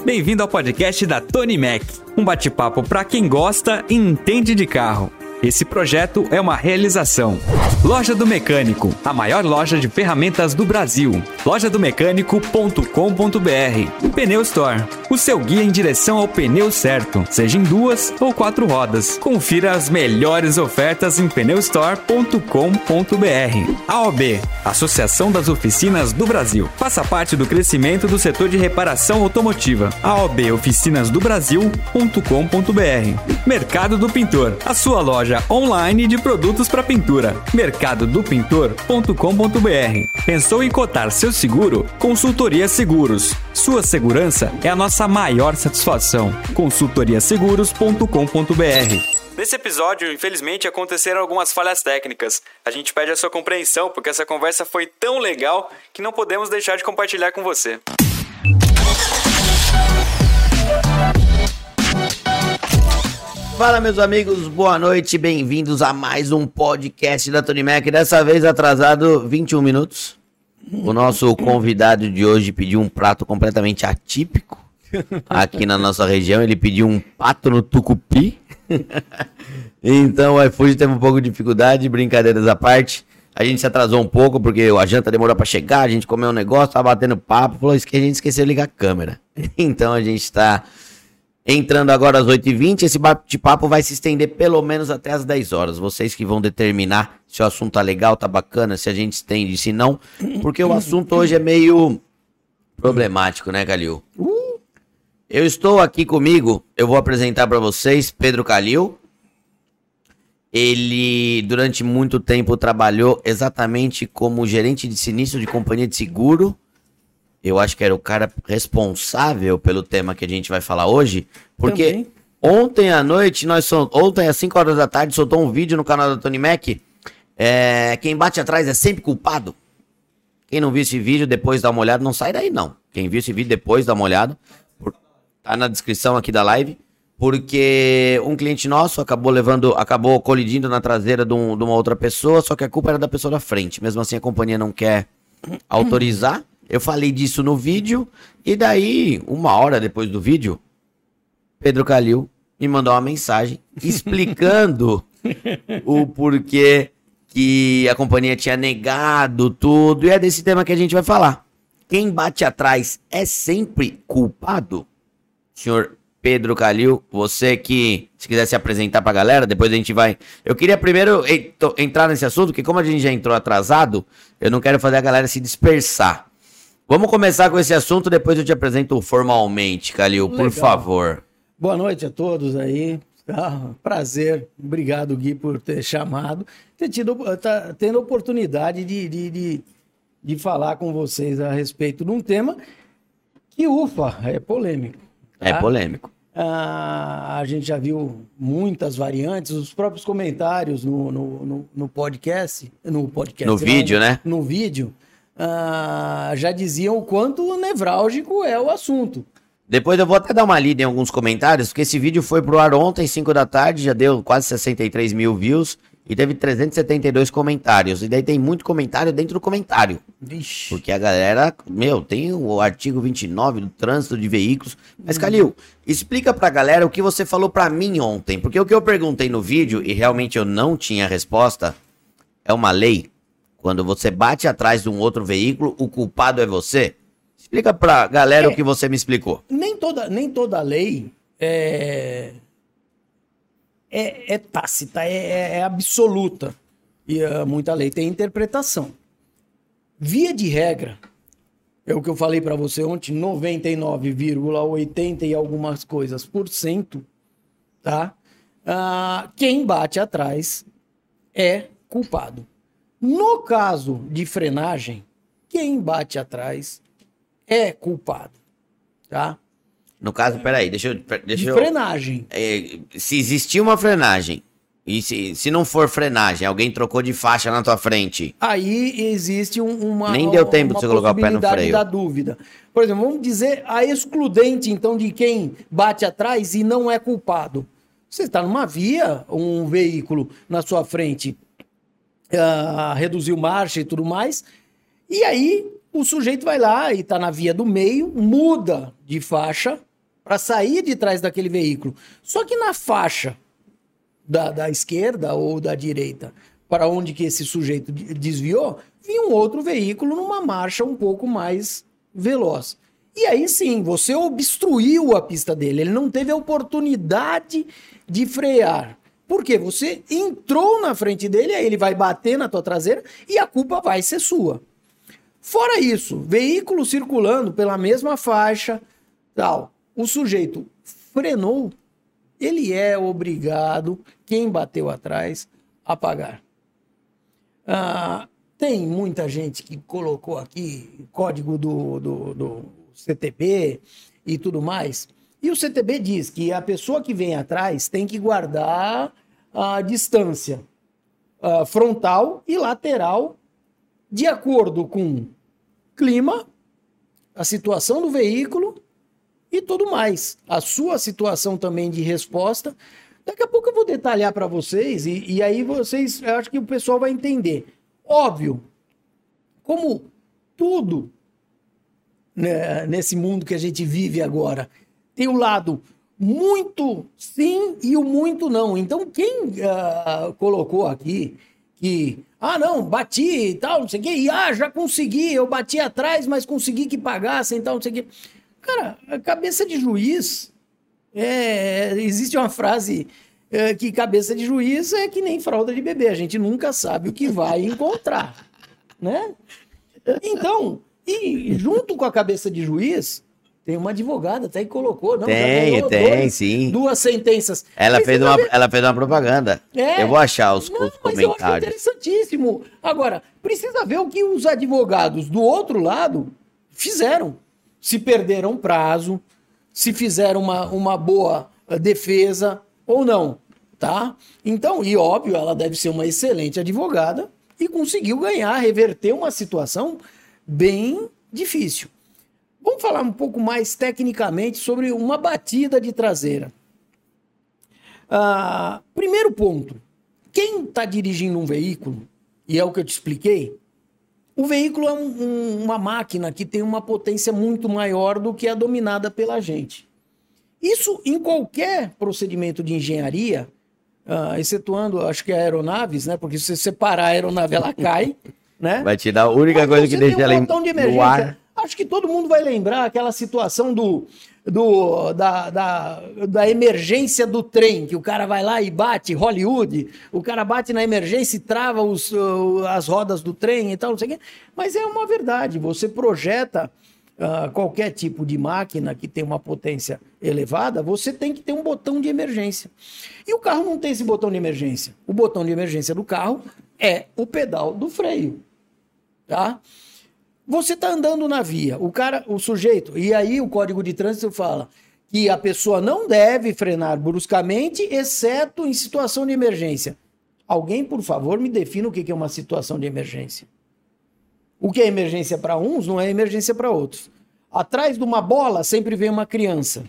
Bem-vindo ao podcast da Tony Mac, um bate-papo para quem gosta e entende de carro. Esse projeto é uma realização. Loja do Mecânico, a maior loja de ferramentas do Brasil. lojadomecânico.com.br. Pneu Store, o seu guia em direção ao pneu certo, seja em 2 ou 4 rodas. Confira as melhores ofertas em pneustore.com.br. AOB, Associação das Oficinas do Brasil. Faça parte do crescimento do setor de reparação automotiva. aoboficinasdobrasil.com.br. Mercado do Pintor, a sua loja online de produtos para pintura. mercadodopintor.com.br. Pensou em cotar seu seguro? Consultoria Seguros. Sua segurança é a nossa maior satisfação. consultoriaseguros.com.br. Nesse episódio, infelizmente, aconteceram algumas falhas técnicas. A gente pede a sua compreensão, porque essa conversa foi tão legal que não podemos deixar de compartilhar com você. Fala, meus amigos, boa noite, bem-vindos a mais um podcast da Tony Mac, dessa vez atrasado 21 minutos. O nosso convidado de hoje pediu um prato completamente atípico aqui na nossa região, ele pediu um pato no tucupi, então o iFood teve um pouco de dificuldade, brincadeiras à parte. A gente se atrasou um pouco porque a janta demorou pra chegar, a gente comeu um negócio, tava batendo papo, falou que a gente esqueceu de ligar a câmera. Então a gente tá entrando agora às 8h20, esse bate-papo vai se estender pelo menos até às 10 horas. Vocês que vão determinar se o assunto tá legal, tá bacana, se a gente estende, se não, porque o assunto hoje é meio problemático, né, Calil? Eu estou aqui comigo, eu vou apresentar para vocês Pedro Calil. Ele, durante muito tempo, trabalhou exatamente como gerente de sinistro de companhia de seguro. Eu acho que era o cara responsável pelo tema que a gente vai falar hoje, porque também. Ontem à noite, ontem às 5 horas da tarde, soltou um vídeo no canal da Tony Mac, quem bate atrás é sempre culpado. Quem não viu esse vídeo, depois dá uma olhada, não sai daí não. Quem viu esse vídeo, depois dá uma olhada, tá na descrição aqui da live, porque um cliente nosso acabou colidindo na traseira de uma outra pessoa, só que a culpa era da pessoa da frente, mesmo assim a companhia não quer autorizar. Eu falei disso no vídeo, e daí, 1 hora depois do vídeo, Pedro Calil me mandou uma mensagem explicando o porquê que a companhia tinha negado tudo, e é desse tema que a gente vai falar. Quem bate atrás é sempre culpado? Senhor Pedro Calil, você que, se quiser se apresentar pra galera, depois a gente vai... Eu queria primeiro entrar nesse assunto, porque como a gente já entrou atrasado, eu não quero fazer a galera se dispersar. Vamos começar com esse assunto, depois eu te apresento formalmente, Calil, por favor. Boa noite a todos aí. Prazer, obrigado, Gui, por ter chamado. Tendo a oportunidade de falar com vocês a respeito de um tema que, é polêmico. Tá? É polêmico. A gente já viu muitas variantes, os próprios comentários no podcast. No vídeo, né? No vídeo. Já diziam o quanto nevrálgico é o assunto. Depois eu vou até dar uma lida em alguns comentários, porque esse vídeo foi pro ar ontem, 5 da tarde, já deu quase 63 mil views e teve 372 comentários. E daí tem muito comentário dentro do comentário. Vixe. Porque a galera, tem o artigo 29 do trânsito de veículos. Mas, Calil, explica pra galera o que você falou pra mim ontem. Porque o que eu perguntei no vídeo, e realmente eu não tinha resposta, é uma lei. Quando você bate atrás de um outro veículo, o culpado é você? Explica pra galera o que você me explicou. Nem toda lei é tácita, é absoluta. E muita lei tem interpretação. Via de regra, é o que eu falei pra você ontem, 99,80 e algumas coisas por cento, tá? Quem bate atrás é culpado. No caso de frenagem, quem bate atrás é culpado, tá? No caso, peraí, deixa eu... Frenagem. Se existir uma frenagem, e se não for frenagem, alguém trocou de faixa na tua frente... Aí existe uma... Nem deu tempo de você colocar o pé no freio. Da dúvida. Por exemplo, vamos dizer a excludente, então, de quem bate atrás e não é culpado. Você está numa via, um veículo na sua frente... reduziu marcha e tudo mais, e aí o sujeito vai lá e tá na via do meio, muda de faixa, para sair de trás daquele veículo. Só que na faixa da esquerda ou da direita, para onde que esse sujeito desviou, vinha um outro veículo numa marcha um pouco mais veloz. E aí sim, você obstruiu a pista dele, ele não teve a oportunidade de frear. Por quê? Você entrou na frente dele, aí ele vai bater na tua traseira e a culpa vai ser sua. Fora isso, veículo circulando pela mesma faixa, tal, o sujeito frenou, ele é obrigado, quem bateu atrás, a pagar. Tem muita gente que colocou aqui código do CTB e tudo mais. E o CTB diz que a pessoa que vem atrás tem que guardar a distância frontal e lateral de acordo com clima, a situação do veículo e tudo mais. A sua situação também de resposta. Daqui a pouco eu vou detalhar para vocês e aí vocês, eu acho que o pessoal vai entender. Óbvio, como tudo, né, nesse mundo que a gente vive agora, tem o lado muito sim e o muito não. Então, quem colocou aqui que, não, bati e tal, não sei o quê, e já consegui, eu bati atrás, mas consegui que pagassem e tal, não sei o quê. Cara, a cabeça de juiz, existe uma frase que cabeça de juiz é que nem fralda de bebê, a gente nunca sabe o que vai encontrar, né? Então, e junto com a cabeça de juiz, tem uma advogada até que colocou. Não, sim. Duas sentenças. Ela fez uma propaganda. Eu vou achar os mas comentários. Eu acho interessantíssimo. Agora, precisa ver o que os advogados do outro lado fizeram. Se perderam prazo, se fizeram uma boa defesa ou não, tá? Então, e óbvio, ela deve ser uma excelente advogada e conseguiu ganhar, reverter uma situação bem difícil. Vamos falar um pouco mais tecnicamente sobre uma batida de traseira. Primeiro ponto, quem está dirigindo um veículo, e é o que eu te expliquei, o veículo é uma máquina que tem uma potência muito maior do que a dominada pela gente. Isso em qualquer procedimento de engenharia, excetuando, acho que aeronaves, né? Porque se você separar a aeronave, ela cai, né? Vai te dar a única coisa que deixa ela no ar. Acho que todo mundo vai lembrar aquela situação da emergência do trem, que o cara vai lá e bate, Hollywood, o cara bate na emergência e trava as rodas do trem e tal, não sei o quê. Mas é uma verdade, você projeta qualquer tipo de máquina que tem uma potência elevada, você tem que ter um botão de emergência. E o carro não tem esse botão de emergência. O botão de emergência do carro é o pedal do freio, tá? Você está andando na via, o sujeito, e aí o Código de Trânsito fala que a pessoa não deve frenar bruscamente, exceto em situação de emergência. Alguém, por favor, me defina o que é uma situação de emergência. O que é emergência para uns não é emergência para outros. Atrás de uma bola sempre vem uma criança.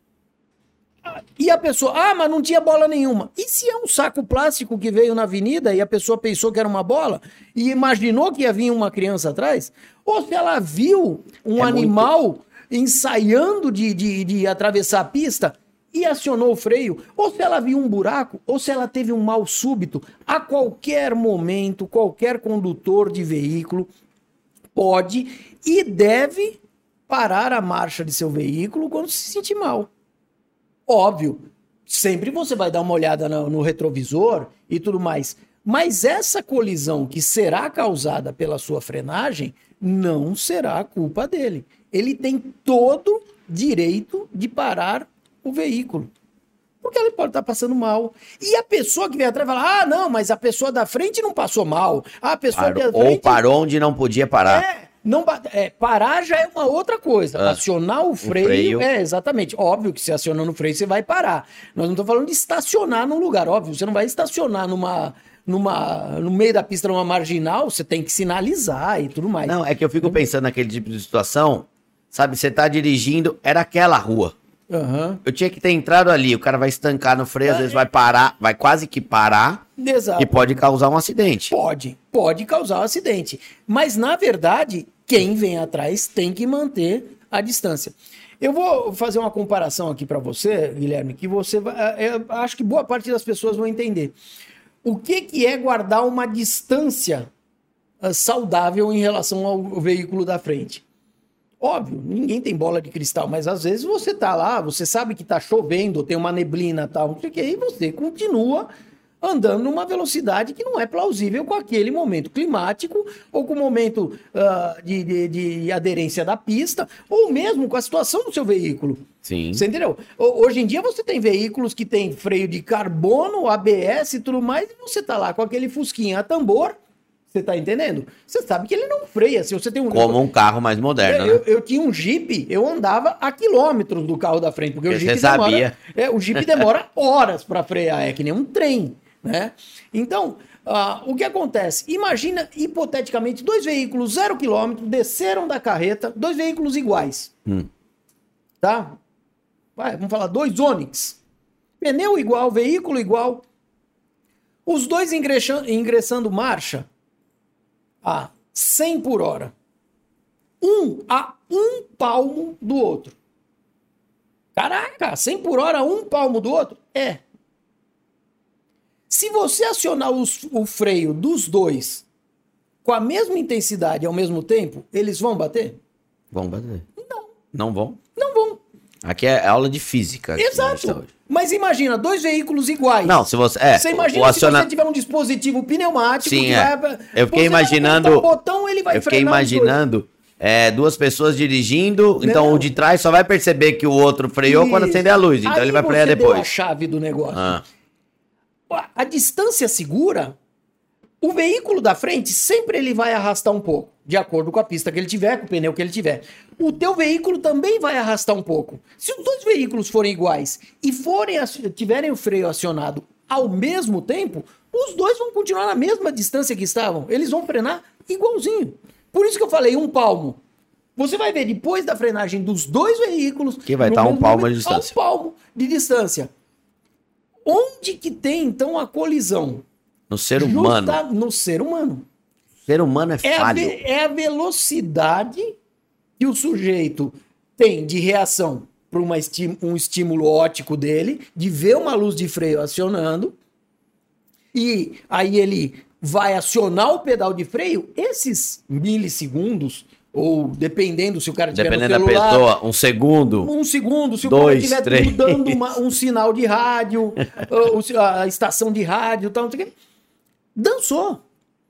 E a pessoa, mas não tinha bola nenhuma. E se é um saco plástico que veio na avenida e a pessoa pensou que era uma bola e imaginou que ia vir uma criança atrás? Ou se ela viu um animal ensaiando de atravessar a pista e acionou o freio? Ou se ela viu um buraco? Ou se ela teve um mal súbito? A qualquer momento, qualquer condutor de veículo pode e deve parar a marcha de seu veículo quando se sentir mal. Óbvio, sempre você vai dar uma olhada no retrovisor e tudo mais. Mas essa colisão que será causada pela sua frenagem não será culpa dele. Ele tem todo direito de parar o veículo. Porque ele pode estar passando mal. E a pessoa que vem atrás fala, não, mas a pessoa da frente não passou mal. A pessoa da frente... Ou parou onde não podia parar. Parar já é uma outra coisa. Acionar o freio. Exatamente. Óbvio que se acionando o freio, você vai parar. Nós não estamos falando de estacionar num lugar. Óbvio, você não vai estacionar no meio da pista, numa marginal, você tem que sinalizar e tudo mais. Não, é que eu fico pensando naquele tipo de situação, sabe? Você tá dirigindo, era aquela rua. Uhum. Eu tinha que ter entrado ali, o cara vai estancar no freio, às vezes vai parar, vai quase que parar. Exato. E pode causar um acidente. Pode causar um acidente. Mas, na verdade, quem vem atrás tem que manter a distância. Eu vou fazer uma comparação aqui para você, Guilherme, que você vai, eu acho que boa parte das pessoas vão entender. O que é guardar uma distância saudável em relação ao veículo da frente? Óbvio, ninguém tem bola de cristal, mas às vezes você tá lá, você sabe que tá chovendo, tem uma neblina e tal, não sei o que, e você continua andando numa velocidade que não é plausível com aquele momento climático ou com o momento de aderência da pista ou mesmo com a situação do seu veículo. Sim. Você entendeu? Hoje em dia você tem veículos que tem freio de carbono, ABS e tudo mais, e você tá lá com aquele fusquinha a tambor. Você tá entendendo? Você sabe que ele não freia. Se você tem Como um carro mais moderno, né? Eu tinha um Jeep, eu andava a quilômetros do carro da frente, porque o Jeep você sabia. o Jeep demora horas para frear, é que nem um trem, né? Então, o que acontece? Imagina, hipoteticamente, dois veículos 0 km desceram da carreta, dois veículos iguais, tá? Vamos falar, dois Onix, pneu igual, veículo igual, os dois ingressando marcha a 100 por hora. A um palmo do outro. Caraca, 100 por hora, um palmo do outro? É. Se você acionar o freio dos dois com a mesma intensidade ao mesmo tempo, eles vão bater? Vão bater. Não. Não vão? Não vão. Aqui é aula de física. Exato. Mas imagina, dois veículos iguais. Não, se você... Você imagina se você tiver um dispositivo pneumático... Sim, que vai, eu fiquei imaginando... O botão, ele vai eu fiquei imaginando duas pessoas dirigindo, então o de trás só vai perceber que o outro freou quando acender a luz, então aí ele vai frear você depois. deu a chave do negócio. A distância segura, o veículo da frente sempre ele vai arrastar um pouco, de acordo com a pista que ele tiver, com o pneu que ele tiver. O teu veículo também vai arrastar um pouco. Se os dois veículos forem iguais e tiverem o freio acionado ao mesmo tempo, os dois vão continuar na mesma distância que estavam. Eles vão frenar igualzinho. Por isso que eu falei um palmo. Você vai ver depois da frenagem dos dois veículos... Que vai estar um palmo de distância. Um palmo de distância. Onde que tem, então, a colisão? No ser humano. No ser humano. O ser humano é falho. É a velocidade que o sujeito tem de reação para um estímulo óptico dele, de ver uma luz de freio acionando, e aí ele vai acionar o pedal de freio, esses milissegundos, ou dependendo se o cara tiver dependendo no celular... da pessoa, um segundo, se o dois, cara três. estiver dando um sinal de rádio, a estação de rádio, tal, não sei o quê, dançou.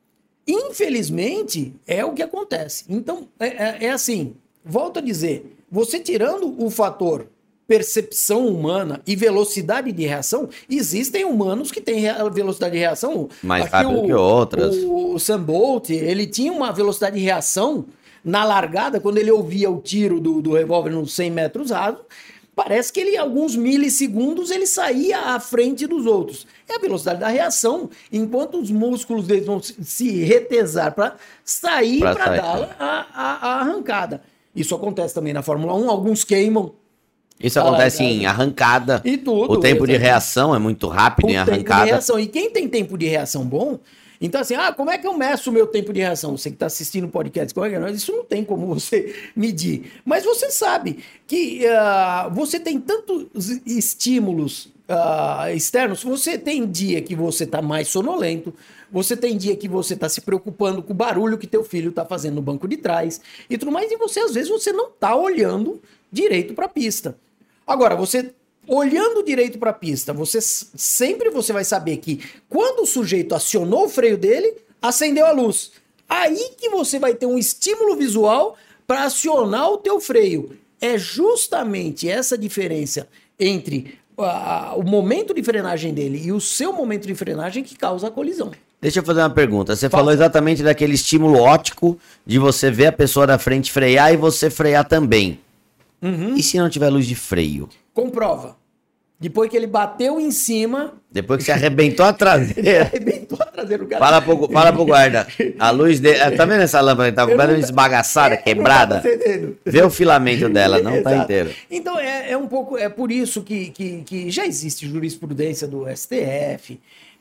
Infelizmente, é o que acontece. Então, é assim, volto a dizer, você tirando o fator percepção humana e velocidade de reação, existem humanos que têm velocidade de reação mais rápido que outras. O Usain Bolt, ele tinha uma velocidade de reação na largada, quando ele ouvia o tiro do revólver nos 100 metros rasos, parece que ele, em alguns milissegundos, ele saía à frente dos outros. É a velocidade da reação, enquanto os músculos deles vão se retesar para sair para dar a arrancada. Isso acontece também na Fórmula 1, alguns queimam. Isso acontece em arrancada. E tudo. O tempo de reação é muito rápido em arrancada. Tempo de reação. E quem tem tempo de reação bom... Então, assim, como é que eu meço o meu tempo de reação? Você que está assistindo o podcast, isso não tem como você medir. Mas você sabe que você tem tantos estímulos externos. Você tem dia que você está mais sonolento, você tem dia que você está se preocupando com o barulho que teu filho está fazendo no banco de trás e tudo mais, e às vezes, você não está olhando direito para a pista. Agora, você... Olhando direito para a pista, você vai saber que quando o sujeito acionou o freio dele, acendeu a luz. Aí que você vai ter um estímulo visual para acionar o teu freio. É justamente essa diferença entre o momento de frenagem dele e o seu momento de frenagem que causa a colisão. Deixa eu fazer uma pergunta. Você falou exatamente daquele estímulo óptico de você ver a pessoa da frente frear e você frear também. E se não tiver luz de freio? Comprova. Depois que ele bateu em cima... Depois que você arrebentou a traseira... arrebentou a traseira do cara. Fala pro guarda. A luz dele... Tá vendo essa lâmpada? Tá completamente esbagaçada, quebrada? Vê o filamento dela, não tá inteiro. Então, é um pouco... É por isso que já existe jurisprudência do STF,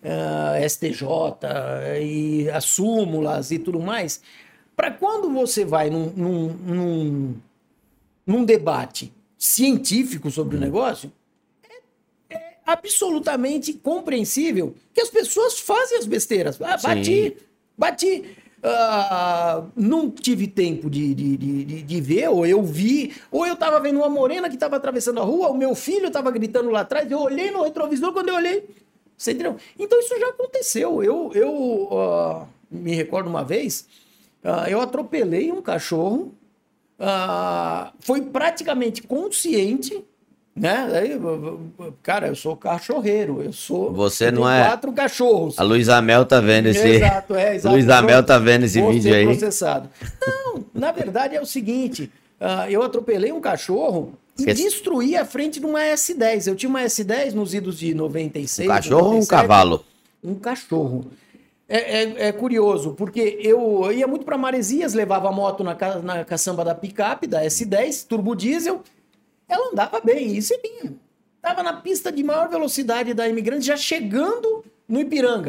STJ, e as súmulas e tudo mais, para quando você vai num debate... científico sobre o negócio, é absolutamente compreensível que as pessoas fazem as besteiras. Ah, bati. Não tive tempo de ver, ou eu vi, ou eu tava vendo uma morena que tava atravessando a rua, o meu filho tava gritando lá atrás, eu olhei no retrovisor, quando eu olhei, você entendeu? Então isso já aconteceu. Eu me recordo uma vez, eu atropelei um cachorro, foi praticamente consciente, né? Aí, cara, eu sou cachorreiro, Você não é 4 cachorros. A Luísa Mel tá vendo esse... Exato. Luísa Mel tá vendo esse vídeo aí. Processado. Não, na verdade é o seguinte, eu atropelei um cachorro e destruí a frente de uma S10. Eu tinha uma S10 nos idos de 96. Um cachorro 97, ou um cavalo? Um cachorro. É curioso, porque eu ia muito para Maresias, levava a moto na caçamba da picape, da S10, turbo diesel. Ela andava bem, isso é minha. Tava na pista de maior velocidade da Imigrante, já chegando no Ipiranga.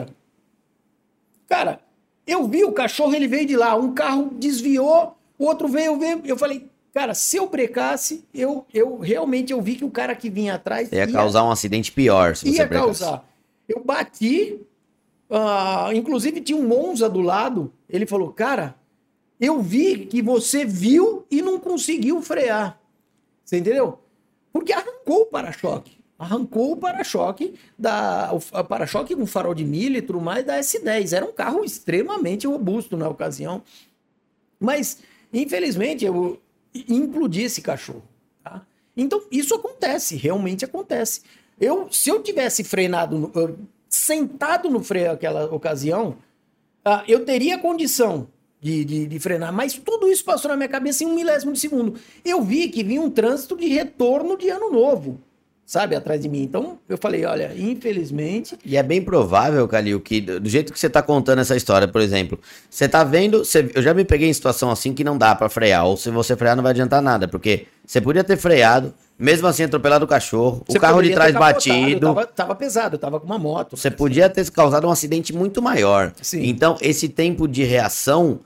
Cara, eu vi o cachorro, ele veio de lá, um carro desviou, o outro veio, eu falei, cara, se eu brecasse, eu realmente vi que o cara que vinha atrás... Ia causar um acidente pior se você brecasse. Eu bati, inclusive tinha um Monza do lado, ele falou, cara, eu vi que você viu e não conseguiu frear. Você entendeu? Porque arrancou o para-choque. Arrancou o para-choque, o para-choque com farol de milha e tudo mais da S10. Era um carro extremamente robusto na ocasião. Mas, infelizmente, eu implodi esse cachorro. Tá? Então, isso acontece, realmente acontece. Se eu tivesse frenado, sentado no freio naquela ocasião, eu teria condição de frenar, mas tudo isso passou na minha cabeça em 1/1000 de segundo. Eu vi que vinha um trânsito de retorno de ano novo, sabe, atrás de mim. Então, eu falei, olha, infelizmente... E é bem provável, Calil, que do jeito que você tá contando essa história, por exemplo, você tá vendo, eu já me peguei em situação assim que não dá pra frear, ou se você frear não vai adiantar nada, porque você podia ter freado, mesmo assim atropelado o cachorro, o carro de trás batido... Tava pesado, eu tava com uma moto. Você podia ter causado um acidente muito maior. Sim. Então, esse tempo de reação...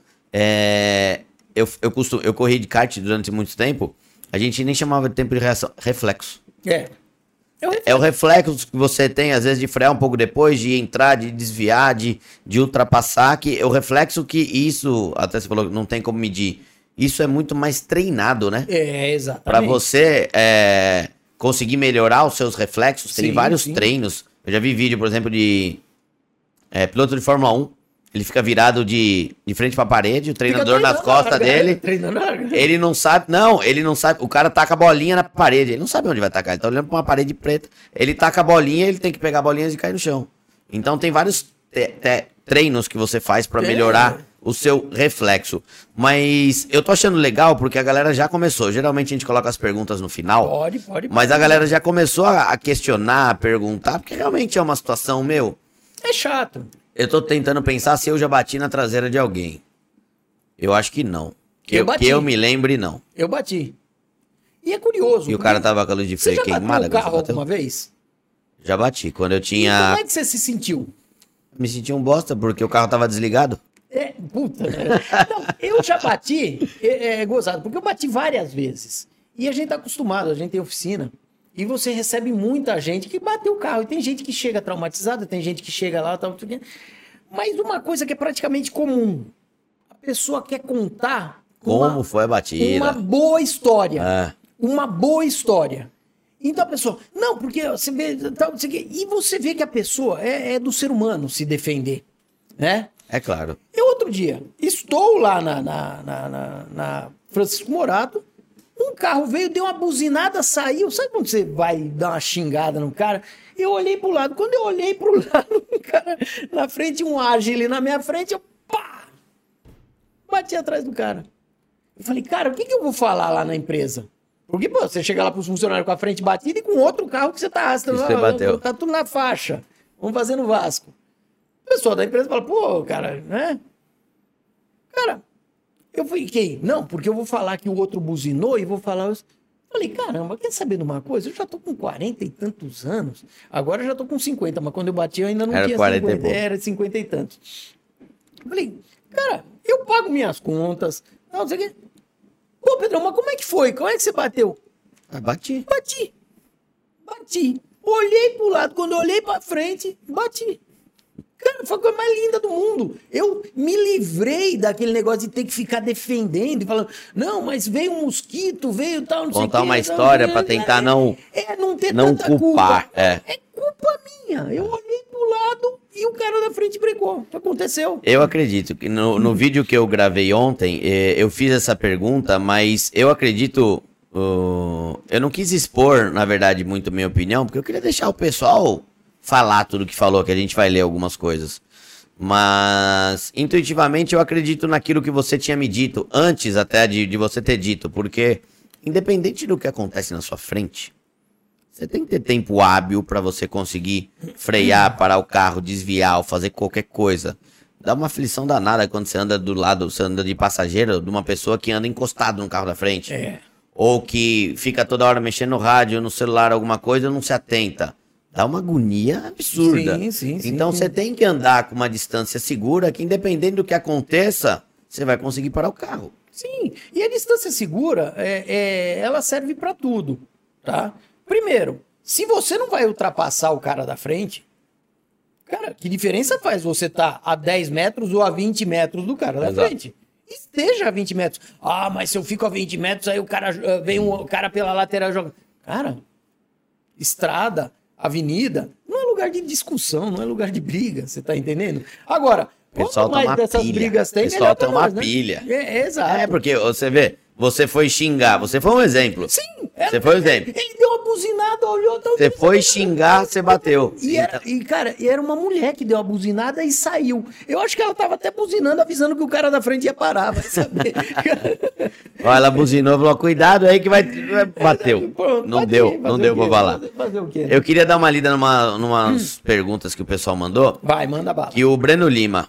Eu corri de kart durante muito tempo, a gente nem chamava de tempo de reação, reflexo. É o reflexo que você tem, às vezes, de frear um pouco depois, de entrar, de desviar, de ultrapassar, que é o reflexo que isso, até você falou que não tem como medir, isso é muito mais treinado, né? Exatamente. Pra você conseguir melhorar os seus reflexos, tem vários treinos. Eu já vi vídeo, por exemplo, de piloto de Fórmula 1, ele fica virado de frente pra parede, o treinador nas costas dele. Ele não sabe, o cara taca a bolinha na parede, ele não sabe onde vai tacar, ele tá olhando pra uma parede preta, ele taca a bolinha, ele tem que pegar a bolinha e cair no chão. Então tem vários treinos que você faz pra melhorar o seu reflexo. Mas eu tô achando legal porque a galera já começou, geralmente a gente coloca as perguntas no final. Pode. Mas a galera já começou a questionar, a perguntar, porque realmente é uma situação, é chato. Eu tô tentando pensar se eu já bati na traseira de alguém. Eu acho que não. Que eu me lembre, não. Eu bati. E é curioso. E o cara tava com a luz de freio queimada. Você já bateu o carro alguma vez? Já bati. Quando eu tinha... E como é que você se sentiu? Me senti um bosta, porque o carro tava desligado. Puta. Não, eu já bati, gozado, porque eu bati várias vezes. E a gente tá acostumado, a gente tem oficina. E você recebe muita gente que bateu o carro. E tem gente que chega traumatizada, tem gente que chega lá, tal. Mas uma coisa que é praticamente comum. A pessoa quer contar... Como foi a batida. Uma boa história. Uma boa história. Então a pessoa... Não, porque você vê... Tal, e você vê que a pessoa é do ser humano se defender. Né? É claro. Eu outro dia estou lá na Francisco Morato... Um carro veio, deu uma buzinada, saiu. Sabe quando você vai dar uma xingada no cara? Eu olhei pro lado. Quando eu olhei pro lado, um cara na frente, um Agile na minha frente, eu bati atrás do cara. Eu falei, cara, o que eu vou falar lá na empresa? Porque, você chega lá pros funcionários com a frente batida e com outro carro que você tá arrastando. Você bateu. Tá tudo na faixa. Vamos fazer no Vasco. O pessoal da empresa fala, cara, né? Cara... Eu fiquei, não, porque eu vou falar que o outro buzinou e vou falar... Falei, caramba, quer saber de uma coisa? Eu já tô com 40 e tantos anos. Agora eu já tô com 50, mas quando eu bati eu ainda não tinha 50. Era 50 e tantos. Falei, cara, eu pago minhas contas. Não sei o quê. Pedrão, mas como é que foi? Como é que você bateu? Bati. Bati. Olhei pro lado, quando eu olhei pra frente, bati. Cara, foi a coisa mais linda do mundo. Eu me livrei daquele negócio de ter que ficar defendendo e falando, não, mas veio um mosquito, veio tal, não sei o quê. Contar uma história pra tentar não ter não tanta culpar. culpa. É culpa minha. Eu olhei pro lado e o cara da frente brecou. Aconteceu. Eu acredito que no vídeo que eu gravei ontem, eu fiz essa pergunta, mas eu acredito... eu não quis expor, na verdade, muito minha opinião, porque eu queria deixar o pessoal falar tudo que falou, que a gente vai ler algumas coisas. Mas, intuitivamente, eu acredito naquilo que você tinha me dito, antes até de você ter dito, porque, independente do que acontece na sua frente, você tem que ter tempo hábil para você conseguir frear, parar o carro, desviar ou fazer qualquer coisa. Dá uma aflição danada quando você anda do lado, você anda de passageiro de uma pessoa que anda encostado no carro da frente. Ou que fica toda hora mexendo no rádio, no celular, alguma coisa, não se atenta. Dá uma agonia absurda. Sim, então você tem que andar com uma distância segura, que independente do que aconteça, você vai conseguir parar o carro. Sim, e a distância segura, ela serve para tudo, tá? Primeiro, se você não vai ultrapassar o cara da frente, cara, que diferença faz você estar a 10 metros ou a 20 metros do cara da frente? Esteja a 20 metros. Ah, mas se eu fico a 20 metros, aí o cara vem um cara pela lateral e joga. Cara, estrada, avenida, não é lugar de discussão, não é lugar de briga, você tá entendendo? Agora, pessoal quanto mais dessas brigas tem, pessoal tem uma nós, pilha. Né? Exato. Porque você vê, você foi xingar, você foi um exemplo. Sim. Você foi um exemplo. Ele deu uma buzinada, olhou... Você foi xingar, você bateu. Cara, era uma mulher que deu uma buzinada e saiu. Eu acho que ela tava até buzinando, avisando que o cara da frente ia parar, vai saber. Ó, ela buzinou, falou, cuidado aí que vai... Bateu. Pronto, Não deu pra falar. Fazer o quê? Eu queria dar uma lida numas perguntas que o pessoal mandou. Vai, manda bala. Que o Breno Lima...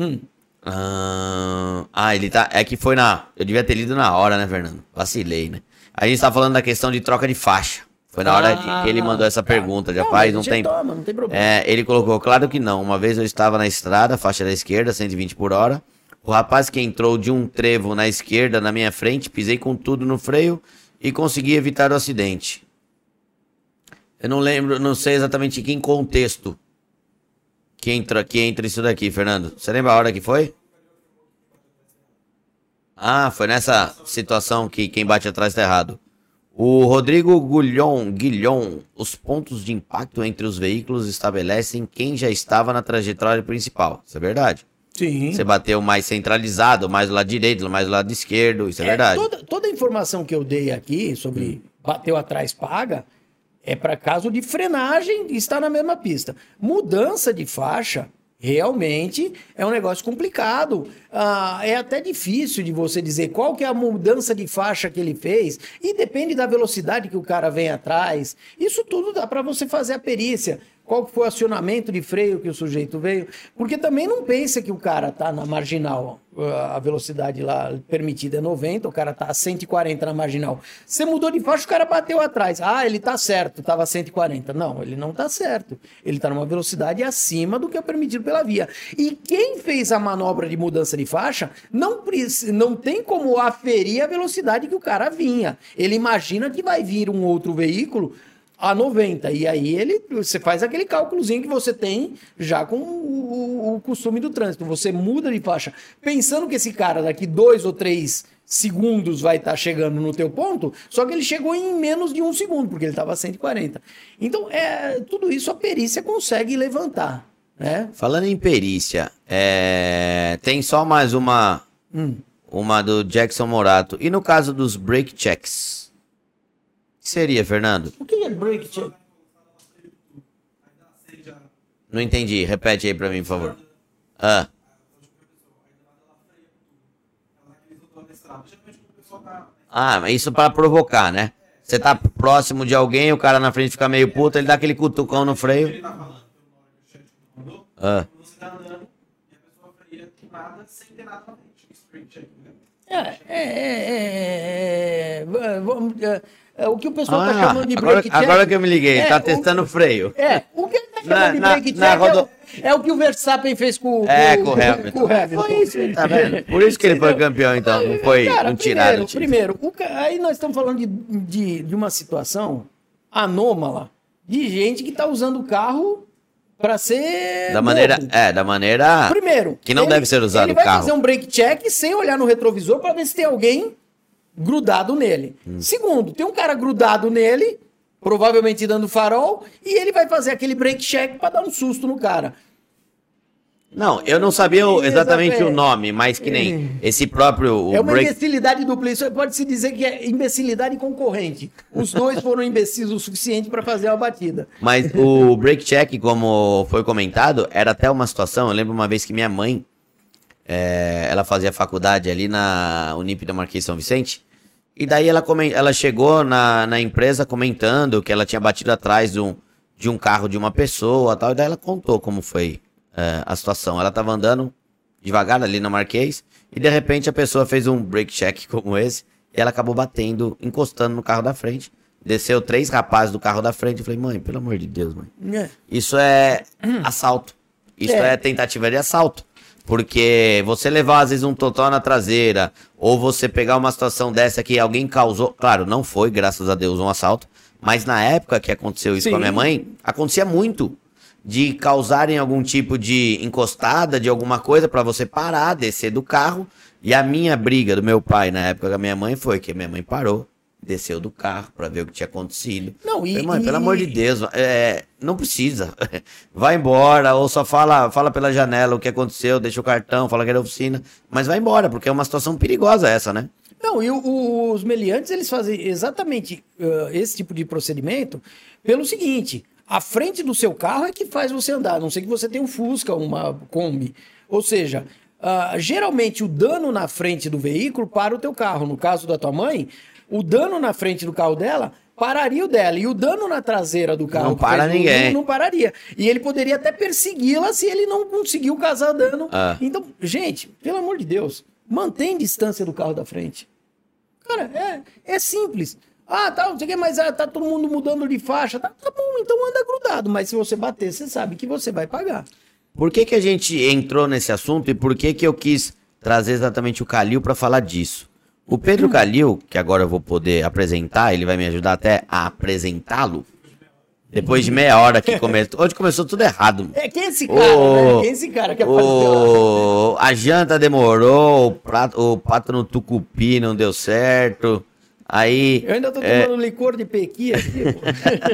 ele tá... É que foi na... Eu devia ter lido na hora, né, Fernando? Vacilei, né? A gente tá falando da questão de troca de faixa. Foi na hora que ele mandou essa pergunta, já faz um tempo. Não tem problema. Ele colocou, claro que não. Uma vez eu estava na estrada, faixa da esquerda, 120 por hora. O rapaz que entrou de um trevo na esquerda, na minha frente, pisei com tudo no freio e consegui evitar o acidente. Eu não lembro, não sei exatamente em que contexto que entra isso daqui, Fernando. Você lembra a hora que foi? Foi nessa situação que quem bate atrás tá errado. O Rodrigo Guilhom, os pontos de impacto entre os veículos estabelecem quem já estava na trajetória principal. Isso é verdade? Sim. Você bateu mais centralizado, mais do lado direito, mais do lado esquerdo, isso é verdade. Toda a informação que eu dei aqui sobre bateu atrás paga é para caso de frenagem e estar na mesma pista. Mudança de faixa realmente é um negócio complicado. É até difícil de você dizer qual que é a mudança de faixa que ele fez e depende da velocidade que o cara vem atrás. Isso tudo dá para você fazer a perícia. Qual foi o acionamento de freio que o sujeito veio. Porque também não pensa que o cara tá na marginal, a velocidade lá permitida é 90, o cara tá a 140 na marginal. Você mudou de faixa, o cara bateu atrás. Ele tá certo, tava a 140. Não, ele não tá certo. Ele tá numa velocidade acima do que é permitido pela via. E quem fez a manobra de mudança de faixa não tem como aferir a velocidade que o cara vinha. Ele imagina que vai vir um outro veículo a 90. E aí você faz aquele cálculozinho que você tem já com o costume do trânsito. Você muda de faixa pensando que esse cara daqui 2 ou 3 segundos vai estar chegando no teu ponto, só que ele chegou em menos de 1 segundo, porque ele estava a 140. Então, tudo isso a perícia consegue levantar, né? Falando em perícia, tem só mais uma do Jackson Morato. E no caso dos brake checks? O que seria, Fernando? O que é brake check? Não entendi. Repete aí pra mim, por favor. Isso para provocar, né? Você tá próximo de alguém, o cara na frente fica meio puto, ele dá aquele cutucão no freio. Ele tá falando que o mandou, você tá andando e a pessoa freia do nada sem ter nada na frente. Isso é brake check, né? O que o pessoal está chamando de brake check. Agora que eu me liguei, tá testando o freio. O que ele está chamando de brake check é o que o Verstappen fez com o Hamilton. Foi isso, tá vendo? Por isso que ele foi campeão, então. Não foi um tirado. Primeiro, aí nós estamos falando de uma situação anômala de gente que está usando o carro para ser... Da maneira Primeiro, que não deve ser usado o carro. Ele vai fazer um brake check sem olhar no retrovisor para ver se tem alguém grudado nele. Segundo, tem um cara grudado nele, provavelmente dando farol, e ele vai fazer aquele brake check para dar um susto no cara. Não, eu não sabia exatamente o nome, mas que nem esse próprio... É uma imbecilidade dupla. Isso pode-se dizer que é imbecilidade concorrente. Os dois foram imbecis o suficiente para fazer a batida. Mas o brake check, como foi comentado, era até uma situação... Eu lembro uma vez que minha mãe, ela fazia faculdade ali na Unip da Marquês de São Vicente, e daí ela chegou na empresa comentando que ela tinha batido atrás de um carro de uma pessoa e tal, e daí ela contou como foi a situação. Ela tava andando devagar ali na Marquês e de repente a pessoa fez um brake check como esse e ela acabou batendo, encostando no carro da frente. Desceu 3 rapazes do carro da frente. Eu falei, mãe, pelo amor de Deus, mãe. Isso é assalto. Isso é tentativa de assalto. Porque você levar, às vezes, um totó na traseira, ou você pegar uma situação dessa que alguém causou... Claro, não foi, graças a Deus, um assalto. Mas na época que aconteceu isso com a minha mãe, acontecia muito. De causarem algum tipo de encostada, de alguma coisa, pra você parar, descer do carro. E a minha briga do meu pai, na época com a minha mãe, foi que a minha mãe parou, desceu do carro pra ver o que tinha acontecido. Não, falei, mãe, pelo amor de Deus, não precisa. Vai embora, ou só fala pela janela o que aconteceu, deixa o cartão, fala que era oficina. Mas vai embora, porque é uma situação perigosa essa, né? Não, e os meliantes, eles fazem exatamente esse tipo de procedimento pelo seguinte... A frente do seu carro é que faz você andar, a não ser que você tenha um Fusca, uma Kombi. Ou seja, geralmente o dano na frente do veículo para o teu carro. No caso da tua mãe, o dano na frente do carro dela pararia o dela. E o dano na traseira do carro... Não para ninguém. Não pararia. E ele poderia até persegui-la se ele não conseguiu causar dano. Então, gente, pelo amor de Deus, mantém distância do carro da frente. Cara, é simples. Tá, não sei o que, mas tá todo mundo mudando de faixa. Tá bom, então anda grudado. Mas se você bater, você sabe que você vai pagar. Por que a gente entrou nesse assunto e por que eu quis trazer exatamente o Calil para falar disso? O Pedro Calil, que agora eu vou poder apresentar, ele vai me ajudar até a apresentá-lo. Depois de meia hora que começou. Hoje começou tudo errado. Quem é esse cara, né? Quem é esse cara que apareceu lá? A janta demorou, o prato no tucupi não deu certo. Aí, eu ainda tô tomando licor de pequi aqui, pô.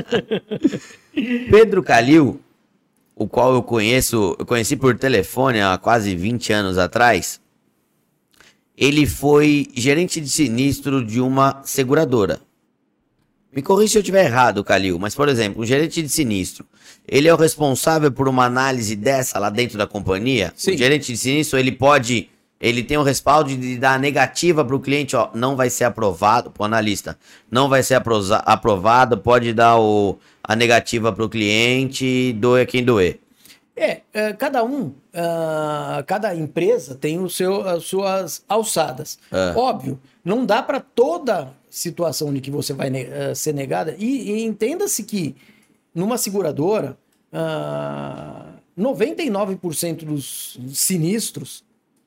Pedro Calil, o qual eu conheci por telefone há quase 20 anos atrás, ele foi gerente de sinistro de uma seguradora. Me corrija se eu estiver errado, Calil, mas, por exemplo, um gerente de sinistro, ele é o responsável por uma análise dessa lá dentro da companhia? Sim. O gerente de sinistro, ele tem o respaldo de dar negativa para o cliente, não vai ser aprovado, para o analista, não vai ser aprovado, pode dar a negativa para o cliente, doer quem doer. Cada empresa tem as suas alçadas. Óbvio, não dá para toda situação de que você vai ser negada, e entenda-se que numa seguradora, 99% dos sinistros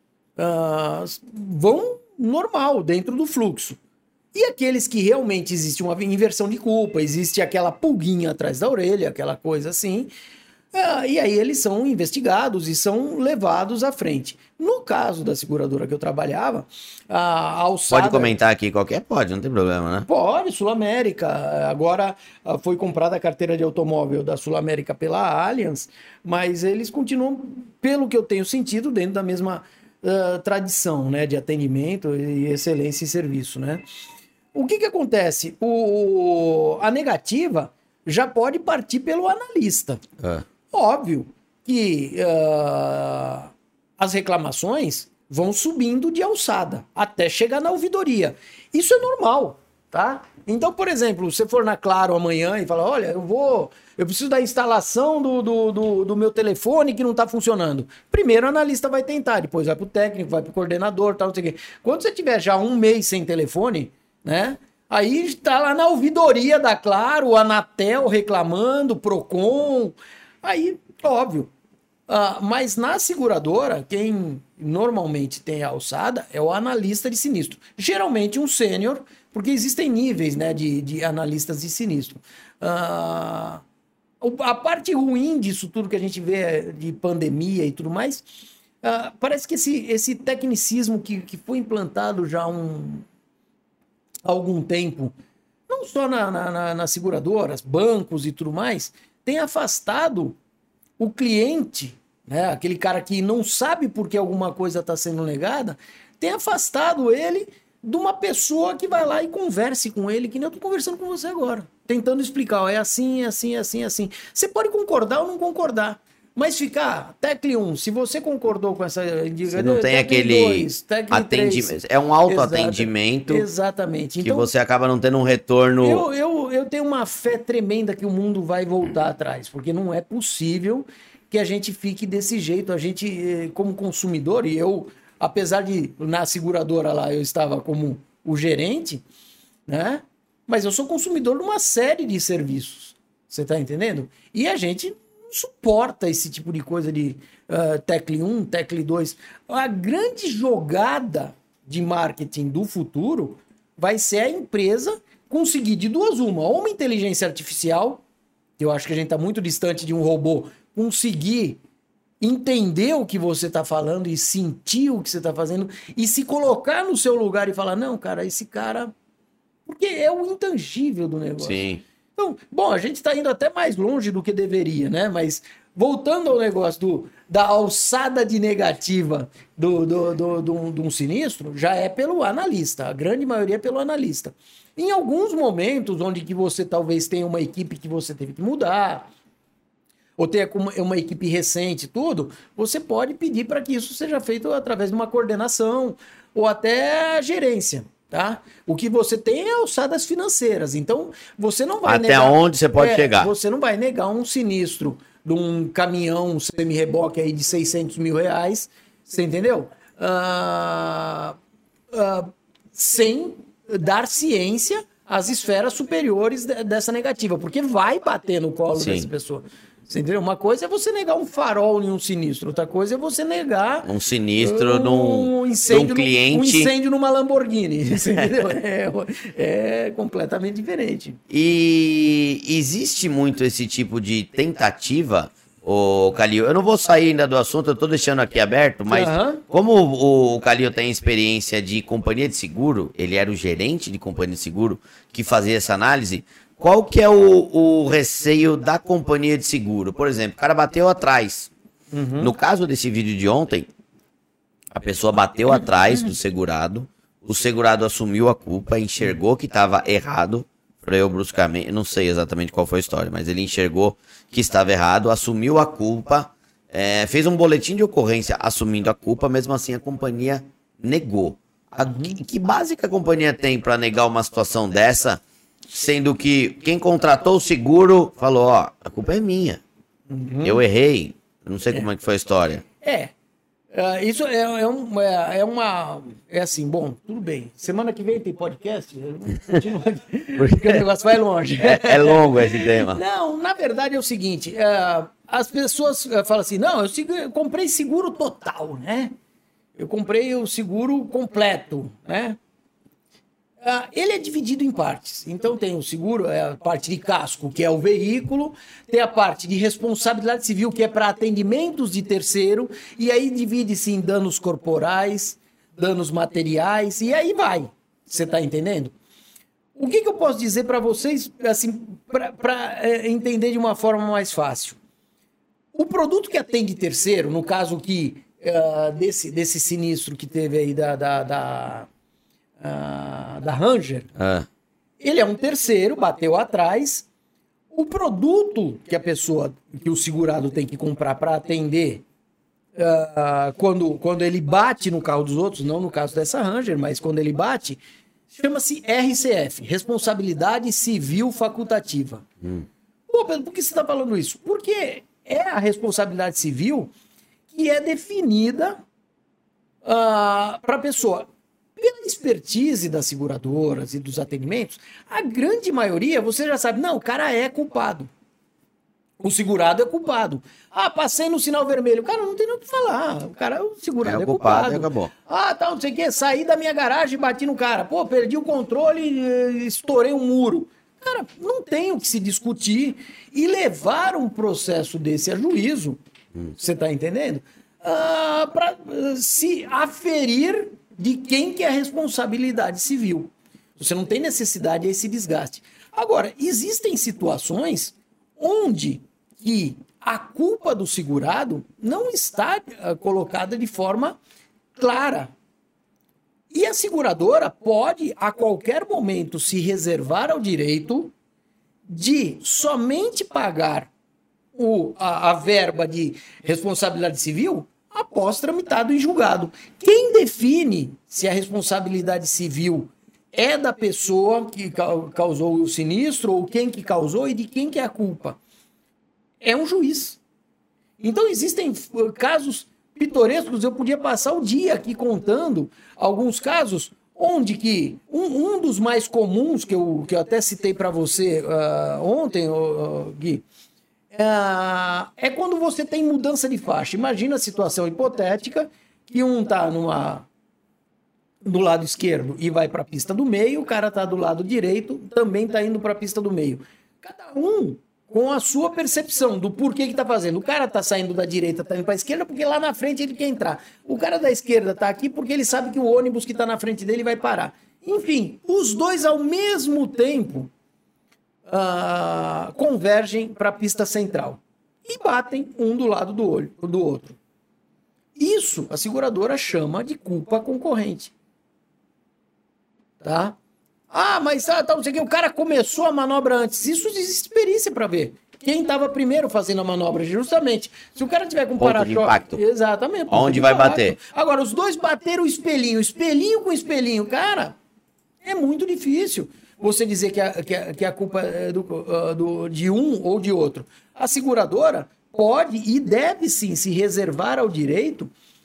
vão normal, dentro do fluxo. E aqueles que realmente existe uma inversão de culpa, existe aquela pulguinha atrás da orelha, aquela coisa assim, e aí eles são investigados e são levados à frente. No caso da seguradora que eu trabalhava, a alçada... Pode comentar aqui qualquer? Pode, não tem problema, né? Pode, Sul América. Agora foi comprada a carteira de automóvel da Sul América pela Allianz, mas eles continuam, pelo que eu tenho sentido, dentro da mesma... tradição, né, de atendimento e excelência em serviço, né? O que acontece? A negativa já pode partir pelo analista. Óbvio que as reclamações vão subindo de alçada até chegar na ouvidoria. Isso é normal. tá? Então, por exemplo, você for na Claro amanhã e falar, olha, eu preciso da instalação do meu telefone que não está funcionando. Primeiro o analista vai tentar, depois vai para o técnico, vai para o coordenador, tal, não sei o quê. Quando você tiver já um mês sem telefone, né? Aí está lá na ouvidoria da Claro, o Anatel reclamando, Procon, aí, óbvio. Mas na seguradora, quem normalmente tem a alçada é o analista de sinistro. Geralmente um sênior, porque existem níveis, né, de analistas de sinistro. A parte ruim disso tudo que a gente vê de pandemia e tudo mais, parece que esse tecnicismo que foi implantado já há algum tempo, não só nas seguradoras, bancos e tudo mais, tem afastado o cliente, né, aquele cara que não sabe por que alguma coisa está sendo negada, tem afastado ele de uma pessoa que vai lá e converse com ele, que nem eu estou conversando com você agora, tentando explicar, ó, é assim, é assim, é assim, é assim. Você pode concordar ou não concordar, mas ficar, Tecle 1, se você concordou com essa... Você não tem aquele atendimento, é um autoatendimento. Exatamente. Que então, você acaba não tendo um retorno... Eu tenho uma fé tremenda que o mundo vai voltar atrás, porque não é possível que a gente fique desse jeito. A gente, como consumidor, e eu, apesar de na seguradora lá eu estava como o gerente, né? Mas eu sou consumidor de uma série de serviços. Você tá entendendo? E a gente não suporta esse tipo de coisa de Tecle 1, Tecle 2. A grande jogada de marketing do futuro vai ser a empresa conseguir de duas uma. Ou uma inteligência artificial, que eu acho que a gente está muito distante de um robô, conseguir entender o que você está falando e sentir o que você está fazendo e se colocar no seu lugar e falar, não, cara, esse cara... Porque é o intangível do negócio. Sim. Então, bom, a gente está indo até mais longe do que deveria, né? Mas voltando ao negócio da alçada de negativa de um sinistro, já é pelo analista. A grande maioria é pelo analista. Em alguns momentos, onde que você talvez tenha uma equipe que você teve que mudar, ou tenha uma equipe recente, tudo, você pode pedir para que isso seja feito através de uma coordenação ou até a gerência, tá? O que você tem é alçadas financeiras, então você não vai negar... Até onde você pode chegar. Você não vai negar um sinistro de um caminhão semi-reboque aí de 600 mil reais, você entendeu? Sem dar ciência às esferas superiores dessa negativa, porque vai bater no colo dessa pessoa. Você entendeu? Uma coisa é você negar um farol em um sinistro, outra coisa é você negar... Um sinistro de um cliente... Um incêndio numa Lamborghini, você entendeu? É completamente diferente. E existe muito esse tipo de tentativa, ô Calil? Eu não vou sair ainda do assunto, eu tô deixando aqui aberto, mas como o Calil tem experiência de companhia de seguro, ele era o gerente de companhia de seguro que fazia essa análise... Qual que é o receio da companhia de seguro? Por exemplo, o cara bateu atrás. No caso desse vídeo de ontem, a pessoa bateu atrás do segurado, o segurado assumiu a culpa, enxergou que estava errado, freou bruscamente, não sei exatamente qual foi a história, mas ele enxergou que estava errado, assumiu a culpa, fez um boletim de ocorrência assumindo a culpa, mesmo assim a companhia negou. Que base que a companhia tem para negar uma situação dessa? Sendo que quem contratou o seguro falou, ó, a culpa é minha. Eu errei. Eu não sei como é que foi a história. Isso é assim, bom, tudo bem. Semana que vem tem podcast? Continua aqui, porque o negócio vai longe. É longo esse tema. Não, na verdade é o seguinte, as pessoas falam assim, não, eu comprei seguro total, né? Eu comprei o seguro completo, né? Ele é dividido em partes. Então tem o seguro, a parte de casco, que é o veículo, tem a parte de responsabilidade civil, que é para atendimentos de terceiro, e aí divide-se em danos corporais, danos materiais, e aí vai. Você está entendendo? O que eu posso dizer para vocês, assim, para entender de uma forma mais fácil? O produto que atende terceiro, no caso que desse sinistro que teve aí da Ranger, ele é um terceiro, bateu atrás. O produto que o segurado tem que comprar para atender quando ele bate no carro dos outros, não no caso dessa Ranger, mas quando ele bate, chama-se RCF, Responsabilidade Civil Facultativa. Pô, Pedro, por que você está falando isso? Porque é a responsabilidade civil que é definida para a pessoa. Pela expertise das seguradoras e dos atendimentos, a grande maioria, você já sabe, não, o cara é culpado. O segurado é culpado. Ah, passei no sinal vermelho. Cara, não tem nem o que falar. O segurado é culpado. Acabou. Ah, tá, não sei o quê. Saí da minha garagem e bati no cara. Pô, perdi o controle e estourei um muro. Cara, não tem o que se discutir e levar um processo desse a juízo, você tá entendendo? Para se aferir de quem que é a responsabilidade civil. Você não tem necessidade desse desgaste. Agora, existem situações onde que a culpa do segurado não está colocada de forma clara. E a seguradora pode, a qualquer momento, se reservar ao direito de somente pagar a verba de responsabilidade civil após tramitado em julgado. Quem define se a responsabilidade civil é da pessoa que causou o sinistro ou quem que causou e de quem que é a culpa? É um juiz. Então existem casos pitorescos, eu podia passar o dia aqui contando alguns casos onde que um dos mais comuns que eu até citei para você ontem, Gui, é quando você tem mudança de faixa. Imagina a situação hipotética que um tá do lado esquerdo e vai para a pista do meio, o cara tá do lado direito, também tá indo para a pista do meio. Cada um com a sua percepção do porquê que tá fazendo. O cara tá saindo da direita, tá indo para a esquerda porque lá na frente ele quer entrar. O cara da esquerda tá aqui porque ele sabe que o ônibus que tá na frente dele vai parar. Enfim, os dois ao mesmo tempo convergem para a pista central e batem um do lado do outro. Isso a seguradora chama de culpa concorrente. Tá? Ah, mas não sei o que, o cara começou a manobra antes. Isso existe perícia para ver. Quem estava primeiro fazendo a manobra, justamente. Se o cara tiver com para-choque... Exatamente. Onde vai bater? Agora, os dois bateram o espelhinho com espelhinho. Cara, é muito difícil você dizer que a culpa é de um ou de outro. A seguradora pode e deve sim se reservar ao direito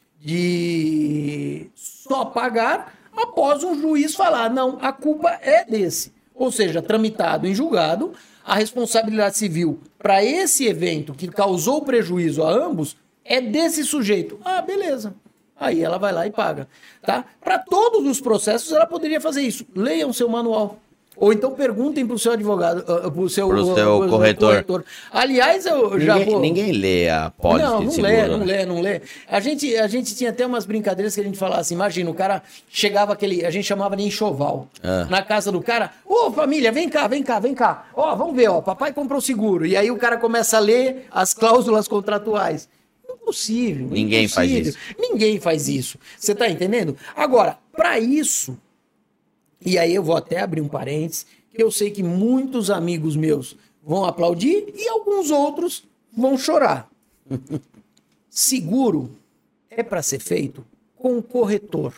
de só pagar após um juiz falar, não, a culpa é desse. Ou seja, tramitado em julgado, a responsabilidade civil para esse evento que causou prejuízo a ambos é desse sujeito. Ah, beleza. Aí ela vai lá e paga. Tá? Para todos os processos ela poderia fazer isso. Leiam seu manual. Ou então perguntem para o seu advogado, para o seu corretor. Aliás, eu já vou... Ninguém lê a pólice de seguro. Não lê. A gente tinha até umas brincadeiras que a gente falava assim, imagina, o cara chegava a gente chamava de enxoval, na casa do cara, ô família, vem cá, ó, vamos ver, ó, papai comprou seguro, e aí o cara começa a ler as cláusulas contratuais. Impossível. Ninguém faz isso. Ninguém faz isso. Você tá entendendo? Agora, para isso... E aí eu vou até abrir um parênteses, que eu sei que muitos amigos meus vão aplaudir e alguns outros vão chorar. Seguro é para ser feito com o corretor.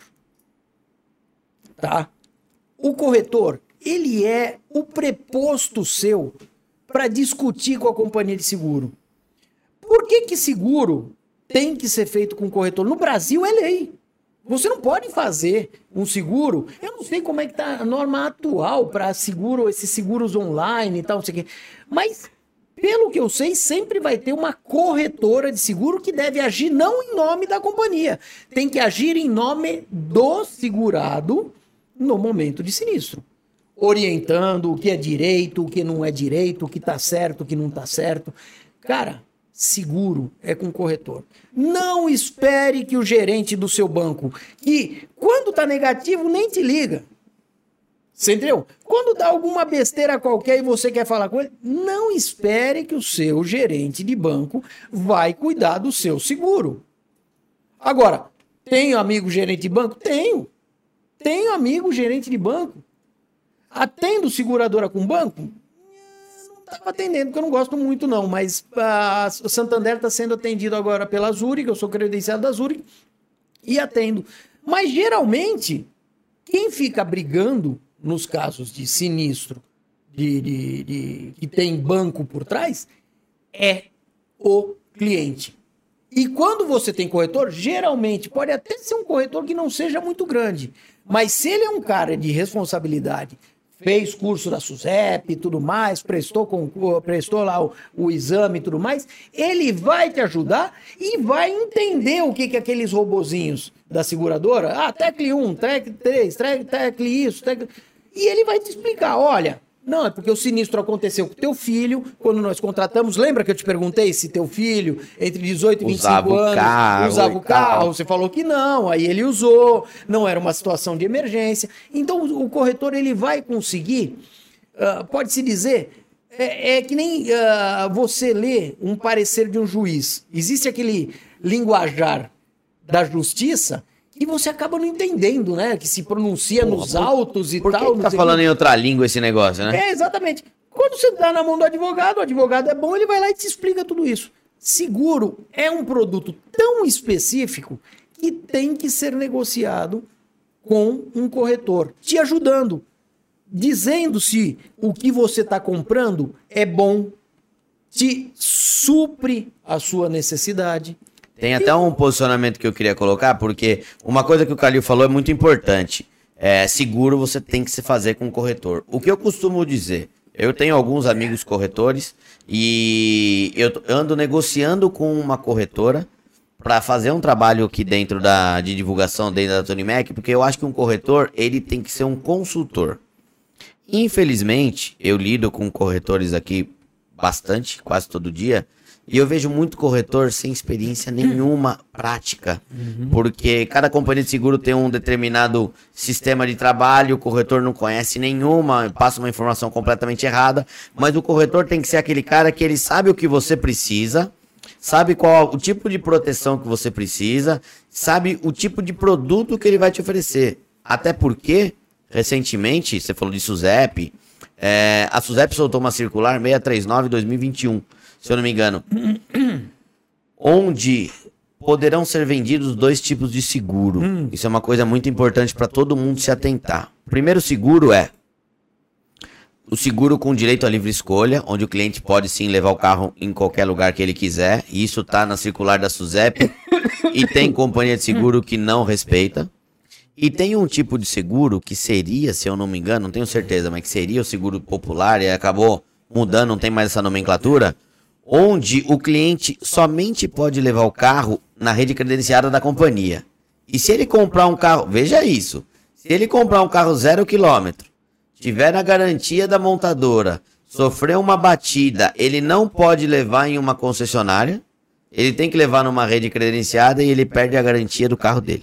Tá? O corretor, ele é o preposto seu para discutir com a companhia de seguro. Por que seguro tem que ser feito com o corretor? No Brasil é lei. Você não pode fazer um seguro, eu não sei como é que tá a norma atual para seguro, esses seguros online e tal, não sei o quê. Mas, pelo que eu sei, sempre vai ter uma corretora de seguro que deve agir não em nome da companhia. Tem que agir em nome do segurado no momento de sinistro. Orientando o que é direito, o que não é direito, o que tá certo, o que não tá certo. Cara... Seguro é com corretor. Não espere que o gerente do seu banco, que quando tá negativo nem te liga. Você entendeu? Quando dá alguma besteira qualquer e você quer falar com ele, não espere que o seu gerente de banco vai cuidar do seu seguro. Agora, tenho amigo gerente de banco? Tenho. Tenho amigo gerente de banco. Atendo seguradora com banco? Estava atendendo, porque eu não gosto muito não, mas a Santander está sendo atendido agora pela Zurich, eu sou credenciado da Zurich, e atendo. Mas geralmente, Quem fica brigando nos casos de sinistro que tem banco por trás é o cliente. E quando você tem corretor, geralmente pode até ser um corretor que não seja muito grande, mas se ele é um cara de responsabilidade, fez curso da SUSEP e tudo mais, prestou lá o exame e tudo mais, ele vai te ajudar e vai entender o que aqueles robozinhos da seguradora, tecle 1, tecle 3, tecle isso, e ele vai te explicar, olha, não, é porque o sinistro aconteceu com teu filho, quando nós contratamos, lembra que eu te perguntei se teu filho, entre 18 e 25 anos, usava o carro, você falou que não, aí ele usou, não era uma situação de emergência. Então o corretor ele vai conseguir, pode-se dizer, é que nem você lê um parecer de um juiz, existe aquele linguajar da justiça, e você acaba não entendendo, né? Que se pronuncia nos autos e tal. Por que tá falando em outra língua esse negócio, né? Exatamente. Quando você dá na mão do advogado, o advogado é bom, ele vai lá e te explica tudo isso. Seguro é um produto tão específico que tem que ser negociado com um corretor, te ajudando, dizendo se o que você está comprando é bom, te supre a sua necessidade. Tem até um posicionamento que eu queria colocar, porque uma coisa que o Calil falou é muito importante. Seguro você tem que se fazer com o corretor. O que eu costumo dizer, eu tenho alguns amigos corretores e eu ando negociando com uma corretora para fazer um trabalho aqui dentro de divulgação dentro da Tony Mac, porque eu acho que um corretor, ele tem que ser um consultor. Infelizmente, eu lido com corretores aqui bastante, quase todo dia, e eu vejo muito corretor sem experiência nenhuma prática, porque cada companhia de seguro tem um determinado sistema de trabalho, o corretor não conhece nenhuma, passa uma informação completamente errada, mas o corretor tem que ser aquele cara que ele sabe o que você precisa, sabe qual o tipo de proteção que você precisa, sabe o tipo de produto que ele vai te oferecer. Até porque, recentemente, você falou de SUSEP, a SUSEP soltou uma circular 639/2021, se eu não me engano, onde poderão ser vendidos 2 tipos de seguro. Isso é uma coisa muito importante para todo mundo se atentar. O primeiro seguro é o seguro com direito à livre escolha, onde o cliente pode sim levar o carro em qualquer lugar que ele quiser. E isso está na circular da SUSEP e tem companhia de seguro que não respeita. E tem um tipo de seguro que seria, se eu não me engano, não tenho certeza, mas que seria o seguro popular e acabou mudando, não tem mais essa nomenclatura, onde o cliente somente pode levar o carro na rede credenciada da companhia. E se ele comprar um carro, veja isso, se ele comprar um carro 0 km, tiver na garantia da montadora, sofrer uma batida, ele não pode levar em uma concessionária, ele tem que levar numa rede credenciada e ele perde a garantia do carro dele.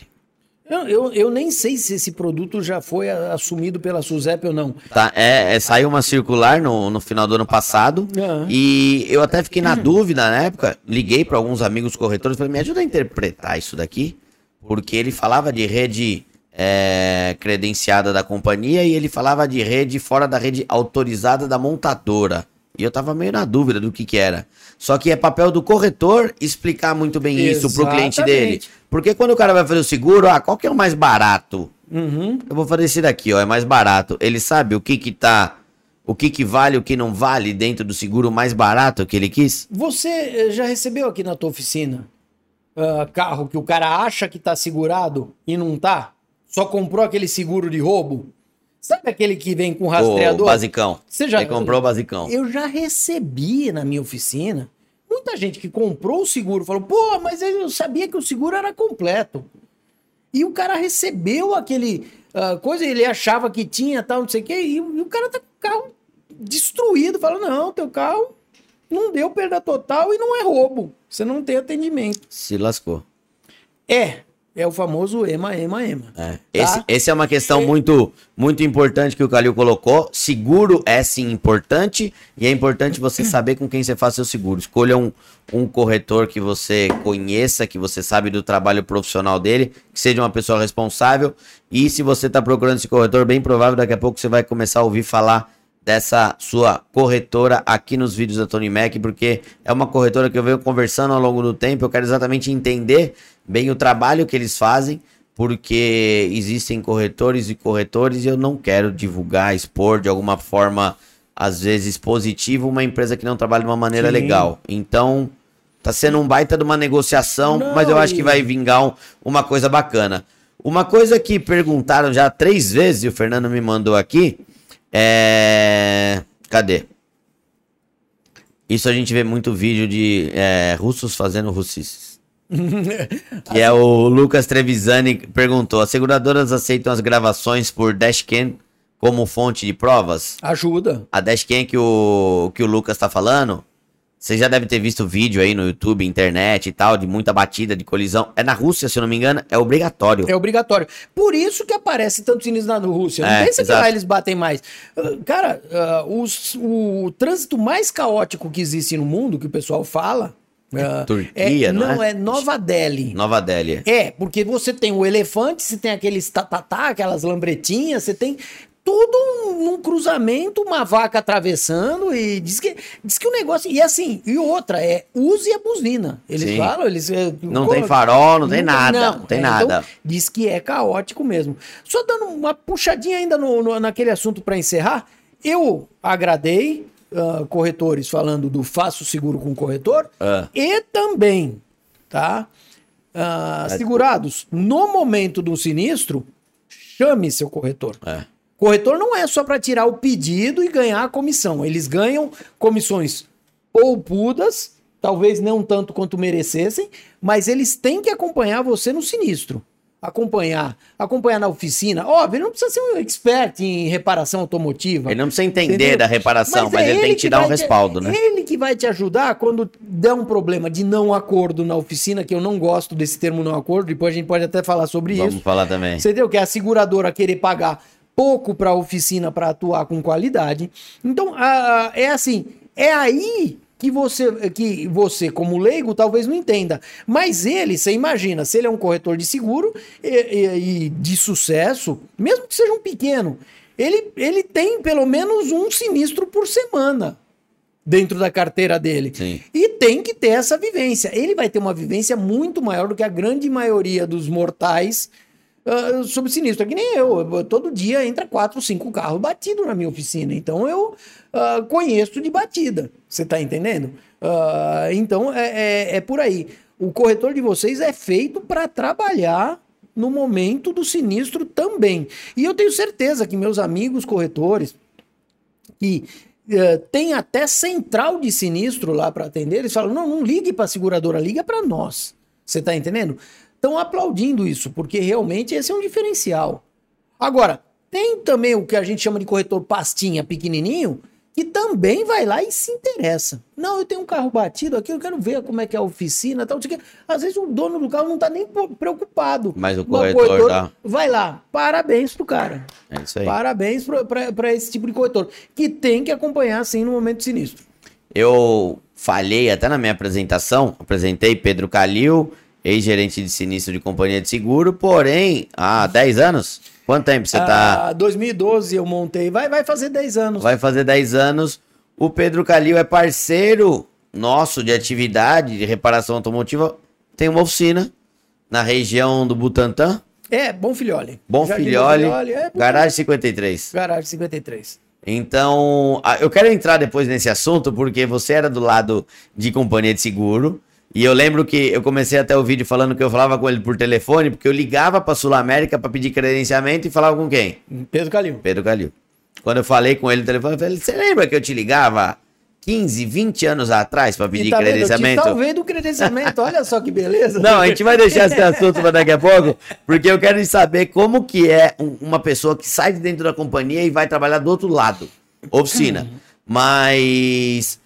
Eu nem sei se esse produto já foi assumido pela SUSEP ou não. Tá, saiu uma circular no final do ano passado, e eu até fiquei na dúvida na época, liguei para alguns amigos corretores e falei, me ajuda a interpretar isso daqui, porque ele falava de rede credenciada da companhia e ele falava de rede fora da rede autorizada da montadora. E eu tava meio na dúvida do que era. Só que é papel do corretor explicar muito bem isso pro cliente dele. Porque quando o cara vai fazer o seguro, qual que é o mais barato? Eu vou fazer esse daqui, é mais barato. Ele sabe o que vale, o que não vale dentro do seguro mais barato que ele quis? Você já recebeu aqui na tua oficina carro que o cara acha que tá segurado e não tá? Só comprou aquele seguro de roubo? Sabe aquele que vem com rastreador? O basicão. Você já comprou o basicão. Eu já recebi na minha oficina muita gente que comprou o seguro, falou, pô, mas eu sabia que o seguro era completo. E o cara recebeu aquele coisa, ele achava que tinha tal, não sei o quê, e o cara tá com o carro destruído, fala, não, teu carro não deu perda total e não é roubo. Você não tem atendimento. Se lascou. É o famoso EMA. Tá? Essa é uma questão muito, muito importante que o Calil colocou. Seguro é sim importante e é importante você saber com quem você faz seu seguro. Escolha um corretor que você conheça, que você sabe do trabalho profissional dele, que seja uma pessoa responsável. E se você está procurando esse corretor, bem provável daqui a pouco você vai começar a ouvir falar dessa sua corretora aqui nos vídeos da Tony Mac, porque é uma corretora que eu venho conversando ao longo do tempo, eu quero exatamente entender bem o trabalho que eles fazem, porque existem corretores e corretores e eu não quero divulgar, expor de alguma forma, às vezes positiva, uma empresa que não trabalha de uma maneira Sim. legal. Então, tá sendo um baita de uma negociação, Não, mas eu acho que vai vingar uma coisa bacana. Uma coisa que perguntaram já 3 vezes, e o Fernando me mandou aqui, Cadê? Isso a gente vê muito vídeo de russos fazendo russices. Que é o Lucas Trevisani que perguntou: as seguradoras aceitam as gravações por dashcam como fonte de provas? Ajuda. A dashcam que o Lucas tá falando, você já deve ter visto vídeo aí no YouTube, internet e tal, de muita batida, de colisão. É na Rússia, se eu não me engano, é obrigatório. É obrigatório. Por isso que aparece tanto sinistro na Rússia. Não pensa que exato. lá eles batem mais. Cara, o trânsito mais caótico que existe no mundo, que o pessoal fala... Turquia, não é? É Nova Delhi. Nova Delhi. Porque você tem o elefante, você tem aqueles tatatá, aquelas lambretinhas, você tem tudo num cruzamento, uma vaca atravessando, e diz que o negócio... E assim, e outra, use a buzina. Eles Sim. falam, eles... Não tem farol, não tem nada. Não tem nada. Então, diz que é caótico mesmo. Só dando uma puxadinha ainda naquele assunto para encerrar, eu agradei corretores falando do faço seguro com corretor e também, tá? Segurados, no momento do sinistro, chame seu corretor. Corretor não é só para tirar o pedido e ganhar a comissão. Eles ganham comissões poupudas, talvez não tanto quanto merecessem, mas eles têm que acompanhar você no sinistro. Acompanhar na oficina. Óbvio, ele não precisa ser um expert em reparação automotiva. Ele não precisa entender entendeu? da reparação, mas ele tem que te dar um respaldo, né? Ele que vai te ajudar quando der um problema de não acordo na oficina, que eu não gosto desse termo não acordo, depois a gente pode até falar sobre isso. Vamos falar também. Você entendeu? Que é a seguradora querer pagar pouco para a oficina para atuar com qualidade. Então, é assim, é aí que você, como leigo, talvez não entenda. Mas ele, você imagina, se ele é um corretor de seguro e de sucesso, mesmo que seja um pequeno, ele tem pelo menos um sinistro por semana dentro da carteira dele. Sim. E tem que ter essa vivência. Ele vai ter uma vivência muito maior do que a grande maioria dos mortais sobre sinistro. É que nem eu. Todo dia entra 4, 5 carros batidos na minha oficina. Então eu conheço de batida. Você tá entendendo? Então é por aí. O corretor de vocês é feito para trabalhar no momento do sinistro também. E eu tenho certeza que meus amigos corretores que tem até central de sinistro lá para atender, eles falam: não ligue para a seguradora, liga para nós. Você tá entendendo? Estão aplaudindo isso, porque realmente esse é um diferencial. Agora, tem também o que a gente chama de corretor pastinha pequenininho, que também vai lá e se interessa. Não, eu tenho um carro batido aqui, eu quero ver como é que é a oficina, tal. Às vezes o dono do carro não está nem preocupado. Mas o corretor tá. Vai lá, parabéns pro cara. É isso aí. Parabéns para esse tipo de corretor, que tem que acompanhar, assim, no momento sinistro. Eu falhei até na minha apresentação, apresentei Pedro Calil, ex-gerente de sinistro de companhia de seguro, porém, há 10 anos? Quanto tempo você tá? 2012 eu montei, vai fazer 10 anos. Vai fazer 10 anos. O Pedro Calil é parceiro nosso de atividade de reparação automotiva. Tem uma oficina na região do Butantã. Bom Filhole. Bom Jardim Filhole, Bom Filhole, Garagem 53. Garagem 53. Então, eu quero entrar depois nesse assunto, porque você era do lado de companhia de seguro. E eu lembro que eu comecei até o vídeo falando que eu falava com ele por telefone, porque eu ligava pra Sul América pra pedir credenciamento e falava com quem? Pedro Calil. Pedro Calil. Quando eu falei com ele no telefone, eu falei: você lembra que eu te ligava 15, 20 anos atrás pra pedir credenciamento? Talvez do credenciamento, olha só que beleza. Não, a gente vai deixar esse assunto pra daqui a pouco, porque eu quero saber como que é uma pessoa que sai de dentro da companhia e vai trabalhar do outro lado, oficina. Mas...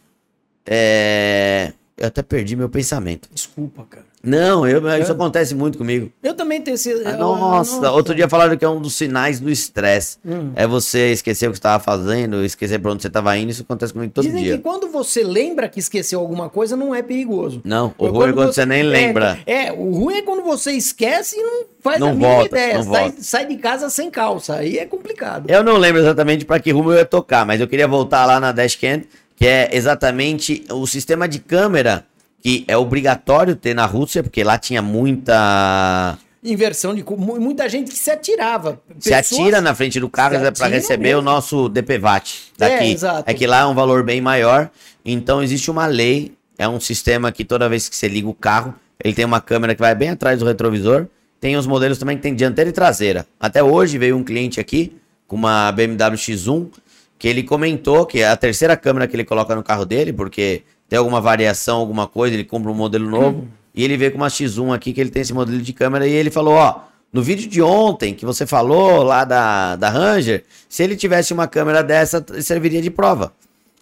eu até perdi meu pensamento. Desculpa, cara. Não, isso acontece muito comigo. Eu também tenho esse... Nossa, outro dia falaram que é um dos sinais do estresse. É você esquecer o que você estava fazendo, esquecer pra onde você estava indo. Isso acontece comigo todo Dizem dia. que quando você lembra que esqueceu alguma coisa, não é perigoso. Não, o ruim é quando você nem lembra. O ruim é quando você esquece e não faz Não a mínima volta, ideia. não volta. Sai de casa sem calça. Aí é complicado. Eu não lembro exatamente pra que rumo eu ia tocar, mas eu queria voltar lá na dashcam, que é exatamente o sistema de câmera que é obrigatório ter na Rússia, porque lá tinha muita Inversão de curva. Muita gente que se atirava. Se atira na frente do carro se para atiram receber mesmo. o nosso DPVAT daqui. exato. É que lá é um valor bem maior. Então existe uma lei, é um sistema que toda vez que você liga o carro, ele tem uma câmera que vai bem atrás do retrovisor. Tem os modelos também que tem dianteira e traseira. Até hoje veio um cliente aqui com uma BMW X1 que ele comentou que é a terceira câmera que ele coloca no carro dele, porque tem alguma variação, alguma coisa, ele compra um modelo novo. E ele veio com uma X1 aqui que ele tem esse modelo de câmera e ele falou, ó, no vídeo de ontem que você falou lá da Ranger, se ele tivesse uma câmera dessa, serviria de prova.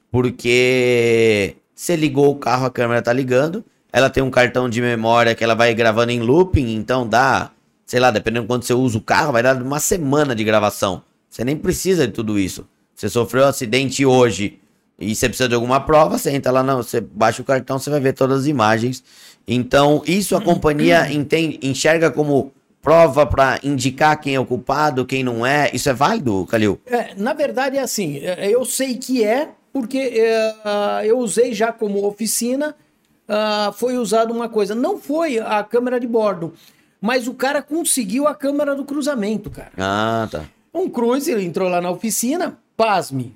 Porque você ligou o carro, a câmera tá ligando, ela tem um cartão de memória que ela vai gravando em looping, então dá, sei lá, dependendo de quando você usa o carro, vai dar uma semana de gravação. Você nem precisa de tudo isso. Você sofreu um acidente hoje e você precisa de alguma prova, você entra lá, não, você baixa o cartão, você vai ver todas as imagens. Então, isso a companhia enxerga como prova para indicar quem é o culpado, quem não é. Isso é válido, Calil? Na verdade é assim, eu sei que porque eu usei já como oficina, foi usado uma coisa, não foi a câmera de bordo, mas o cara conseguiu a câmera do cruzamento, cara. Ah, tá. Um cruze, ele entrou lá na oficina, pasme,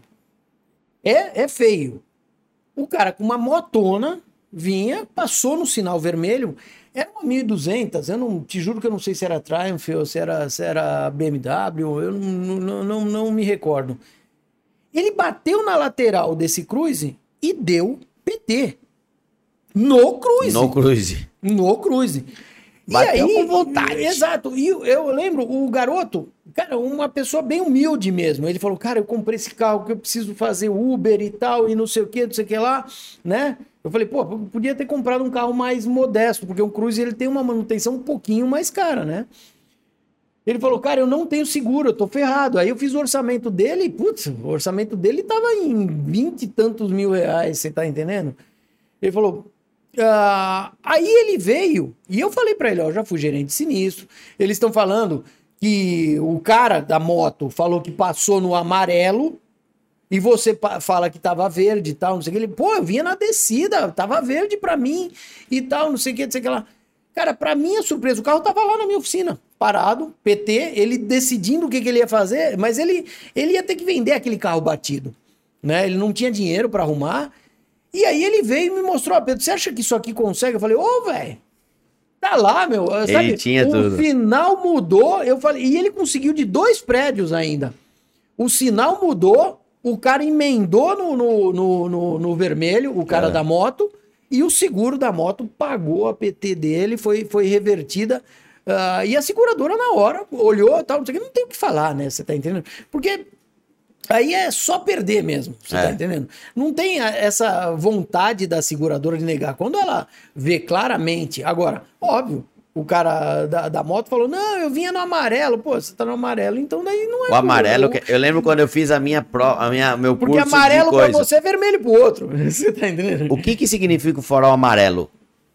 é feio. O cara com uma motona vinha, passou no sinal vermelho, era uma 1200, eu não te juro que eu não sei se era Triumph ou se era BMW, eu não me recordo. Ele bateu na lateral desse cruze e deu PT. No cruze. No cruze. Bateu e aí, com vontade. Exato. E eu lembro, o garoto, cara, uma pessoa bem humilde mesmo. Ele falou, cara, eu comprei esse carro que eu preciso fazer Uber e tal, e não sei o que lá, né? Eu falei, pô, podia ter comprado um carro mais modesto, porque o Cruze ele tem uma manutenção um pouquinho mais cara, né? Ele falou, cara, eu não tenho seguro, eu tô ferrado. Aí eu fiz o orçamento dele, e, putz, o orçamento dele tava em 20 e tantos mil reais, você tá entendendo? Ele falou, aí ele veio, e eu falei pra ele, ó, já fui gerente de sinistro, eles estão falando que o cara da moto falou que passou no amarelo, e você fala que tava verde e tal, não sei o que. Ele, pô, eu vinha na descida, tava verde pra mim e tal, não sei o que lá. Cara, pra minha surpresa, o carro tava lá na minha oficina, parado, PT, ele decidindo o que ele ia fazer, mas ele ia ter que vender aquele carro batido, né? Ele não tinha dinheiro pra arrumar. E aí ele veio e me mostrou, Pedro, você acha que isso aqui consegue? Eu falei, ô, velho, tá lá, meu. Sabe? Ele tinha tudo. O final mudou, eu falei, e ele conseguiu de 2 prédios ainda. O sinal mudou, o cara emendou no vermelho, o cara da moto, e o seguro da moto pagou a PT dele, foi revertida. E a seguradora na hora olhou e tal, não sei o que, não tem o que falar, né? Você tá entendendo? Porque aí é só perder mesmo, você tá entendendo? Não tem essa vontade da seguradora de negar. Quando ela vê claramente, agora, óbvio, o cara da moto falou, não, eu vinha no amarelo. Pô, você tá no amarelo, então daí não é... O amarelo, eu lembro quando eu fiz meu curso porque amarelo de pra coisa. você é vermelho pro outro. Você tá entendendo? O que significa o farol amarelo?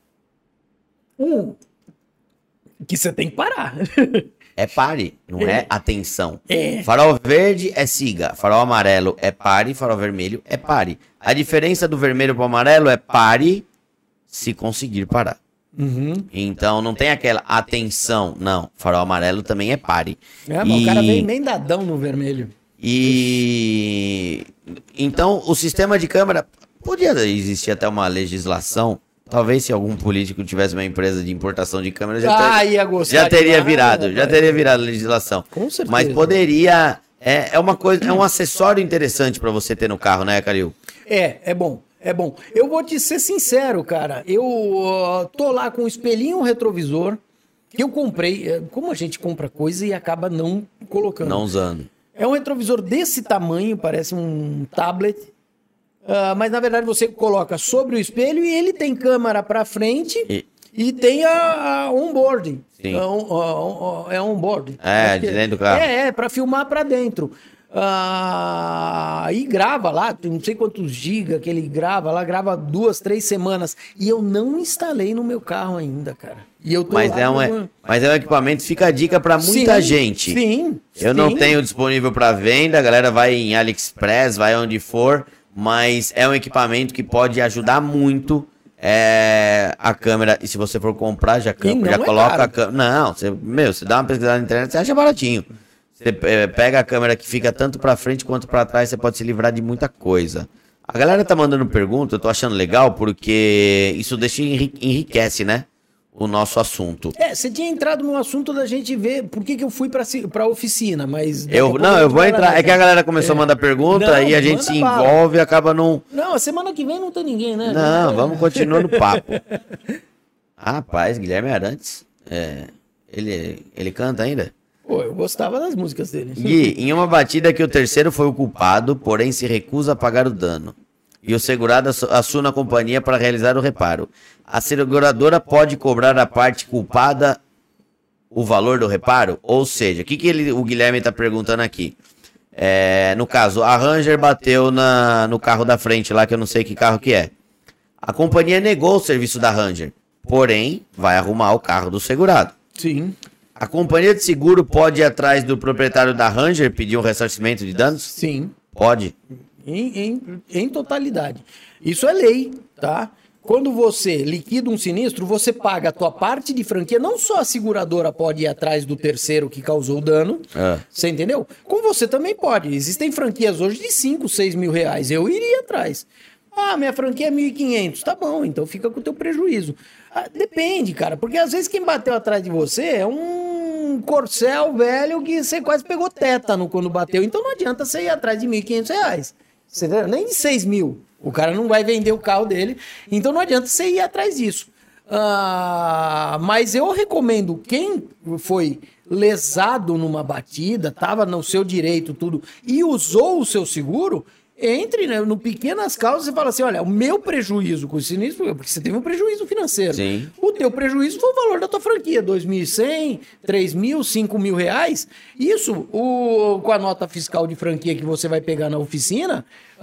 Que você tem que parar. É pare, não é atenção. É. Farol verde é siga, farol amarelo é pare, farol vermelho é pare. A diferença do vermelho pro amarelo é pare se conseguir parar. Então não tem aquela atenção, não. Farol amarelo também é pare. Mas o cara vem emendadão no vermelho. Então o sistema de câmera podia existir até uma legislação. Talvez se algum político tivesse uma empresa de importação de câmera já teria virado a legislação. Com certeza. Mas poderia, é uma coisa, é um acessório interessante para você ter no carro, né, Calil? É bom. É bom. Eu vou te ser sincero, cara. Eu tô lá com um espelhinho retrovisor que eu comprei. Como a gente compra coisa e acaba não colocando. Não usando. É um retrovisor desse tamanho, parece um tablet. Mas na verdade você coloca sobre o espelho e ele tem câmera para frente e tem a onboard. Sim. É onboard. De dentro do carro. Para filmar para dentro. E grava lá, não sei quantos gigas que ele grava lá, grava 2, 3 semanas. E eu não instalei no meu carro ainda, cara. E eu tô mas é um equipamento, fica a dica para muita gente. Sim. Eu não tenho disponível para venda, a galera vai em AliExpress, vai onde for, mas é um equipamento que pode ajudar muito A câmera, e se você for comprar, já não coloca caro. a câmera. Não, você dá uma pesquisada na internet, você acha baratinho. Você pega a câmera que fica tanto pra frente quanto pra trás, você pode se livrar de muita coisa. A galera tá mandando pergunta, eu tô achando legal, porque isso deixa enriquece, né? O nosso assunto. Você tinha entrado no assunto da gente ver por que eu fui pra oficina, mas... Eu vou entrar. É que a galera começou a mandar pergunta Não, e a gente manda se bala. envolve e acaba não. Não, a semana que vem não tem ninguém, né? Não, vamos continuar no papo. Rapaz, Guilherme Arantes. Ele canta ainda? Pô, eu gostava das músicas dele. Gui, em uma batida que o terceiro foi o culpado, porém se recusa a pagar o dano. E o segurado assuna a companhia para realizar o reparo. A seguradora pode cobrar a parte culpada o valor do reparo? Ou seja, o que o Guilherme está perguntando aqui? No caso, a Ranger bateu no carro da frente lá, que eu não sei que carro que é. A companhia negou o serviço da Ranger, porém vai arrumar o carro do segurado. Sim. A companhia de seguro pode ir atrás do proprietário da Ranger pedir um ressarcimento de danos? Sim. Pode. Em totalidade. Isso é lei, tá? Quando você liquida um sinistro, você paga a tua parte de franquia. Não só a seguradora pode ir atrás do terceiro que causou o dano. Você entendeu? Como você também pode. Existem franquias hoje de 5, 6 mil reais. Eu iria atrás. Minha franquia é 1.500. Tá bom, então fica com o teu prejuízo. Depende, cara. Porque às vezes quem bateu atrás de você é um corcel velho que você quase pegou tétano quando bateu. Então não adianta você ir atrás de 1.500 reais. Você entendeu? Nem de 6 mil. O cara não vai vender o carro dele. Então não adianta você ir atrás disso. Mas eu recomendo quem foi lesado numa batida, estava no seu direito, tudo, e usou o seu seguro, entre, né, no pequenas causas e fala assim, olha, o meu prejuízo com o sinistro, porque você teve um prejuízo financeiro. Sim. O teu prejuízo foi o valor da tua franquia, 2.100, 3.000, 5.000 reais. Isso, com a nota fiscal de franquia que você vai pegar na oficina,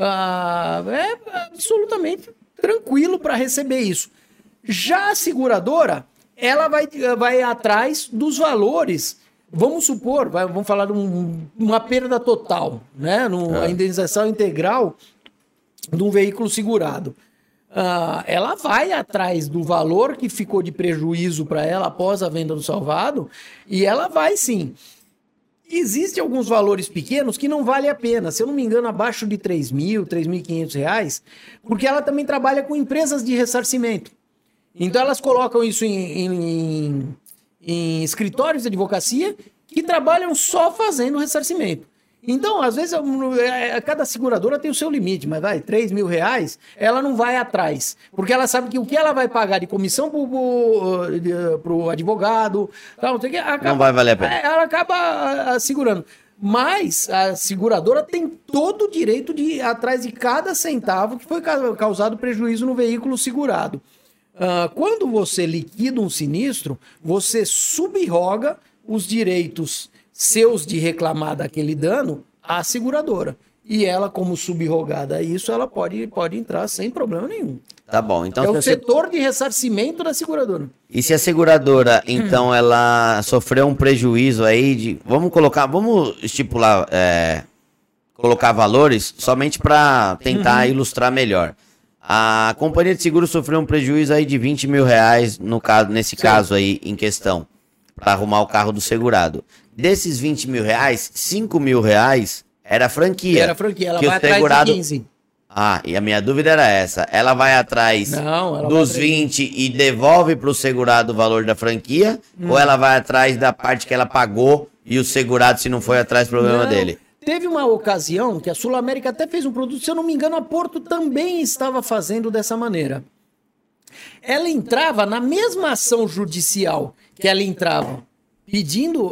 é absolutamente tranquilo para receber isso. Já a seguradora, ela vai atrás dos valores. Vamos supor, vamos falar de uma perda total, né? A indenização integral de um veículo segurado. Ela vai atrás do valor que ficou de prejuízo para ela após a venda do salvado, e ela vai sim. Existem alguns valores pequenos que não vale a pena, se eu não me engano, abaixo de 3.000, 3.500 reais, porque ela também trabalha com empresas de ressarcimento. Então elas colocam isso em escritórios de advocacia que trabalham só fazendo ressarcimento. Então, às vezes, cada seguradora tem o seu limite, mas vai, 3 mil reais, ela não vai atrás. Porque ela sabe que o que ela vai pagar de comissão pro advogado, tal, não vai valer a pena. Ela acaba segurando. Mas a seguradora tem todo o direito de ir atrás de cada centavo que foi causado prejuízo no veículo segurado. Quando você liquida um sinistro, você subroga os direitos seus de reclamar daquele dano à seguradora. E ela, como subrogada a isso, ela pode entrar sem problema nenhum. Tá bom. Então, é o setor de ressarcimento da seguradora. E se a seguradora, então, ela sofreu um prejuízo aí de... Vamos estipular, colocar valores somente para tentar ilustrar melhor. A companhia de seguro sofreu um prejuízo aí de 20 mil reais, nesse caso aí em questão, para arrumar o carro do segurado. Desses 20 mil reais, 5 mil reais era franquia. Era franquia, ela que vai o segurado... atrás de 15. E a minha dúvida era essa. Ela vai atrás dos 20 e devolve para o segurado o valor da franquia? Ou ela vai atrás da parte que ela pagou e o segurado, se não foi atrás, problema dele? Teve uma ocasião que a Sul América até fez um produto, se eu não me engano, a Porto também estava fazendo dessa maneira. Ela entrava na mesma ação judicial que ela entrava pedindo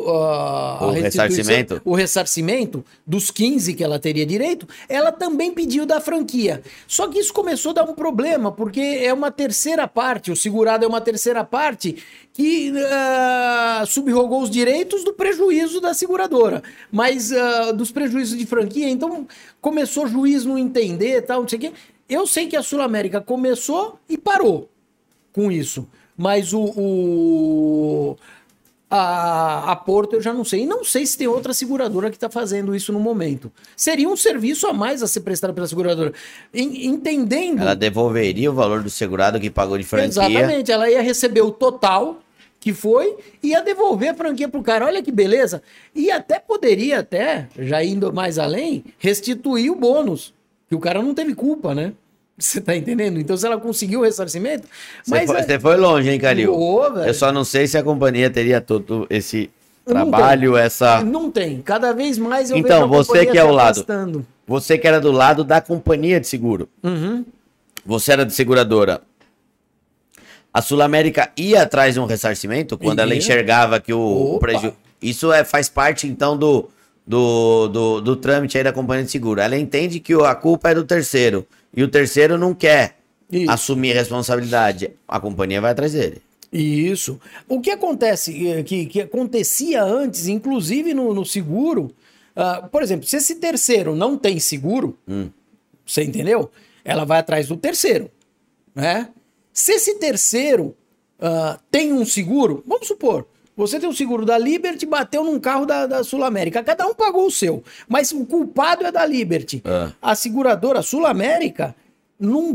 o ressarcimento dos 15 que ela teria direito, ela também pediu da franquia. Só que isso começou a dar um problema, porque é uma terceira parte, o segurado é uma terceira parte que subrogou os direitos do prejuízo da seguradora, mas dos prejuízos de franquia. Então começou o juiz não entender, tal, não sei o quê. Eu sei que a Sul América começou e parou com isso, mas A Porto eu já não sei. E não sei se tem outra seguradora que está fazendo isso no momento. Seria um serviço a mais a ser prestado pela seguradora. Entendendo... Ela devolveria o valor do segurado que pagou de franquia. Exatamente. Ela ia receber o total que foi e ia devolver a franquia pro cara. Olha que beleza. E até poderia, já indo mais além, restituir o bônus. Que o cara não teve culpa, né? Você tá entendendo? Então, se ela conseguiu o ressarcimento... Você foi longe, hein, Calil? Velho. Eu só não sei se a companhia teria todo esse trabalho, essa... Não tem. Cada vez mais eu então, vejo a você que é se o lado... afastando. Você que era do lado da companhia de seguro. Uhum. Você era de seguradora. A Sul América ia atrás de um ressarcimento quando ela enxergava que o prejuízo... Isso faz parte, então, do trâmite aí da companhia de seguro. Ela entende que a culpa é do terceiro. E o terceiro não quer assumir responsabilidade. A companhia vai atrás dele. Isso. O que acontece, que acontecia antes, inclusive no seguro, por exemplo, se esse terceiro não tem seguro, você entendeu? Ela vai atrás do terceiro, né? Se esse terceiro tem um seguro, vamos supor, você tem um seguro da Liberty, bateu num carro da Sul América, cada um pagou o seu, mas o culpado é da Liberty. A seguradora Sul América, num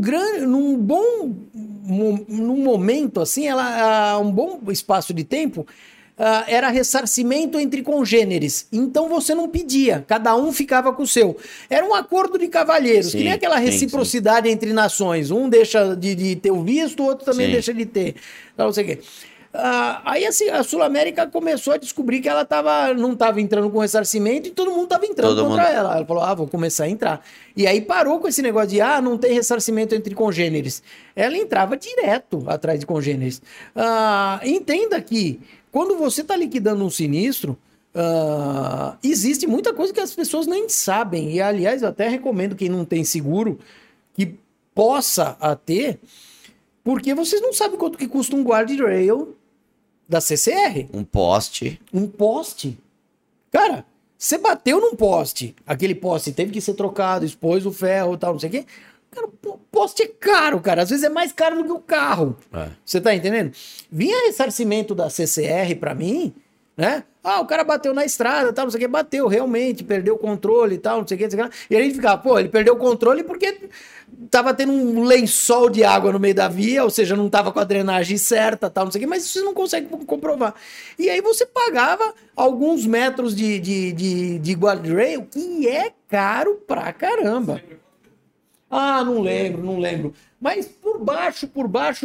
momento assim, um bom espaço de tempo, era ressarcimento entre congêneres. Então você não pedia, cada um ficava com o seu. Era um acordo de cavalheiros, que nem aquela reciprocidade entre nações. Um deixa de ter o visto, o outro também deixa de ter. Não sei o quê. Aí assim, a Sul América começou a descobrir que ela não estava entrando com ressarcimento e todo mundo estava entrando contra ela. Ela falou, vou começar a entrar. E aí parou com esse negócio de, não tem ressarcimento entre congêneres. Ela entrava direto atrás de congêneres. Entenda que quando você está liquidando um sinistro, existe muita coisa que as pessoas nem sabem. E, aliás, eu até recomendo quem não tem seguro que possa ter, porque vocês não sabem quanto que custa um guardrail da CCR. Um poste. Um poste. Cara, você bateu num poste. Aquele poste teve que ser trocado, expôs o ferro e tal, não sei o quê. Cara, o poste é caro, cara. Às vezes é mais caro do que o carro. Você tá entendendo? Vinha ressarcimento da CCR pra mim, né? O cara bateu na estrada, tal, não sei o que, bateu realmente, perdeu o controle e tal, não sei o que, não sei o que. E a gente ficava, ele perdeu o controle porque tava tendo um lençol de água no meio da via, ou seja, não tava com a drenagem certa, tal, não sei o que, mas isso você não consegue comprovar. E aí você pagava alguns metros de guardrail, que é caro pra caramba. Não lembro. Mas por baixo,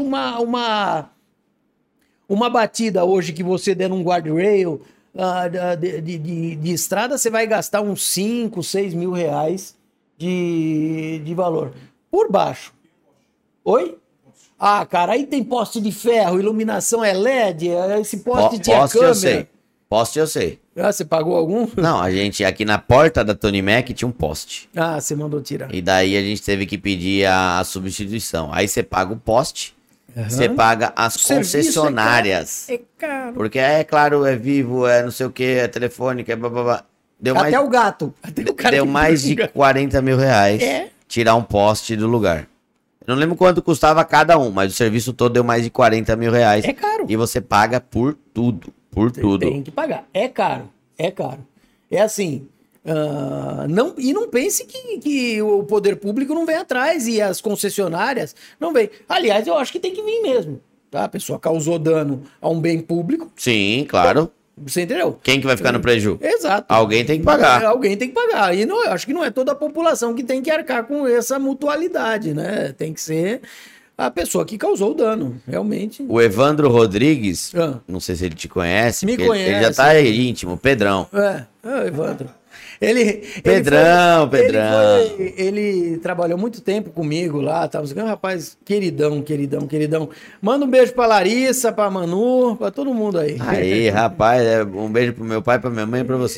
uma batida hoje que você der num guardrail de estrada, você vai gastar uns 5, 6 mil reais de valor. Por baixo. Oi? Cara, aí tem poste de ferro, iluminação é LED, esse poste tinha câmera. Poste eu sei. Você pagou algum? Não, a gente aqui na porta da Tony Mac tinha um poste. Você mandou tirar. E daí a gente teve que pedir a substituição. Aí você paga o poste, você paga as concessionárias. É caro. Porque claro, é Vivo, é não sei o que, é telefônica, é blá. Até o gato. Deu mais de 40 mil reais tirar um poste do lugar. Eu não lembro quanto custava cada um, mas o serviço todo deu mais de 40 mil reais. É caro. E você paga por tudo. Tem que pagar. É caro. É assim. Não pense que o poder público não vem atrás e as concessionárias não vêm. Aliás, eu acho que tem que vir mesmo. Tá? A pessoa causou dano a um bem público. Sim, claro. Você entendeu? Quem que vai ficar no prejuízo? Exato. Alguém tem que pagar. Alguém tem que pagar. E eu acho que não é toda a população que tem que arcar com essa mutualidade, né? Tem que ser a pessoa que causou o dano, realmente. O Evandro Rodrigues, não sei se ele te conhece, Me conhece. Ele já tá aí íntimo, Pedrão. Evandro. Pedrão. Ele trabalhou muito tempo comigo lá, tá? Um rapaz queridão. Manda um beijo pra Larissa, pra Manu, pra todo mundo aí. Aí, rapaz, um beijo pro meu pai, pra minha mãe e pra você.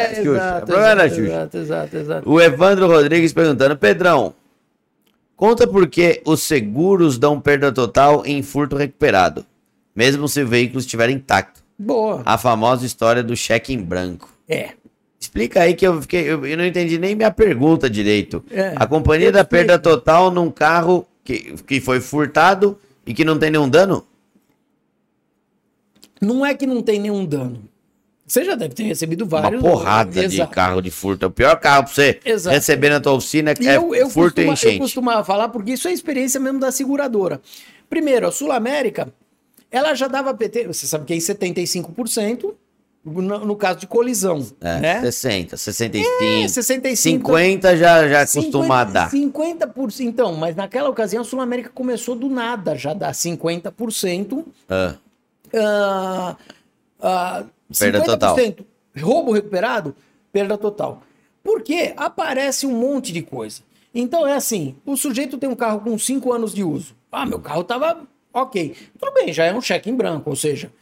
Exato. O Evandro Rodrigues perguntando, Pedrão, conta por que os seguros dão perda total em furto recuperado, mesmo se o veículo estiver intacto. Boa. A famosa história do cheque em branco. Explica aí que eu não entendi nem minha pergunta direito. A companhia dá perda total num carro que foi furtado e que não tem nenhum dano? não é que não tem nenhum dano. Você já deve ter recebido Uma vários. porrada de carro de furto. É o pior carro pra você receber na tua oficina é furto e enchente. Eu costumava falar, porque isso é experiência mesmo da seguradora. Primeiro, a Sul América, ela já dava PT, você sabe que é em 75%, no caso de colisão, né? 60, 65, 65. 50 já costuma dar. 50%, então, mas naquela ocasião a Sul América começou do nada, já dá 50%. Perda total. Roubo recuperado, perda total. Porque aparece um monte de coisa. Então é assim, o sujeito tem um carro com 5 anos de uso. Meu carro tava ok. Tudo bem, já é um cheque em branco, ou seja,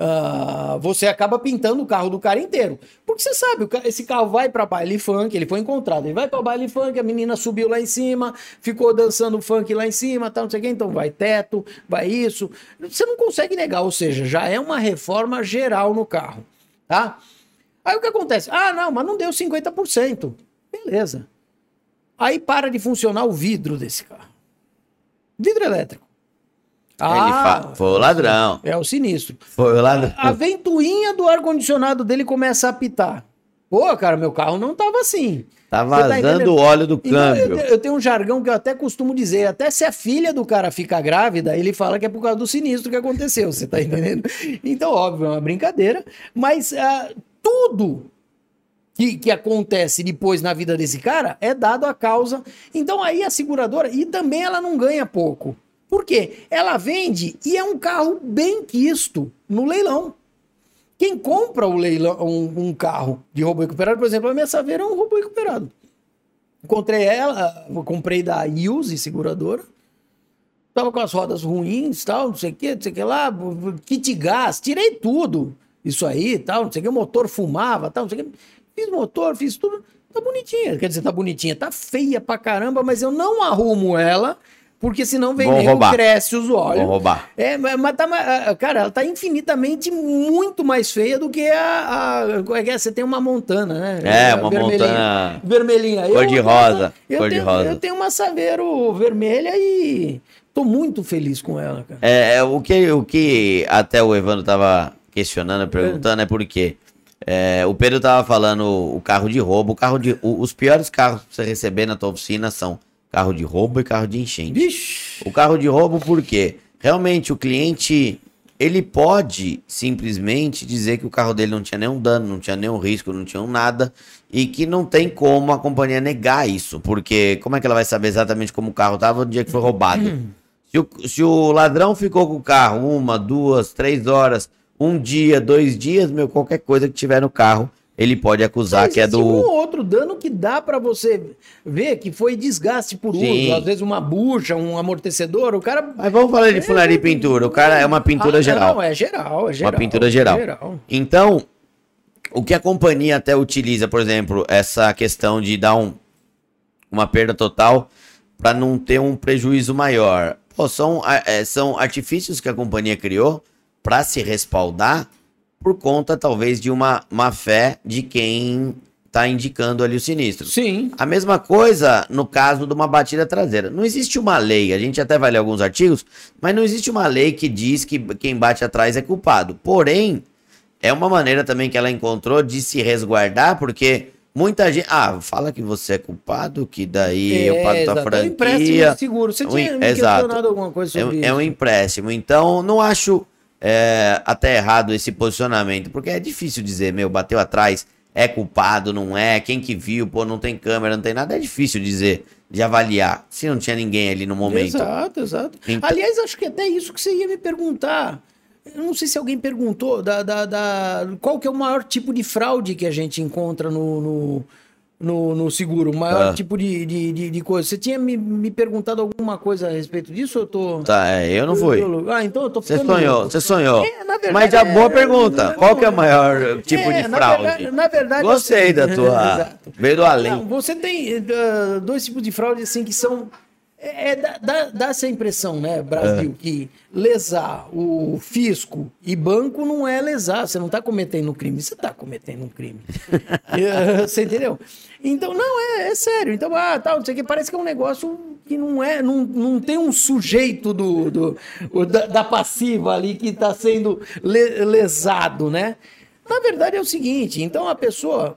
você acaba pintando o carro do cara inteiro. Porque você sabe, esse carro vai pra baile funk, ele foi encontrado, ele vai pra baile funk, a menina subiu lá em cima, ficou dançando funk lá em cima, tal, não sei o que, então vai teto, vai isso. Você não consegue negar, ou seja, já é uma reforma geral no carro, tá? Aí o que acontece? Não, mas não deu 50%. Beleza. Aí para de funcionar o vidro desse carro. Vidro elétrico. Foi o ladrão. É o sinistro. Foi o ladrão. A ventoinha do ar-condicionado dele começa a apitar. Pô, cara, meu carro não tava assim. Tá vazando o óleo do câmbio. Então, eu tenho um jargão que eu até costumo dizer, até se a filha do cara fica grávida, ele fala que é por causa do sinistro que aconteceu, você tá entendendo? Então, óbvio, é uma brincadeira, mas tudo que acontece depois na vida desse cara é dado a causa. Então aí a seguradora, e também ela não ganha pouco. Por quê? Ela vende e é um carro bem quisto no leilão. Quem compra o leilão, um carro de roubo recuperado, por exemplo, a minha Saveiro é um roubo recuperado. Encontrei ela, comprei da Use seguradora, tava com as rodas ruins, tal, não sei o que lá, kit gás, tirei tudo, isso aí, tal, não sei o que, o motor fumava, tal, não sei o que, fiz motor, fiz tudo, tá bonitinha, quer dizer, tá bonitinha, tá feia pra caramba, mas eu não arrumo ela, porque senão vem nego, cresce os olhos. Vão roubar. Mas tá, cara, ela tá infinitamente muito mais feia do que como é que é? Você tem uma Montana, né? Uma Montana vermelhinha. Cor de rosa. Eu tenho uma Saveiro vermelha e tô muito feliz com ela, cara. O que até o Evandro tava questionando, perguntando, é porque o Pedro tava falando o carro de roubo. Os piores carros pra você receber na tua oficina são carro de roubo e carro de enchente. Vixe. O carro de roubo, por quê? Realmente, o cliente, ele pode simplesmente dizer que o carro dele não tinha nenhum dano, não tinha nenhum risco, não tinha nada, e que não tem como a companhia negar isso, porque como é que ela vai saber exatamente como o carro estava no dia que foi roubado? Se o ladrão ficou com o carro 1, 2, 3 horas, 1 dia, 2 dias, qualquer coisa que tiver no carro, ele pode acusar que é do... um outro dano que dá pra você ver que foi desgaste por uso. Às vezes uma bucha, um amortecedor, o cara... Mas vamos falar de funilaria e pintura. O cara é uma pintura geral. Não, é geral. Uma pintura geral. Então, o que a companhia até utiliza, por exemplo, essa questão de dar uma perda total para não ter um prejuízo maior. São artifícios que a companhia criou para se respaldar por conta, talvez, de uma má fé de quem tá indicando ali o sinistro. Sim. A mesma coisa no caso de uma batida traseira. Não existe uma lei, a gente até vai ler alguns artigos, mas não existe uma lei que diz que quem bate atrás é culpado. Porém, é uma maneira também que ela encontrou de se resguardar, porque muita gente... fala que você é culpado, que daí eu pago tua franquia. É um empréstimo seguro. Você tinha me questionado alguma coisa sobre isso. É um empréstimo. Então, não acho... até errado esse posicionamento, porque é difícil dizer, bateu atrás, é culpado, não é, quem que viu, não tem câmera, não tem nada, é difícil dizer, de avaliar, se não tinha ninguém ali no momento. Exato. Então... Aliás, acho que até isso que você ia me perguntar, eu não sei se alguém perguntou, qual que é o maior tipo de fraude que a gente encontra no seguro, o maior tipo de coisa. Você tinha me perguntado alguma coisa a respeito disso? Eu não fui. Então eu tô Você sonhou. Verdade, mas a boa pergunta, qual que é o maior tipo de fraude? Na verdade... Gostei da tua... Veio do além. Não, você tem 2 tipos de fraude, assim, que são... dá essa impressão, né, Brasil, que lesar o fisco e banco não é lesar, você não está cometendo um crime, você está cometendo um crime. Você entendeu? Então, não, é sério. Então, não sei o que, parece que é um negócio que não tem um sujeito da passiva ali que está sendo lesado, né? Na verdade é o seguinte, então a pessoa,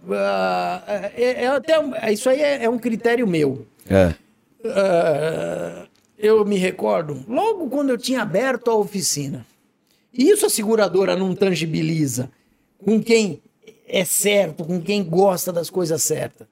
isso aí é um critério meu. Eu me recordo, logo quando eu tinha aberto a oficina, e isso a seguradora não tangibiliza com quem é certo, com quem gosta das coisas certas.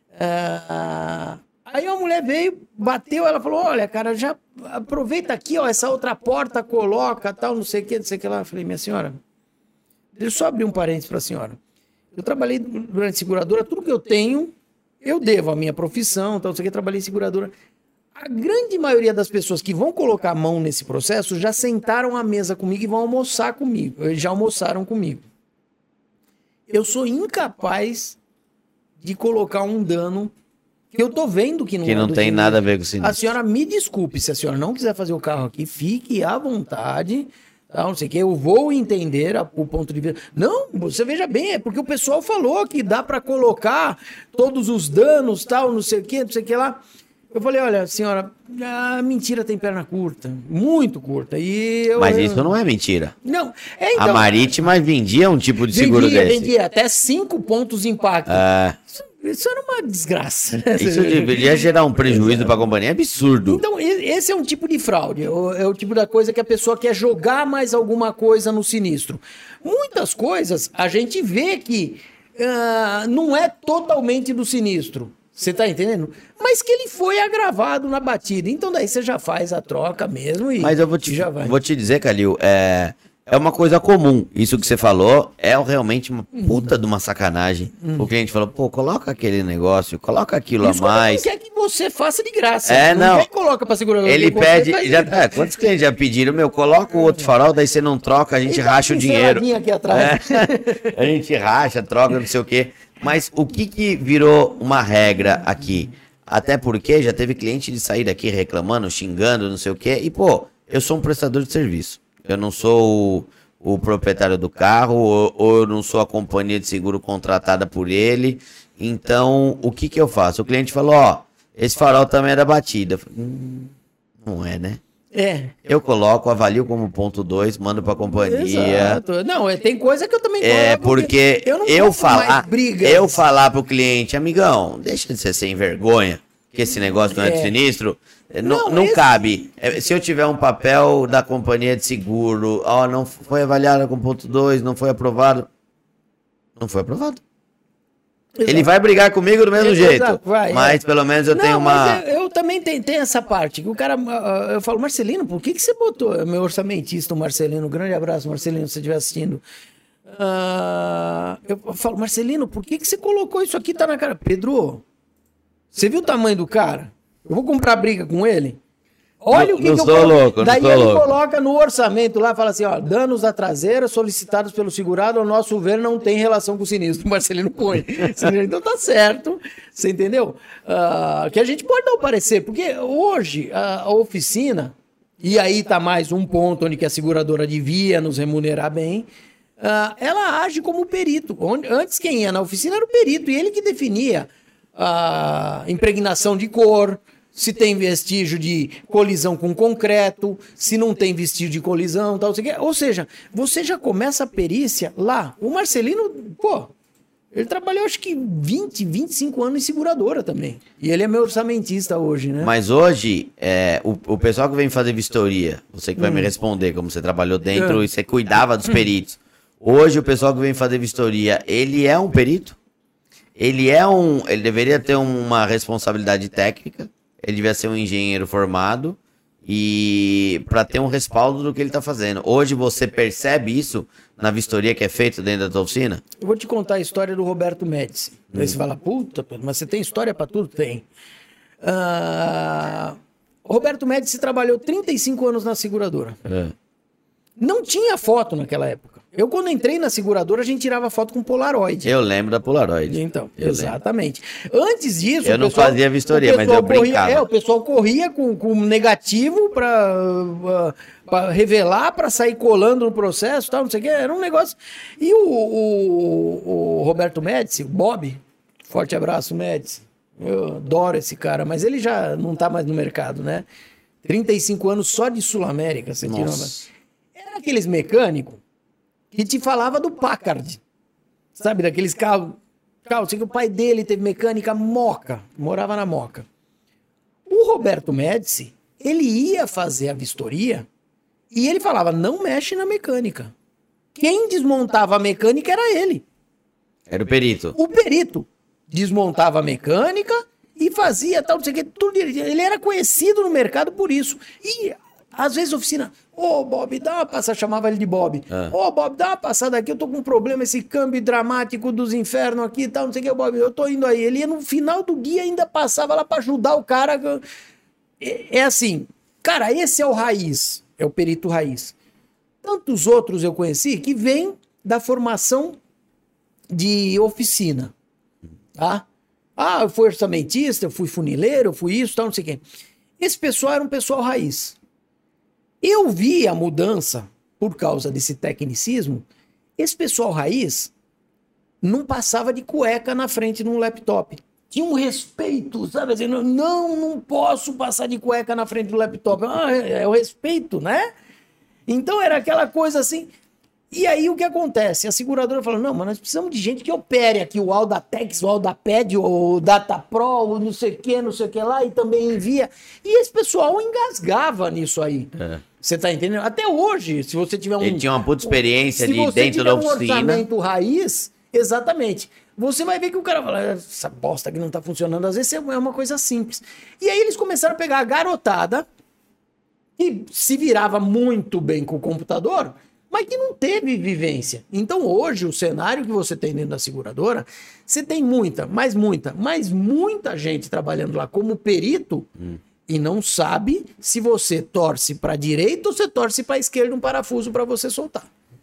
Aí uma mulher veio, bateu, ela falou, olha, cara, já aproveita aqui, ó, essa outra porta, coloca, tal, não sei o que lá. Eu falei, minha senhora, deixa eu só abrir um parênteses para a senhora. Eu trabalhei durante seguradora, tudo que eu tenho, eu devo à minha profissão, tal, não sei o que, trabalhei em seguradora. A grande maioria das pessoas que vão colocar a mão nesse processo já sentaram à mesa comigo e vão almoçar comigo, já almoçaram comigo. Eu sou incapaz de colocar um dano que eu tô vendo que não tem nada a ver com o sinistro. A senhora me desculpe, se a senhora não quiser fazer o carro aqui, fique à vontade, tá? Não sei o que, eu vou entender o ponto de vista. Não, você veja bem, é porque o pessoal falou que dá para colocar todos os danos, tal, não sei o que lá. Eu falei, olha, senhora, a mentira tem perna curta, muito curta. Mas isso não é mentira. Não, então, a Marítima vendia um tipo de seguro desse. Vendia até 5 pontos de impacto. Isso era uma desgraça. Né? Isso deveria gerar um prejuízo para a companhia, é absurdo. Então, esse é um tipo de fraude, é o tipo da coisa que a pessoa quer jogar mais alguma coisa no sinistro. Muitas coisas a gente vê que não é totalmente do sinistro. Você tá entendendo? Mas que ele foi agravado na batida. Então daí você já faz a troca mesmo e Mas eu vou te dizer, Calil, é uma coisa comum. Isso que você falou é realmente uma puta de uma sacanagem. O cliente falou, pô, coloca aquele negócio, coloca aquilo a mais. Não quer que você faça de graça. Não. Quer que coloca pra seguradora. Ele pede, quantos clientes já pediram, coloca o outro farol, daí você não troca, a gente racha o dinheiro. Aqui atrás. A gente racha, troca, não sei o quê. Mas o que virou uma regra aqui? Até porque já teve cliente de sair daqui reclamando, xingando, não sei o quê. E, pô, eu sou um prestador de serviço. Eu não sou o proprietário do carro, ou eu não sou a companhia de seguro contratada por ele. Então, o que eu faço? O cliente falou, ó, esse farol também é da batida. Eu falei, não é, né? Eu coloco, avalio como ponto 2, mando pra companhia. Exato. Não, tem coisa que eu também porque eu falar pro cliente, amigão, deixa de ser sem vergonha, que esse negócio não é de sinistro, não cabe. Se eu tiver um papel da companhia de seguro, não foi avaliado com ponto 2, não foi aprovado. Não foi aprovado. Exato. Ele vai brigar comigo do mesmo jeito, mas pelo menos eu tenho uma... Eu também tenho essa parte, que o cara, eu falo, Marcelino, por que você botou, meu orçamentista, o Marcelino, grande abraço, Marcelino, se você estiver assistindo, eu falo, Marcelino, por que você colocou isso aqui, tá na cara? Pedro, você viu o tamanho do cara? Eu vou comprar briga com ele? Olha o que eu sou louco, daí ele coloca no orçamento lá, fala assim, ó, danos à traseira solicitados pelo segurado, ao nosso ver, não tem relação com o sinistro. O Marcelino põe. Então tá certo, você entendeu? Que a gente pode dar o parecer, porque hoje a oficina, e aí tá mais um ponto onde que a seguradora devia nos remunerar bem, ela age como perito. Antes quem ia na oficina era o perito, e ele que definia a impregnação de cor, se tem vestígio de colisão com concreto, se não tem vestígio de colisão, tal, ou seja, você já começa a perícia lá. O Marcelino, pô, ele trabalhou acho que 20, 25 anos em seguradora também. E ele é meu orçamentista hoje, né? Mas hoje, o pessoal que vem fazer vistoria, você que vai me responder, como você trabalhou dentro e você cuidava dos peritos. Hoje o pessoal que vem fazer vistoria, ele é um perito? Ele deveria ter uma responsabilidade técnica. Ele devia ser um engenheiro formado e para ter um respaldo do que ele está fazendo. Hoje você percebe isso na vistoria que é feita dentro da tua oficina? Eu vou te contar a história do Roberto Médici. Aí você fala, puta, mas você tem história para tudo? Tem. O Roberto Médici trabalhou 35 anos na seguradora. Não tinha foto naquela época. Eu, quando entrei na seguradora, a gente tirava foto com Polaroid. Eu lembro da Polaroid. Então, exatamente. Antes disso... Eu não fazia vistoria, mas eu brincava. O pessoal corria com negativo para revelar, para sair colando no processo, tal, não sei o que. Era um negócio... E o Roberto Médici, o Bob, forte abraço, Médici. Eu adoro esse cara, mas ele já não tá mais no mercado, né? 35 anos só de Sul América, você tirou. Era aqueles mecânicos que te falava do Packard. Sabe, daqueles carros. Sei que o pai dele teve mecânica Moca, morava na Moca. O Roberto Médici, ele ia fazer a vistoria e ele falava, não mexe na mecânica. Quem desmontava a mecânica era ele. Era o perito. O perito desmontava a mecânica e fazia tal, não sei o que, tudo. Ele era conhecido no mercado por isso. E às vezes a oficina, Bob, dá uma passada, chamava ele de Bob. Bob, dá uma passada aqui, eu tô com um problema, esse câmbio dramático dos infernos aqui e tal, não sei o que, Bob, eu tô indo aí. Ele ia no final do dia ainda passava lá pra ajudar o cara. É assim, cara, esse é o raiz, é o perito raiz. Tantos outros eu conheci que vêm da formação de oficina, tá? Ah, eu fui orçamentista, eu fui funileiro, eu fui isso, tal, não sei o quê. Esse pessoal era um pessoal raiz. Eu vi a mudança por causa desse tecnicismo. Esse pessoal raiz não passava de cueca na frente de um laptop. Tinha um respeito, sabe? Assim, não posso passar de cueca na frente do laptop. Ah, é o respeito, né? Então era aquela coisa assim. E aí o que acontece? A seguradora falou, não, mas nós precisamos de gente que opere aqui o Aldatex, o Aldaped, o DataPro, o não sei o que lá, e também envia. E esse pessoal engasgava nisso aí. Você tá entendendo? Até hoje, se você tiver Ele tinha uma puta experiência de dentro da Se você tiver um oficina. orçamento raiz, exatamente, você vai ver que o cara fala, essa bosta que não tá funcionando, às vezes é uma coisa simples. E aí eles começaram a pegar a garotada, que se virava muito bem com o computador, mas que não teve vivência. Então hoje o cenário que você tem dentro da seguradora, você tem muita gente trabalhando lá como perito e não sabe se você torce para a direita ou você torce para a esquerda um parafuso para você soltar.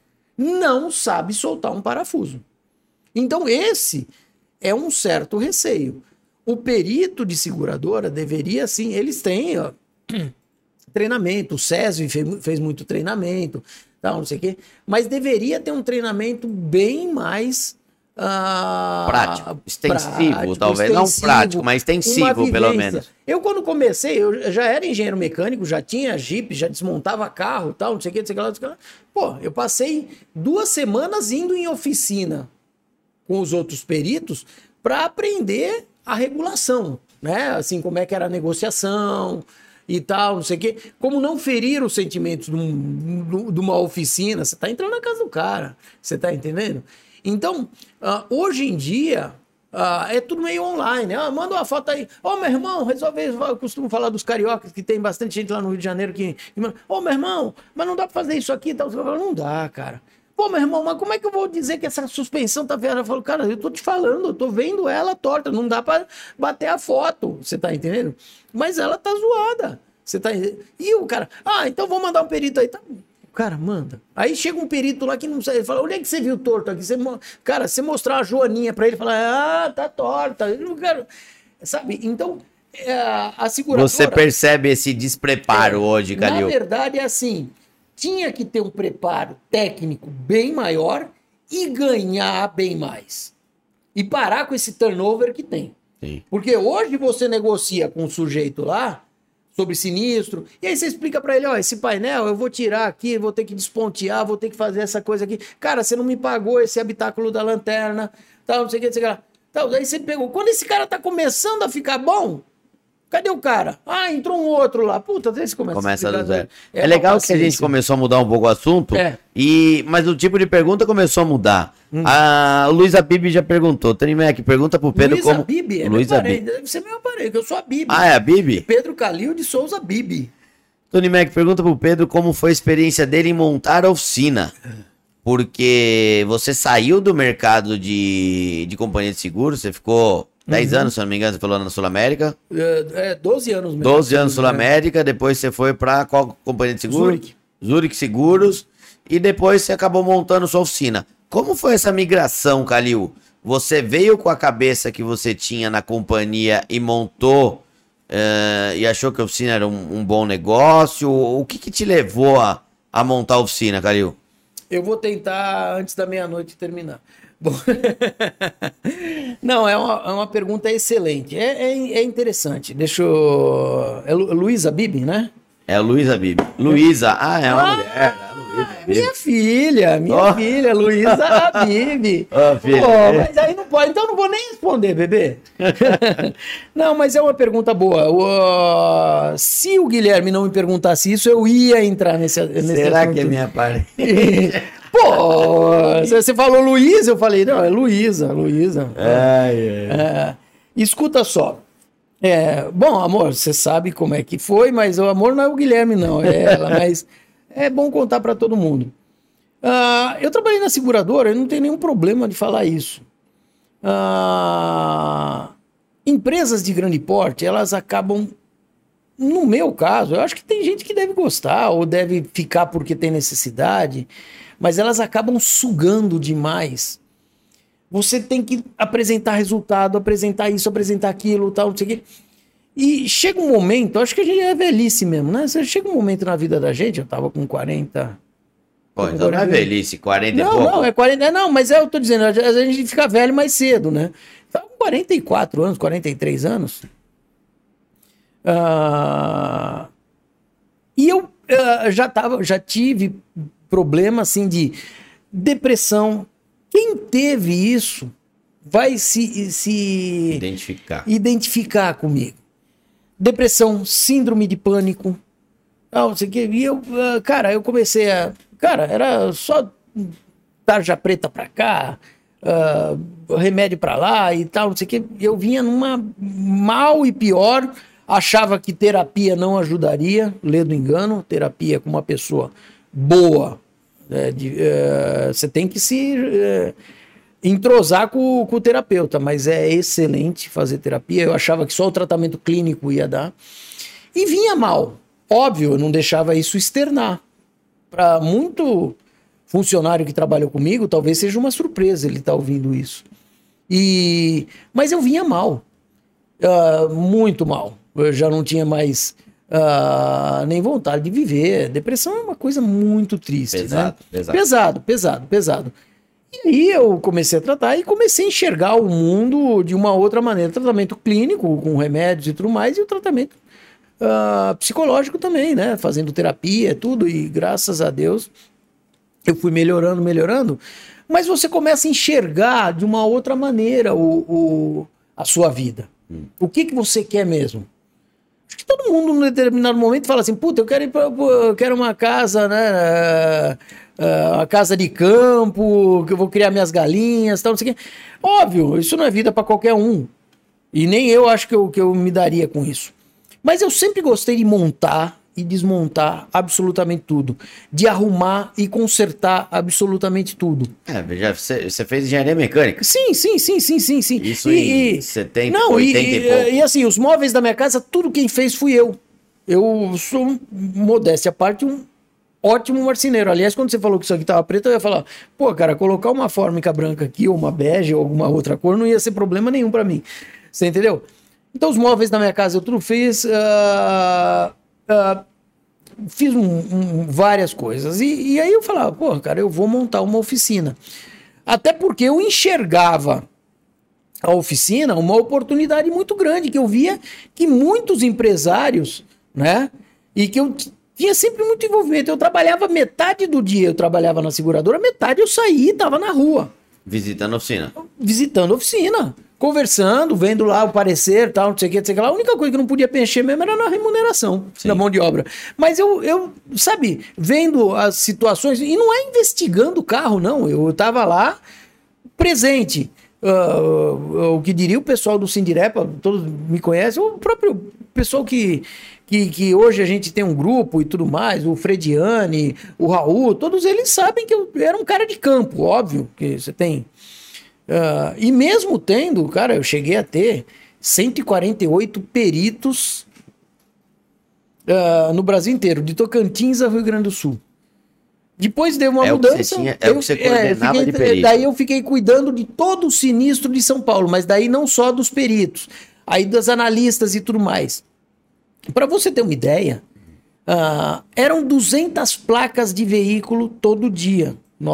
Não sabe soltar um parafuso. Então esse é um certo receio. O perito de seguradora deveria, sim, eles têm treinamento, o SESV fez muito treinamento, tal, não sei o quê, mas deveria ter um treinamento bem mais prático, extensivo, talvez, não prático, mas extensivo, pelo menos. Eu, quando comecei, eu já era engenheiro mecânico, já tinha Jeep, já desmontava carro, tal, não sei o que, não sei o que lá, não sei o que lá. Pô, eu passei 2 semanas indo em oficina com os outros peritos para aprender a regulação, né? Assim, como é que era a negociação e tal, não sei o quê. Como não ferir os sentimentos de uma oficina, você tá entrando na casa do cara, você tá entendendo? Então, hoje em dia, é tudo meio online. Manda uma foto aí. Meu irmão, resolve isso. Eu costumo falar dos cariocas, que tem bastante gente lá no Rio de Janeiro que manda, meu irmão, mas não dá pra fazer isso aqui e tal. Não dá, cara. Pô, meu irmão, mas como é que eu vou dizer que essa suspensão tá velha? Eu falo, cara, eu tô te falando, eu tô vendo ela torta, não dá pra bater a foto, você tá entendendo? Mas ela tá zoada, você tá entendendo? E o cara, então vou mandar um perito aí, tá? O cara manda. Aí chega um perito lá que não sabe, ele fala, onde é que você viu torto aqui? Cara, você mostrar a joaninha pra ele, fala, tá torta. Eu não quero, sabe? Então, a seguradora... Você percebe esse despreparo hoje, Calil? Na verdade, é assim... Tinha que ter um preparo técnico bem maior e ganhar bem mais. E parar com esse turnover que tem. Sim. Porque hoje você negocia com um sujeito lá sobre sinistro, e aí você explica para ele, esse painel eu vou tirar aqui, vou ter que despontear, vou ter que fazer essa coisa aqui. Cara, você não me pagou esse habitáculo da lanterna, tal, não sei o que, não sei o que lá. Tal, daí você pegou. Quando esse cara tá começando a ficar bom... Cadê o cara? Entrou um outro lá. Puta, até esse começa do zero. É legal que a gente começou a mudar um pouco o assunto, mas o tipo de pergunta começou a mudar. A Luísa Bibi já perguntou. Tony Mac, pergunta pro Pedro Luísa como... Bibi? Luísa Bibi. Deve ser meu aparelho, que eu sou a Bibi. É a Bibi? Pedro Calil de Souza Bibi. Tony Mac, pergunta pro Pedro como foi a experiência dele em montar a oficina. Porque você saiu do mercado de companhia de seguro, você ficou... 10 anos, se não me engano, você falou na Sul América. 12 anos mesmo. 12 anos Sul América, depois você foi para qual companhia de seguro? Zurich Seguros. E depois você acabou montando sua oficina. Como foi essa migração, Calil? Você veio com a cabeça que você tinha na companhia e montou e achou que a oficina era um bom negócio? O que te levou a montar a oficina, Calil? Eu vou tentar, antes da meia-noite, terminar. Bom, não, é uma pergunta excelente. É interessante. Deixa eu... É Luísa Bibi, né? É a Luísa Bibi. Luísa, é uma mulher. Minha filha, Luísa Bibi. Filha. Pô, mas aí não pode, então eu não vou nem responder, bebê. Não, mas é uma pergunta boa. Se o Guilherme não me perguntasse isso, eu ia entrar nesse Será assunto. que é minha parte? Pô, você falou Luísa, eu falei, não, é Luísa. Escuta só. Bom, amor, você sabe como é que foi, mas o amor não é o Guilherme, não, é ela, mas é bom contar para todo mundo. Eu trabalhei na seguradora, eu não tenho nenhum problema de falar isso. Empresas de grande porte, elas acabam, no meu caso, eu acho que tem gente que deve gostar ou deve ficar porque tem necessidade, mas elas acabam sugando demais. Você tem que apresentar resultado, apresentar isso, apresentar aquilo, tal, não sei o quê. E chega um momento, acho que a gente é velhice mesmo, né? Chega um momento na vida da gente, eu tava com 40... Pô, então não é velhice, 40 e pouco? Não, é 40... Não, mas eu tô dizendo, a gente fica velho mais cedo, né? Tava com 44 anos, 43 anos. E eu já tive problema, assim, de depressão. Quem teve isso vai se identificar comigo. Depressão, síndrome de pânico. Não sei o que. E eu comecei a... Cara, era só tarja preta pra cá, remédio pra lá e tal, não sei o que. Eu vinha numa mal e pior, achava que terapia não ajudaria, ledo engano, terapia com uma pessoa boa. Você tem que se entrosar com o terapeuta, mas é excelente fazer terapia. Eu achava que só o tratamento clínico ia dar. E vinha mal. Óbvio, eu não deixava isso externar. Para muito funcionário que trabalhou comigo, talvez seja uma surpresa ele estar ouvindo isso. Mas eu vinha mal. Muito mal. Eu já não tinha mais... nem vontade de viver. Depressão é uma coisa muito triste, pesado, né? Pesado. E aí eu comecei a tratar e comecei a enxergar o mundo de uma outra maneira. Tratamento clínico, com remédios e tudo mais, e o tratamento psicológico também, né? Fazendo terapia, tudo, e graças a Deus eu fui melhorando. Mas você começa a enxergar de uma outra maneira a sua vida. O que você quer mesmo? Acho que todo mundo, num determinado momento, fala assim, puta, eu quero uma casa, né? Uma casa de campo, que eu vou criar minhas galinhas, tal, não sei o quê. Óbvio, isso não é vida para qualquer um. E nem eu acho que eu me daria com isso. Mas eu sempre gostei de montar e desmontar absolutamente tudo. De arrumar e consertar absolutamente tudo. Você fez engenharia mecânica? Sim. Isso em 70, 80 e pouco. E assim, os móveis da minha casa, tudo quem fez fui eu. Eu sou, modéstia à parte, um ótimo marceneiro. Aliás, quando você falou que isso aqui tava preto, eu ia falar, pô, cara, colocar uma fórmica branca aqui, ou uma bege, ou alguma outra cor, não ia ser problema nenhum pra mim. Você entendeu? Então, os móveis da minha casa eu tudo fiz... fiz várias coisas. E aí eu falava, pô, cara, eu vou montar uma oficina. Até porque eu enxergava a oficina uma oportunidade muito grande, que eu via que muitos empresários, né? E que eu tinha sempre muito envolvimento. Eu trabalhava metade do dia, eu trabalhava na seguradora, metade eu saía e estava na rua. Visitando a oficina. Visitando a oficina. Conversando, vendo lá o parecer, tal, não sei o que, lá. A única coisa que eu não podia mexer mesmo era na remuneração da mão de obra. Mas eu, sabe, vendo as situações, e não é investigando o carro, não. Eu estava lá, presente. O que diria o pessoal do Sindirepa, todos me conhecem, o próprio pessoal que hoje a gente tem um grupo e tudo mais, o Frediani, o Raul, todos eles sabem que eu era um cara de campo, óbvio, que você tem... e mesmo tendo, cara, eu cheguei a ter 148 peritos no Brasil inteiro, de Tocantins a Rio Grande do Sul. Depois deu uma mudança. O que você coordenava de perito. Daí eu fiquei cuidando de todo o sinistro de São Paulo, mas daí não só dos peritos, aí das analistas e tudo mais. Para você ter uma ideia, eram 200 placas de veículo todo dia, nova.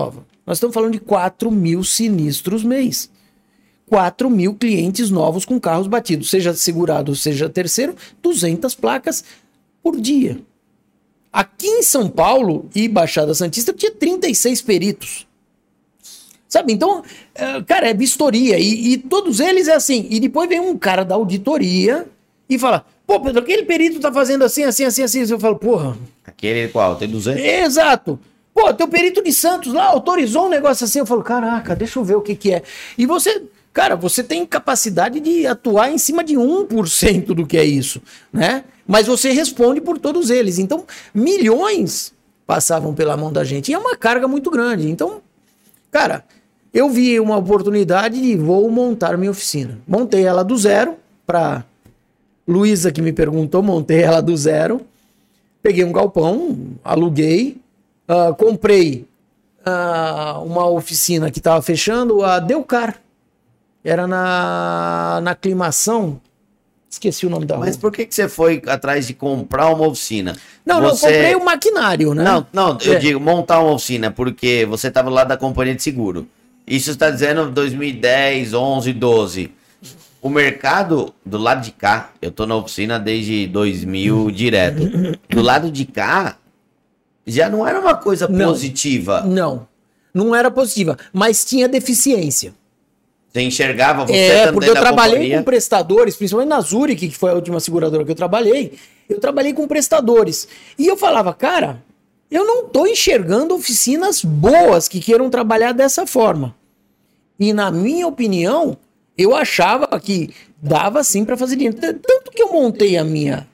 Nós estamos falando de 4 mil sinistros mês. 4 mil clientes novos com carros batidos, seja segurado, seja terceiro, 200 placas por dia. Aqui em São Paulo e Baixada Santista tinha 36 peritos. Sabe, então, cara, é vistoria. E todos eles é assim. E depois vem um cara da auditoria e fala, pô, Pedro, aquele perito tá fazendo assim. Eu falo, porra. Aquele qual? Tem 200? Exato. Pô, teu perito de Santos lá autorizou um negócio assim. Eu falo, caraca, deixa eu ver o que é. E você, cara, você tem capacidade de atuar em cima de 1% do que é isso, né? Mas você responde por todos eles. Então, milhões passavam pela mão da gente. E é uma carga muito grande. Então, cara, eu vi uma oportunidade de vou montar minha oficina. Montei ela do zero, para Luísa que me perguntou, montei ela do zero. Peguei um galpão, aluguei, comprei uma oficina que estava fechando, a Delcar. Era na aclimação. Esqueci o nome da rua. Mas por que você foi atrás de comprar uma oficina? Não, comprei o maquinário, né? Não, eu digo montar uma oficina, porque você estava lá da companhia de seguro. Isso está dizendo 2010, 11, 12. O mercado do lado de cá, eu tô na oficina desde 2000 direto. Do lado de cá, já não era uma coisa positiva. Não era positiva, mas tinha deficiência. Você enxergava você também porque eu trabalhei companhia? com prestadores, principalmente na Zurich, que foi a última seguradora que eu trabalhei com prestadores. E eu falava, cara, eu não tô enxergando oficinas boas que queiram trabalhar dessa forma. E na minha opinião, eu achava que dava sim para fazer dinheiro. Tanto que eu montei a minha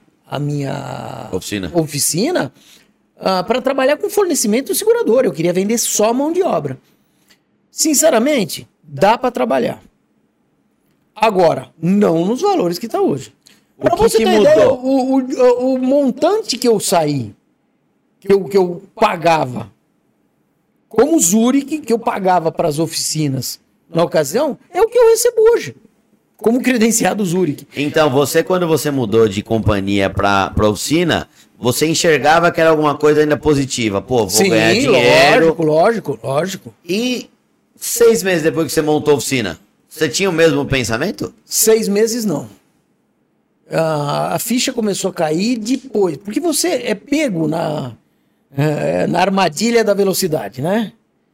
oficina para trabalhar com fornecimento segurador. Eu queria vender só mão de obra. Sinceramente, dá para trabalhar. Agora, não nos valores que está hoje. Para você ter ideia, o montante que eu saí, que eu pagava, como Zurich, que eu pagava para as oficinas na ocasião, é o que eu recebo hoje, como credenciado Zurich. Então, quando você mudou de companhia para oficina, você enxergava que era alguma coisa ainda positiva. Pô, vou ganhar dinheiro. Lógico. E 6 meses depois que você montou a oficina, você tinha o mesmo pensamento? 6 meses não. A ficha começou a cair depois, porque você é pego na armadilha da velocidade, né?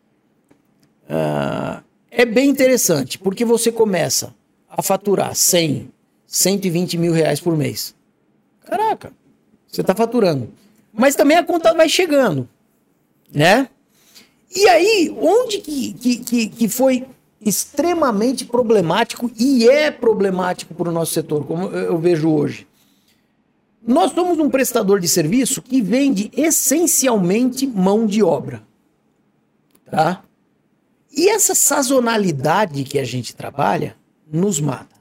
É bem interessante, porque você começa a faturar 100, 120 mil reais por mês. Caraca, você está faturando. Mas também a conta vai chegando, né? E aí, onde que foi extremamente problemático e é problemático para o nosso setor, como eu vejo hoje? Nós somos um prestador de serviço que vende essencialmente mão de obra, tá? E essa sazonalidade que a gente trabalha nos mata.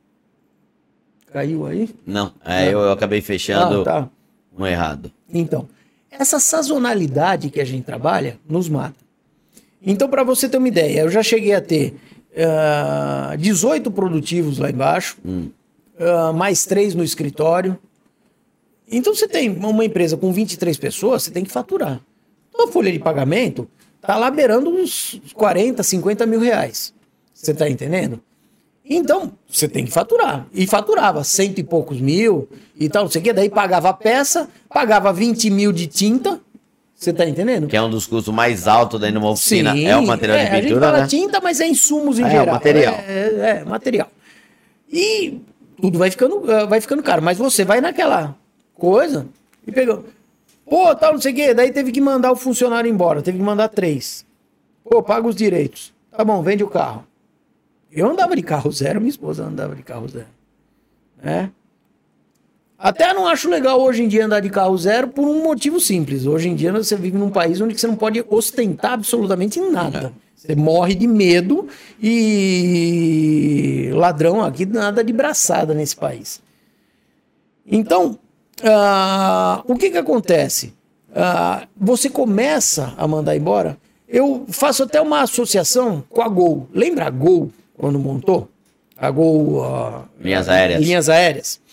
Caiu aí? Não, eu acabei fechando um errado. Então, essa sazonalidade que a gente trabalha nos mata. Então, para você ter uma ideia, eu já cheguei a ter 18 produtivos lá embaixo, mais 3 no escritório. Então, você tem uma empresa com 23 pessoas, você tem que faturar. Então, a folha de pagamento está lá beirando uns 40, 50 mil reais. Você está entendendo? Então, você tem que faturar. E faturava 100 e poucos mil e tal, não sei o quê. Daí pagava a peça, pagava 20 mil de tinta. Você tá entendendo? Que é um dos custos mais altos daí numa oficina. Sim, é o material de pintura, a gente fala né? tinta, mas é insumos em geral. É o material. É material. E tudo vai ficando caro. Mas você vai naquela coisa e pegou. Pô, tal, não sei o quê. Daí teve que mandar o funcionário embora. Teve que mandar 3. Pô, paga os direitos. Tá bom, vende o carro. Eu andava de carro zero, minha esposa andava de carro zero. Né? Até não acho legal hoje em dia andar de carro zero por um motivo simples. Hoje em dia você vive num país onde você não pode ostentar absolutamente nada. Você morre de medo e ladrão aqui nada de braçada nesse país. Então, o que acontece? Você começa a mandar embora. Eu faço até uma associação com a Gol. Lembra a Gol quando montou? A Gol... Linhas aéreas. Linhas aéreas.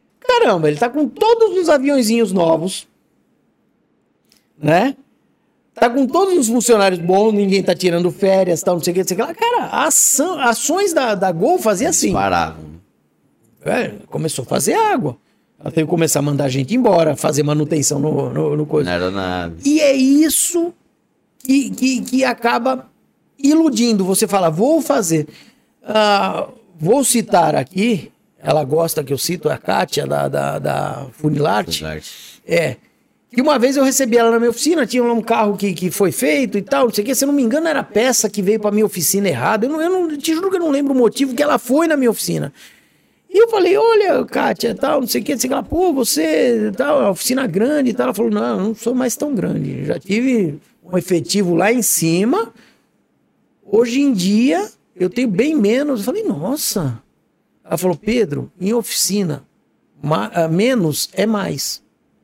Caramba, ele tá com todos os aviãozinhos novos, né? Tá com todos os funcionários bons, ninguém tá tirando férias, tal, não sei o que, não sei o que lá. Cara, ações da Gol fazia assim. Paravam. Começou a fazer água. Ela teve que começar a mandar gente embora, fazer manutenção no coisa. Não era nada. E é isso que acaba iludindo. Você fala, vou fazer. Vou citar aqui, ela gosta que eu cito, a Kátia, da Funilarte. Que uma vez eu recebi ela na minha oficina, tinha um carro que foi feito e tal, não sei o que, se eu não me engano era peça que veio pra minha oficina errada. Eu não te juro que eu não lembro o motivo que ela foi na minha oficina. E eu falei, olha, Kátia, tal, não sei o que, ela, pô, você, tal, a oficina grande e tal. Ela falou, não sou mais tão grande, já tive um efetivo lá em cima, hoje em dia eu tenho bem menos. Eu falei, nossa. Ela falou, Pedro, em oficina, menos é mais.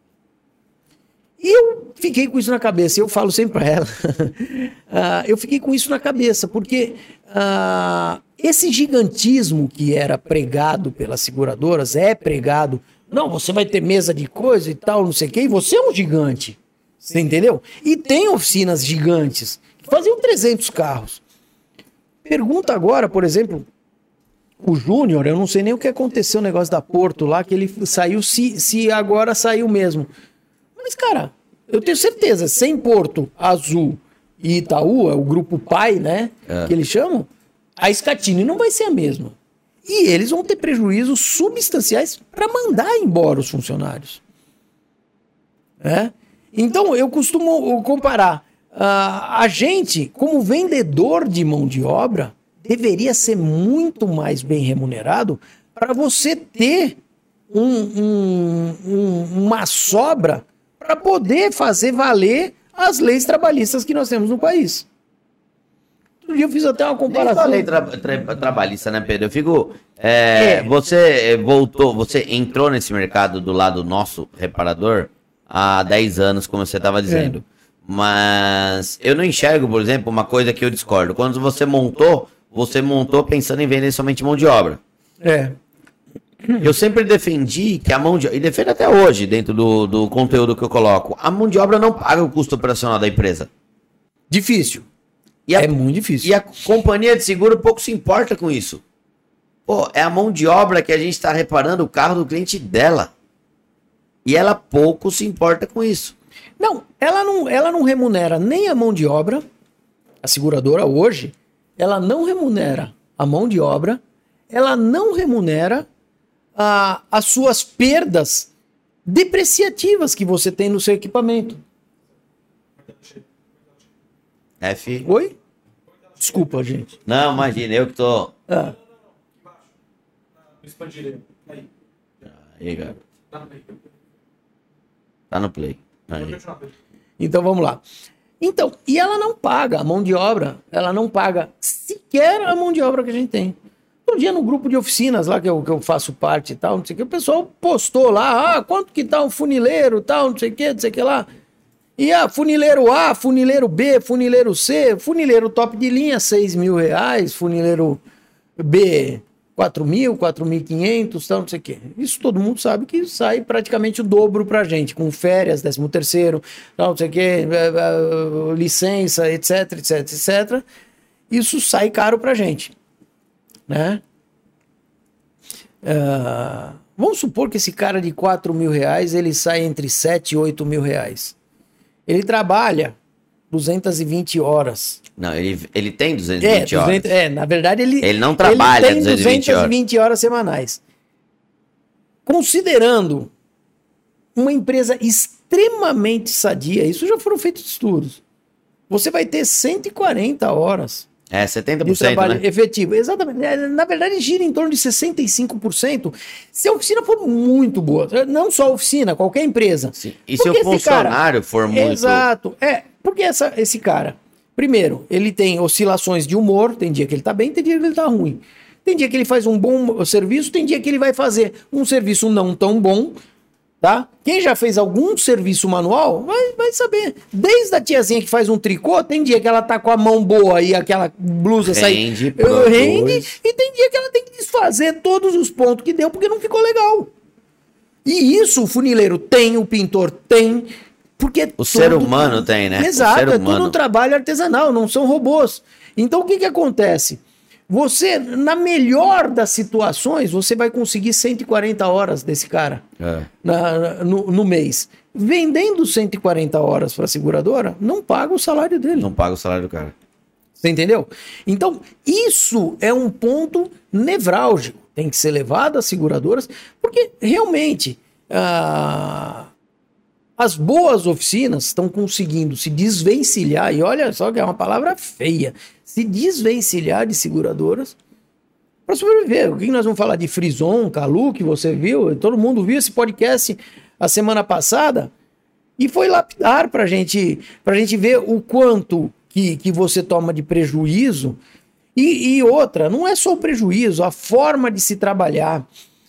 E eu fiquei com isso na cabeça, eu falo sempre para ela, eu fiquei com isso na cabeça, porque esse gigantismo que era pregado pelas seguradoras, é pregado, não, você vai ter mesa de coisa e tal, não sei o quê, e você é um gigante, você entendeu? E tem oficinas gigantes, que faziam 300 carros. Pergunta agora, por exemplo, o Júnior, eu não sei nem o que aconteceu, o negócio da Porto lá, que ele saiu, se agora saiu mesmo. Mas, cara, eu tenho certeza, sem Porto, Azul e Itaú, é o grupo pai, né, que eles chamam, a Scatini não vai ser a mesma. E eles vão ter prejuízos substanciais para mandar embora os funcionários. Então, eu costumo comparar. A gente, como vendedor de mão de obra, deveria ser muito mais bem remunerado para você ter uma sobra para poder fazer valer as leis trabalhistas que nós temos no país. Outro dia eu fiz até uma comparação. Nem só lei trabalhista, né, Pedro? Eu fico... Você voltou, você entrou nesse mercado do lado nosso, reparador, há 10 anos, como você estava dizendo. Mas eu não enxergo, por exemplo, uma coisa que eu discordo. Quando você montou pensando em vender somente mão de obra. Eu sempre defendi que a mão de obra, e defendo até hoje, dentro do conteúdo que eu coloco, a mão de obra não paga o custo operacional da empresa. Difícil. É muito difícil. E a companhia de seguro pouco se importa com isso. Pô, é a mão de obra que a gente está reparando o carro do cliente dela. E ela pouco se importa com isso. Não, ela não remunera nem a mão de obra. A seguradora hoje, ela não remunera a mão de obra, ela não remunera as suas perdas depreciativas que você tem no seu equipamento. Oi? Desculpa, gente. Não, imagina, eu que tô... Expandir aí. Aí, garoto. Tá no play. Tá no play. Aí. Então, vamos lá. Então, e ela não paga a mão de obra, ela não paga sequer a mão de obra que a gente tem. Um dia no grupo de oficinas lá que eu faço parte e tal, não sei o que, o pessoal postou lá, quanto que tá um funileiro e tal, não sei o que lá. E funileiro A, funileiro B, funileiro C, funileiro top de linha, R$6.000, funileiro B, 4.000, 4.500, tal, não sei o que. Isso todo mundo sabe que sai praticamente o dobro pra gente, com férias, 13º, tal, não sei o que, licença, etc, etc, etc. Isso sai caro pra gente, né? Vamos supor que esse cara de R$4.000, ele sai entre R$7.000 e R$8.000. Ele trabalha 220 horas. Não, ele tem 220 horas. Na verdade, ele não trabalha ele tem 220 horas semanais. Considerando uma empresa extremamente sadia, isso já foram feitos estudos, você vai ter 140 horas 70%, de trabalho, né? efetivo. Exatamente. Na verdade, gira em torno de 65%. Se a oficina for muito boa, não só a oficina, qualquer empresa. Sim. E se o funcionário for muito... Exato. Porque esse cara, primeiro, ele tem oscilações de humor, tem dia que ele tá bem, tem dia que ele tá ruim. Tem dia que ele faz um bom serviço, tem dia que ele vai fazer um serviço não tão bom, tá? Quem já fez algum serviço manual vai saber. Desde a tiazinha que faz um tricô, tem dia que ela tá com a mão boa e aquela blusa rende, e tem dia que ela tem que desfazer todos os pontos que deu porque não ficou legal. E isso o funileiro tem, o pintor tem, Porque O ser humano tem, né? Exato, O ser é tudo humano. um trabalho artesanal, não são robôs. Então o que que acontece? Você, na melhor das situações, você vai conseguir 140 horas desse cara no mês. Vendendo 140 horas para a seguradora, não paga o salário dele. Não paga o salário do cara. Você entendeu? Então, isso é um ponto nevrálgico. Tem que ser levado às seguradoras, porque realmente as boas oficinas estão conseguindo se desvencilhar, e olha só que é uma palavra feia, se desvencilhar de seguradoras para sobreviver. O que nós vamos falar de Frison, Calu, que você viu? Todo mundo viu esse podcast a semana passada e foi lapidar pra gente ver o quanto que você toma de prejuízo. E outra, não é só o prejuízo, a forma de se trabalhar.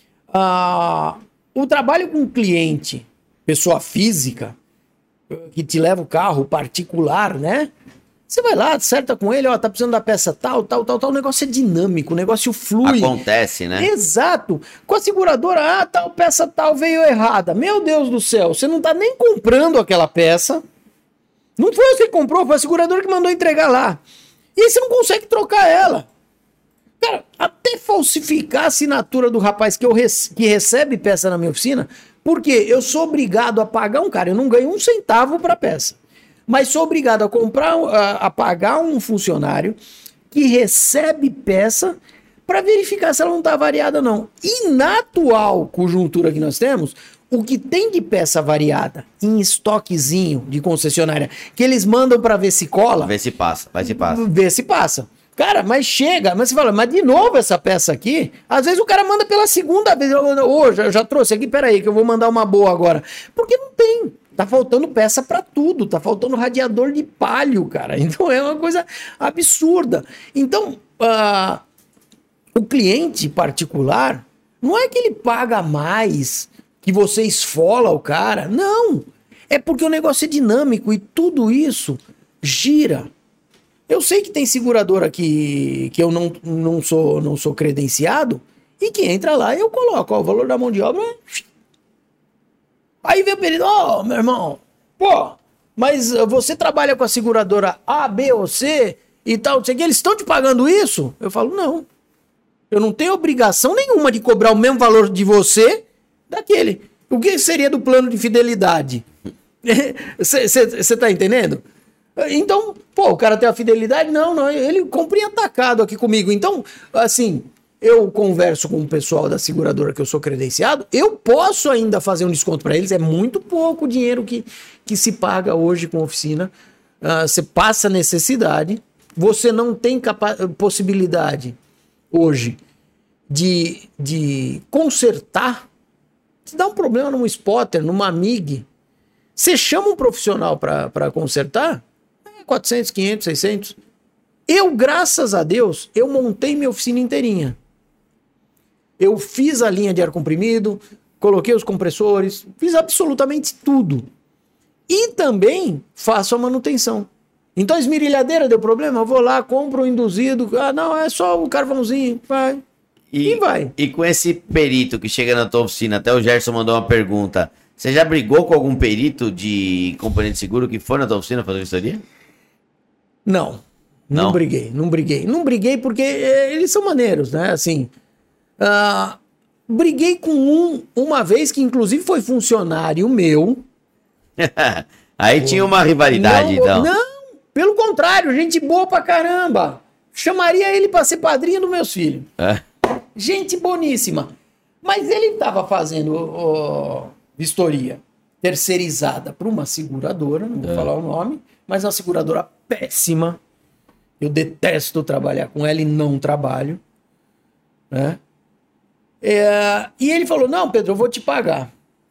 O trabalho com cliente, pessoa física, que te leva o carro particular, né? Você vai lá, acerta com ele, ó, tá precisando da peça tal, o negócio é dinâmico, o negócio flui. Acontece, né? Exato. Com a seguradora, tal peça tal veio errada. Meu Deus do céu, você não tá nem comprando aquela peça. Não foi você que comprou, foi a seguradora que mandou entregar lá. E aí você não consegue trocar ela. Cara, até falsificar a assinatura do rapaz que recebe peça na minha oficina, porque eu sou obrigado a pagar um cara, eu não ganho um centavo pra peça. Mas sou obrigado a a pagar um funcionário que recebe peça para verificar se ela não está variada ou não. E na atual conjuntura que nós temos, o que tem de peça variada em estoquezinho de concessionária, que eles mandam para ver se cola... Vê se passa, vai se passa. Vê se passa. Cara, mas chega, mas você fala, mas de novo essa peça aqui? Às vezes o cara manda pela segunda vez. Ô, já trouxe aqui, peraí, que eu vou mandar uma boa agora. Porque não tem. Tá faltando peça pra tudo, tá faltando radiador de palio, cara. Então é uma coisa absurda. Então, o cliente particular, não é que ele paga mais, que você esfola o cara. Não. É porque o negócio é dinâmico e tudo isso gira. Eu sei que tem seguradora que eu não sou credenciado e que entra lá e eu coloco, ó, o valor da mão de obra. Aí vem o perito, ó, meu irmão, pô, mas você trabalha com a seguradora A, B ou C e tal, não sei o que, eles estão te pagando isso? Eu falo, não. Eu não tenho obrigação nenhuma de cobrar o mesmo valor de você daquele. O que seria do plano de fidelidade? Você tá entendendo? Então, pô, o cara tem a fidelidade? Não, ele compra em atacado aqui comigo. Então, assim, eu converso com o pessoal da seguradora que eu sou credenciado, eu posso ainda fazer um desconto para eles, é muito pouco o dinheiro que se paga hoje com oficina. Você passa necessidade, você não tem possibilidade hoje de consertar. Se dá um problema num spotter, numa MIG, você chama um profissional para consertar, 400, 500, 600. Eu, graças a Deus, eu montei minha oficina inteirinha. Eu fiz a linha de ar comprimido, coloquei os compressores, fiz absolutamente tudo. E também faço a manutenção. Então a esmerilhadeira deu problema, eu vou lá, compro um induzido, não, é só o carvãozinho, vai. E vai. E com esse perito que chega na tua oficina, até o Gerson mandou uma pergunta, você já brigou com algum perito de companhia de seguro que foi na tua oficina fazer vistoria? Não briguei porque eles são maneiros, né? Assim, briguei com uma vez que inclusive foi funcionário meu. Aí tinha uma rivalidade, então. Não, pelo contrário, gente boa pra caramba. Chamaria ele pra ser padrinho dos meus filhos. Gente boníssima. Mas ele tava fazendo vistoria terceirizada para uma seguradora, não vou falar o nome, mas uma seguradora péssima. Eu detesto trabalhar com ela e não trabalho. Né? E ele falou, não, Pedro, eu vou te pagar.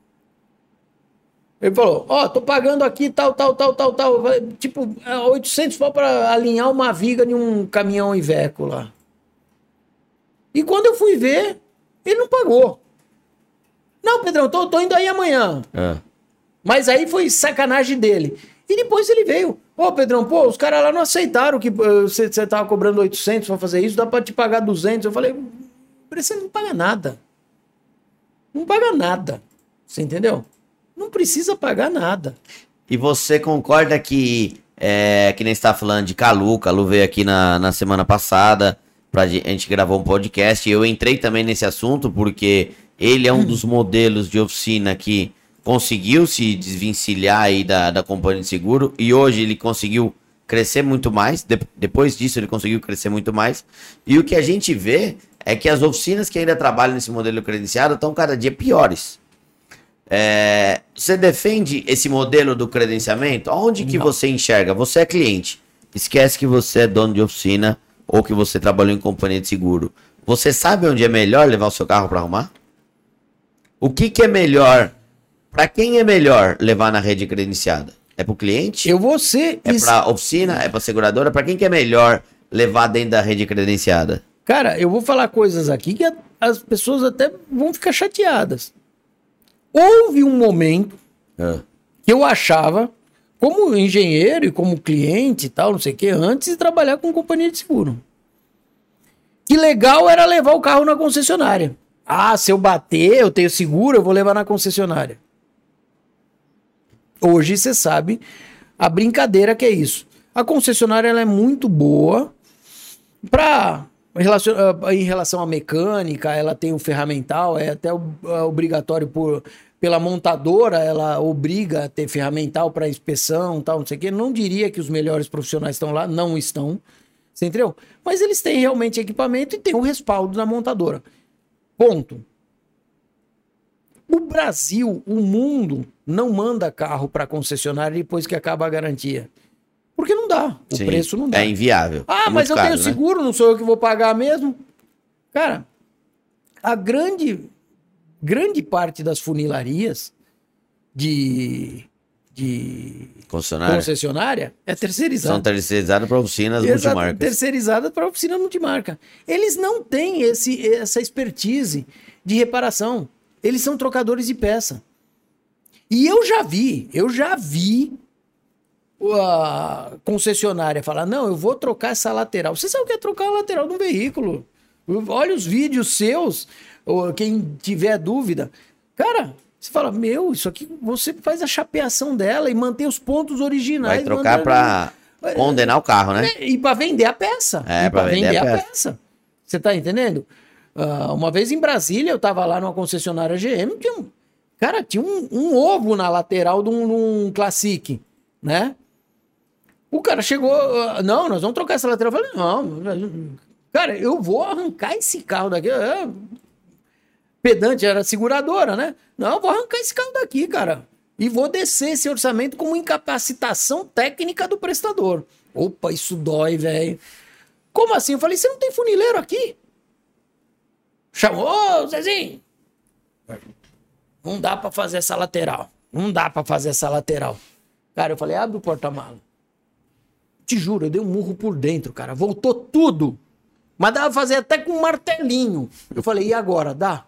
Ele falou, ó, tô pagando aqui tal. Tipo, 800 para alinhar uma viga de um caminhão Iveco lá. E quando eu fui ver, ele não pagou. Não, Pedrão, tô indo aí amanhã. Mas aí foi sacanagem dele. E depois ele veio. Ô, Pedrão, pô, os caras lá não aceitaram que você tava cobrando 800 pra fazer isso, dá pra te pagar 200. Eu falei, você não paga nada. Não paga nada. Você entendeu? Não precisa pagar nada. E você concorda que nem você tá falando de Calu veio aqui na semana passada, a gente gravou um podcast, e eu entrei também nesse assunto porque ele é um dos modelos de oficina que conseguiu se desvencilhar aí da companhia de seguro, e hoje ele conseguiu crescer muito mais, depois disso ele conseguiu crescer muito mais, e o que a gente vê é que as oficinas que ainda trabalham nesse modelo credenciado estão cada dia piores. Você defende esse modelo do credenciamento? Onde que você enxerga? Você é cliente, esquece que você é dono de oficina ou que você trabalhou em companhia de seguro. Você sabe onde é melhor levar o seu carro para arrumar? O que é melhor? Para quem é melhor levar na rede credenciada? É para o cliente? É para a oficina? É para a seguradora? Para quem que é melhor levar dentro da rede credenciada? Cara, eu vou falar coisas aqui que as pessoas até vão ficar chateadas. Houve um momento que eu achava, como engenheiro e como cliente e tal, não sei o que, antes de trabalhar com companhia de seguro, que legal era levar o carro na concessionária. Ah, se eu bater, eu tenho seguro, eu vou levar na concessionária. Hoje você sabe a brincadeira que é isso. A concessionária ela é muito boa em relação à mecânica, ela tem o ferramental, é até obrigatório pela montadora, ela obriga a ter ferramental para inspeção, tal, não sei o quê. Não diria que os melhores profissionais estão lá, não estão, você entendeu? Mas eles têm realmente equipamento e tem o respaldo da montadora. Ponto. O Brasil, o mundo, não manda carro para concessionária depois que acaba a garantia. Porque não dá. O preço não dá. É inviável. Ah, mas eu tenho seguro, não sou eu que vou pagar mesmo. Cara, a grande parte das funilarias de concessionária é terceirizada. São terceirizadas para oficinas multimarcas. Terceirizadas para oficina multimarca. Eles não têm essa expertise de reparação. Eles são trocadores de peça. E eu já vi a concessionária falar, não, eu vou trocar essa lateral. Você sabe o que é trocar a lateral de um veículo? Olha os vídeos seus, ou quem tiver dúvida. Cara, você fala, isso aqui você faz a chapeação dela e mantém os pontos originais. Vai trocar para condenar o carro, né? E para vender a peça. Para vender a peça. Você tá entendendo? Uma vez em Brasília, eu tava lá numa concessionária GM, tinha um ovo na lateral de um Classic, né? O cara chegou, não, nós vamos trocar essa lateral. Eu falei, não, cara, eu vou arrancar esse carro daqui. Pedante, era seguradora, né? Não, eu vou arrancar esse carro daqui, cara. E vou descer esse orçamento como incapacitação técnica do prestador. Opa, isso dói, velho. Como assim? Eu falei, você não tem funileiro aqui? Chamou, ô, Zezinho. Não dá pra fazer essa lateral. Não dá pra fazer essa lateral. Cara, eu falei, abre o porta-mala. Te juro, eu dei um murro por dentro, cara. Voltou tudo. Mas dá pra fazer até com um martelinho. Eu falei, e agora? Dá?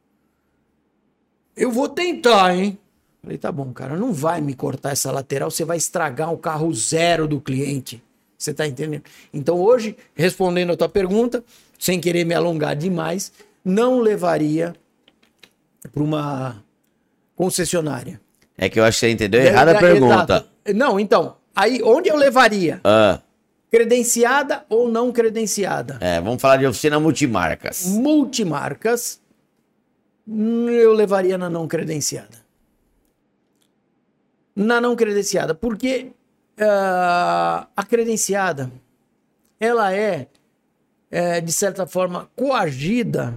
Eu vou tentar, hein? Falei, tá bom, cara. Não vai me cortar essa lateral. Você vai estragar o carro zero do cliente. Você tá entendendo? Então hoje, respondendo a tua pergunta, sem querer me alongar demais, não levaria para uma concessionária. É que eu acho que você entendeu errado a pergunta. Exato. Não, então, aí onde eu levaria? Credenciada ou não credenciada? Vamos falar de oficina multimarcas. Multimarcas, eu levaria na não credenciada. Na não credenciada, porque a credenciada, ela de certa forma, coagida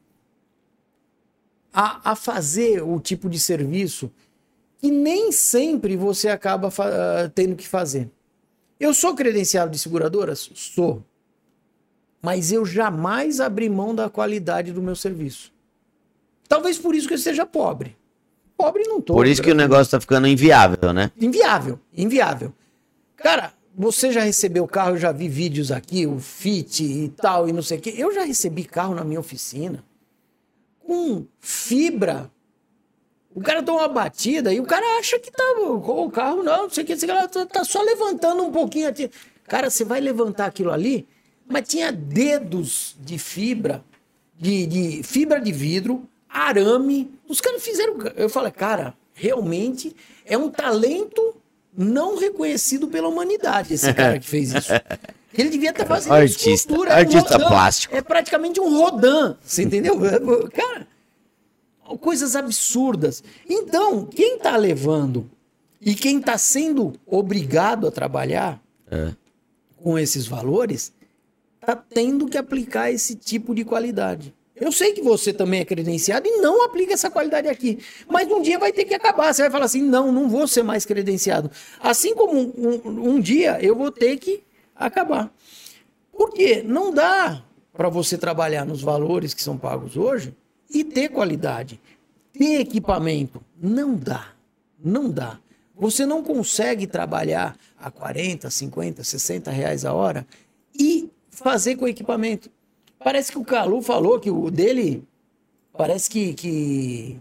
a fazer o tipo de serviço que nem sempre você acaba tendo que fazer. Eu sou credenciado de seguradoras? Sou. Mas eu jamais abri mão da qualidade do meu serviço. Talvez por isso que eu seja pobre. Pobre não tô. Por isso que o negócio tá ficando inviável, né? Inviável. Cara, você já recebeu carro, eu já vi vídeos aqui, o Fit e tal, e não sei o quê. Eu já recebi carro na minha oficina com fibra. O cara toma uma batida e o cara acha que tá com o carro, não sei o que, tá só levantando um pouquinho aqui. Cara, você vai levantar aquilo ali, mas tinha dedos de fibra, de fibra de vidro, arame. Os caras fizeram. Eu falei, cara, realmente é um talento não reconhecido pela humanidade, esse cara que fez isso. Ele devia estar fazendo Artista Rodin. plástico. É praticamente um Rodin, você entendeu? Cara, coisas absurdas. Então, quem está levando e quem está sendo obrigado a trabalhar com esses valores, está tendo que aplicar esse tipo de qualidade. Eu sei que você também é credenciado e não aplica essa qualidade aqui. Mas um dia vai ter que acabar. Você vai falar assim, não vou ser mais credenciado. Assim como um dia eu vou ter que acabar. Porque não dá para você trabalhar nos valores que são pagos hoje e ter qualidade. Ter equipamento. Não dá. Não dá. Você não consegue trabalhar a 40, 50, 60 reais a hora e fazer com equipamento. Parece que o Calu falou que o dele, parece que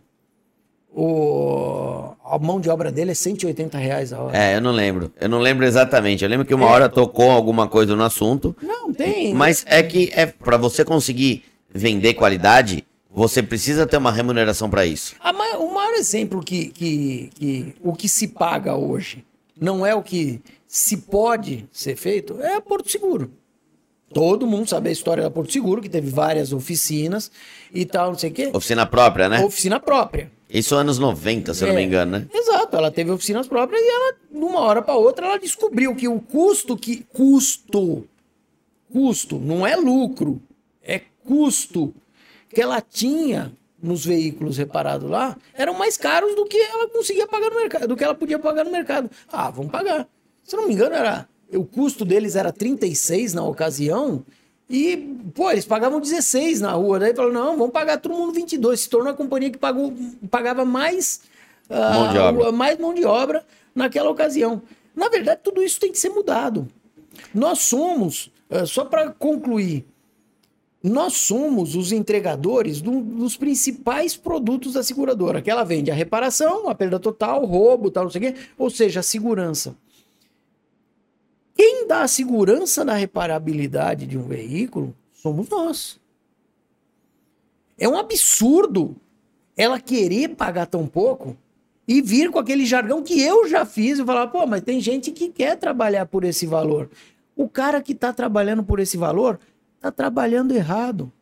a mão de obra dele é 180 reais a hora. Eu não lembro. Eu não lembro exatamente. Eu lembro que uma hora tocou alguma coisa no assunto. Não, tem. Mas é que para você conseguir vender qualidade, você precisa ter uma remuneração para isso. O maior exemplo que o que se paga hoje não é o que se pode ser feito, é a Porto Seguro. Todo mundo sabe a história da Porto Seguro, que teve várias oficinas e tal, não sei o quê. Oficina própria, né? Oficina própria. Isso anos 90, se eu não me engano, né? Exato, ela teve oficinas próprias e ela, de uma hora para outra, ela descobriu que o custo, não é lucro, é custo que ela tinha nos veículos reparados lá, eram mais caros do que ela conseguia pagar no mercado, do que ela podia pagar no mercado. Ah, vamos pagar. Se eu não me engano, o custo deles era 36 na ocasião e, eles pagavam 16 na rua. Daí falaram, não, vamos pagar todo mundo 22. Se tornou a companhia que pagava mais mão de obra naquela ocasião. Na verdade, tudo isso tem que ser mudado. Nós somos, só para concluir, nós somos os entregadores dos principais produtos da seguradora, que ela vende a reparação, a perda total, roubo, tal, não sei o quê, ou seja, a segurança. Quem dá a segurança da reparabilidade de um veículo somos nós. É um absurdo ela querer pagar tão pouco e vir com aquele jargão que eu já fiz e falar, mas tem gente que quer trabalhar por esse valor. O cara que está trabalhando por esse valor está trabalhando errado.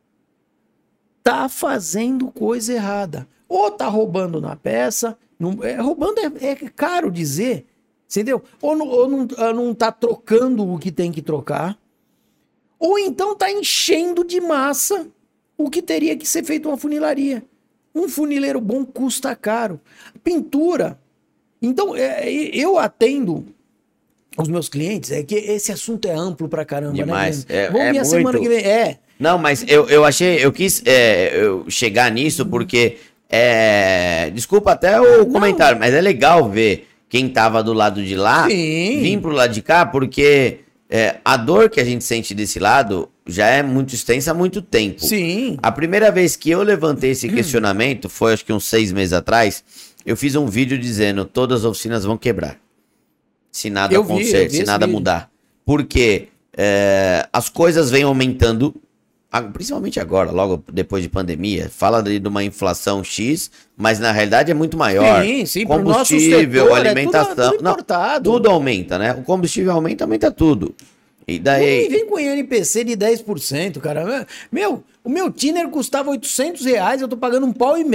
Está fazendo coisa errada. Ou está roubando na peça. Roubando é caro dizer. Entendeu? Ou não tá trocando o que tem que trocar. Ou então tá enchendo de massa o que teria que ser feito uma funilaria. Um funileiro bom custa caro. Pintura. Então, eu atendo os meus clientes, é que esse assunto é amplo pra caramba, demais. Né? Vamos ver a semana que vem. Não, mas eu quis chegar nisso porque, desculpa até o comentário, mas é legal ver quem tava do lado de lá vir pro lado de cá, porque a dor que a gente sente desse lado já é muito extensa há muito tempo. Sim. A primeira vez que eu levantei esse questionamento foi acho que uns 6 meses atrás. Eu fiz um vídeo dizendo todas as oficinas vão quebrar. Se nada acontecer, se nada mudar. Porque as coisas vêm aumentando, principalmente agora, logo depois de pandemia. Fala de uma inflação X, mas na realidade é muito maior. Sim, combustível, setor, alimentação, tudo aumenta, né? O combustível aumenta tudo. E daí... Vem com INPC de 10%, cara. O meu thinner custava R$800, eu tô pagando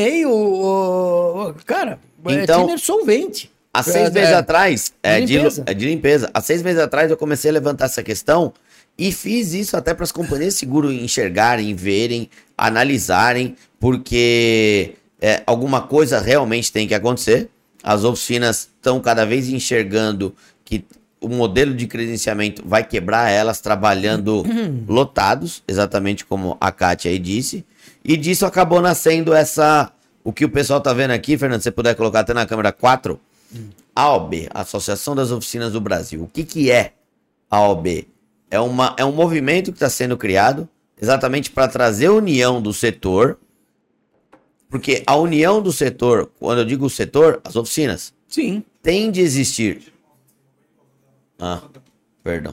R$1,5. Cara, então, thinner solvente. Há 6 meses atrás, de limpeza. Há 6 meses atrás eu comecei a levantar essa questão e fiz isso até para as companhias de seguro enxergarem, verem, analisarem, porque alguma coisa realmente tem que acontecer. As oficinas estão cada vez enxergando que o modelo de credenciamento vai quebrar elas trabalhando lotados, exatamente como a Kátia aí disse. E disso acabou nascendo o que o pessoal tá vendo aqui, Fernando, se você puder colocar até na câmera 4. AOB, Associação das Oficinas do Brasil. O que é a AOB? É um movimento que está sendo criado exatamente para trazer a união do setor, porque a união do setor, quando eu digo o setor, as oficinas, sim, tem de existir. Perdão.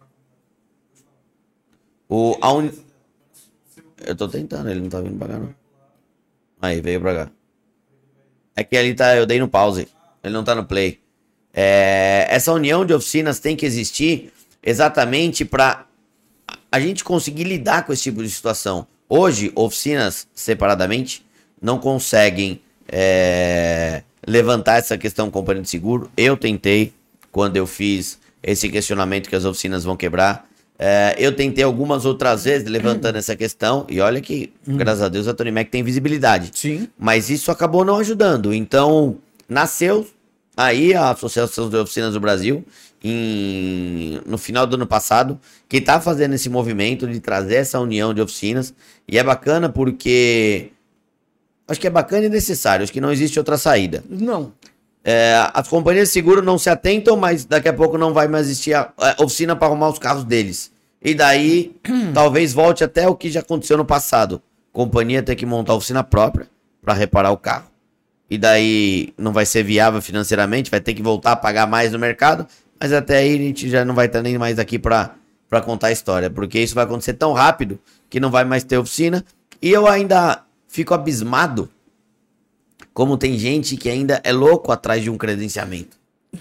Eu tô tentando, ele não tá vindo pra cá, não. Aí, veio pra cá. É que ali tá, eu dei no pause. Ele não tá no play. Essa união de oficinas tem que existir exatamente para a gente conseguir lidar com esse tipo de situação. Hoje, oficinas separadamente não conseguem levantar essa questão com companhia de seguro. Eu tentei, quando eu fiz esse questionamento que as oficinas vão quebrar. Eu tentei algumas outras vezes levantando essa questão, e olha que, graças a Deus, a Tony Mac tem visibilidade. Sim. Mas isso acabou não ajudando. Então, nasceu aí a Associação de Oficinas do Brasil, no final do ano passado, que está fazendo esse movimento de trazer essa união de oficinas. E é bacana porque... Acho que é bacana e necessário. Acho que não existe outra saída. Não. As companhias de seguro não se atentam, mas daqui a pouco não vai mais existir a oficina para arrumar os carros deles. E daí, talvez volte até o que já aconteceu no passado. Companhia ter que montar a oficina própria para reparar o carro. E daí não vai ser viável financeiramente, vai ter que voltar a pagar mais no mercado. Mas até aí a gente já não vai estar nem mais aqui para contar a história. Porque isso vai acontecer tão rápido que não vai mais ter oficina. E eu ainda fico abismado como tem gente que ainda é louco atrás de um credenciamento.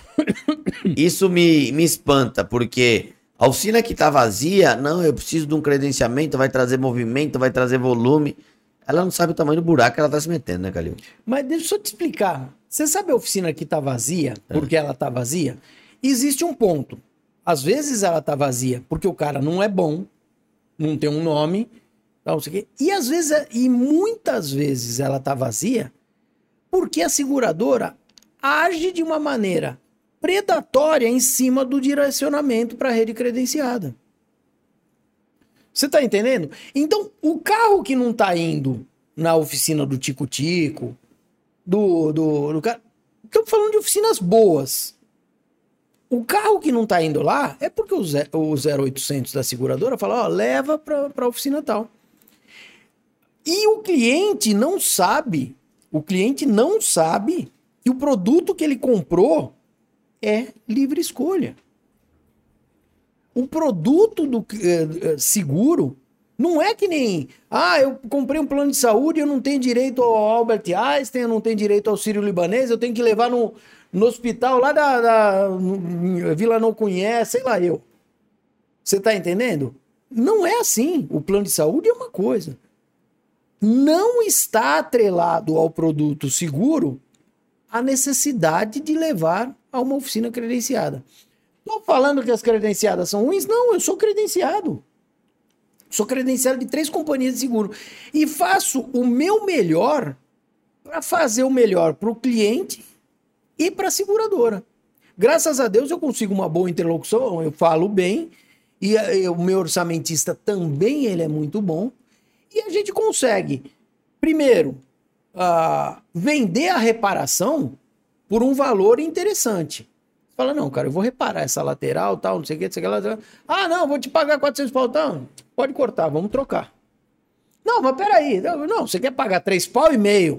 Isso me espanta, porque a oficina que tá vazia, não, eu preciso de um credenciamento, vai trazer movimento, vai trazer volume. Ela não sabe o tamanho do buraco que ela tá se metendo, né, Calil? Mas deixa eu só te explicar. Você sabe a oficina que tá vazia? Porque ela tá vazia? Existe um ponto. Às vezes ela tá vazia porque o cara não é bom, não tem um nome, não sei o quê. E às vezes, e muitas vezes ela tá vazia porque a seguradora age de uma maneira predatória em cima do direcionamento para a rede credenciada. Você tá entendendo? Então, o carro que não tá indo na oficina do Tico-Tico, do cara... Estamos falando de oficinas boas. O carro que não tá indo lá é porque o 0800 da seguradora fala, ó, leva para a oficina tal. E o cliente não sabe que o produto que ele comprou é livre escolha. O produto do seguro não é que nem... eu comprei um plano de saúde, eu não tenho direito ao Albert Einstein, eu não tenho direito ao Sírio-Libanês, eu tenho que levar no hospital lá da Vila Não Conhece, sei lá eu. Você tá entendendo? Não é assim. O plano de saúde é uma coisa. Não está atrelado ao produto seguro a necessidade de levar a uma oficina credenciada. Estou falando que as credenciadas são ruins? Não, eu sou credenciado. Sou credenciado de 3 companhias de seguro. E faço o meu melhor para fazer o melhor para o cliente e para a seguradora. Graças a Deus eu consigo uma boa interlocução, eu falo bem, e o meu orçamentista também ele é muito bom. E a gente consegue, primeiro, vender a reparação por um valor interessante. Você fala, não, cara, eu vou reparar essa lateral, tal, não sei o que, não sei o que. Não, vou te pagar 400 pau, então, pode cortar, vamos trocar. Não, mas peraí, não, você quer pagar 3,5 pau?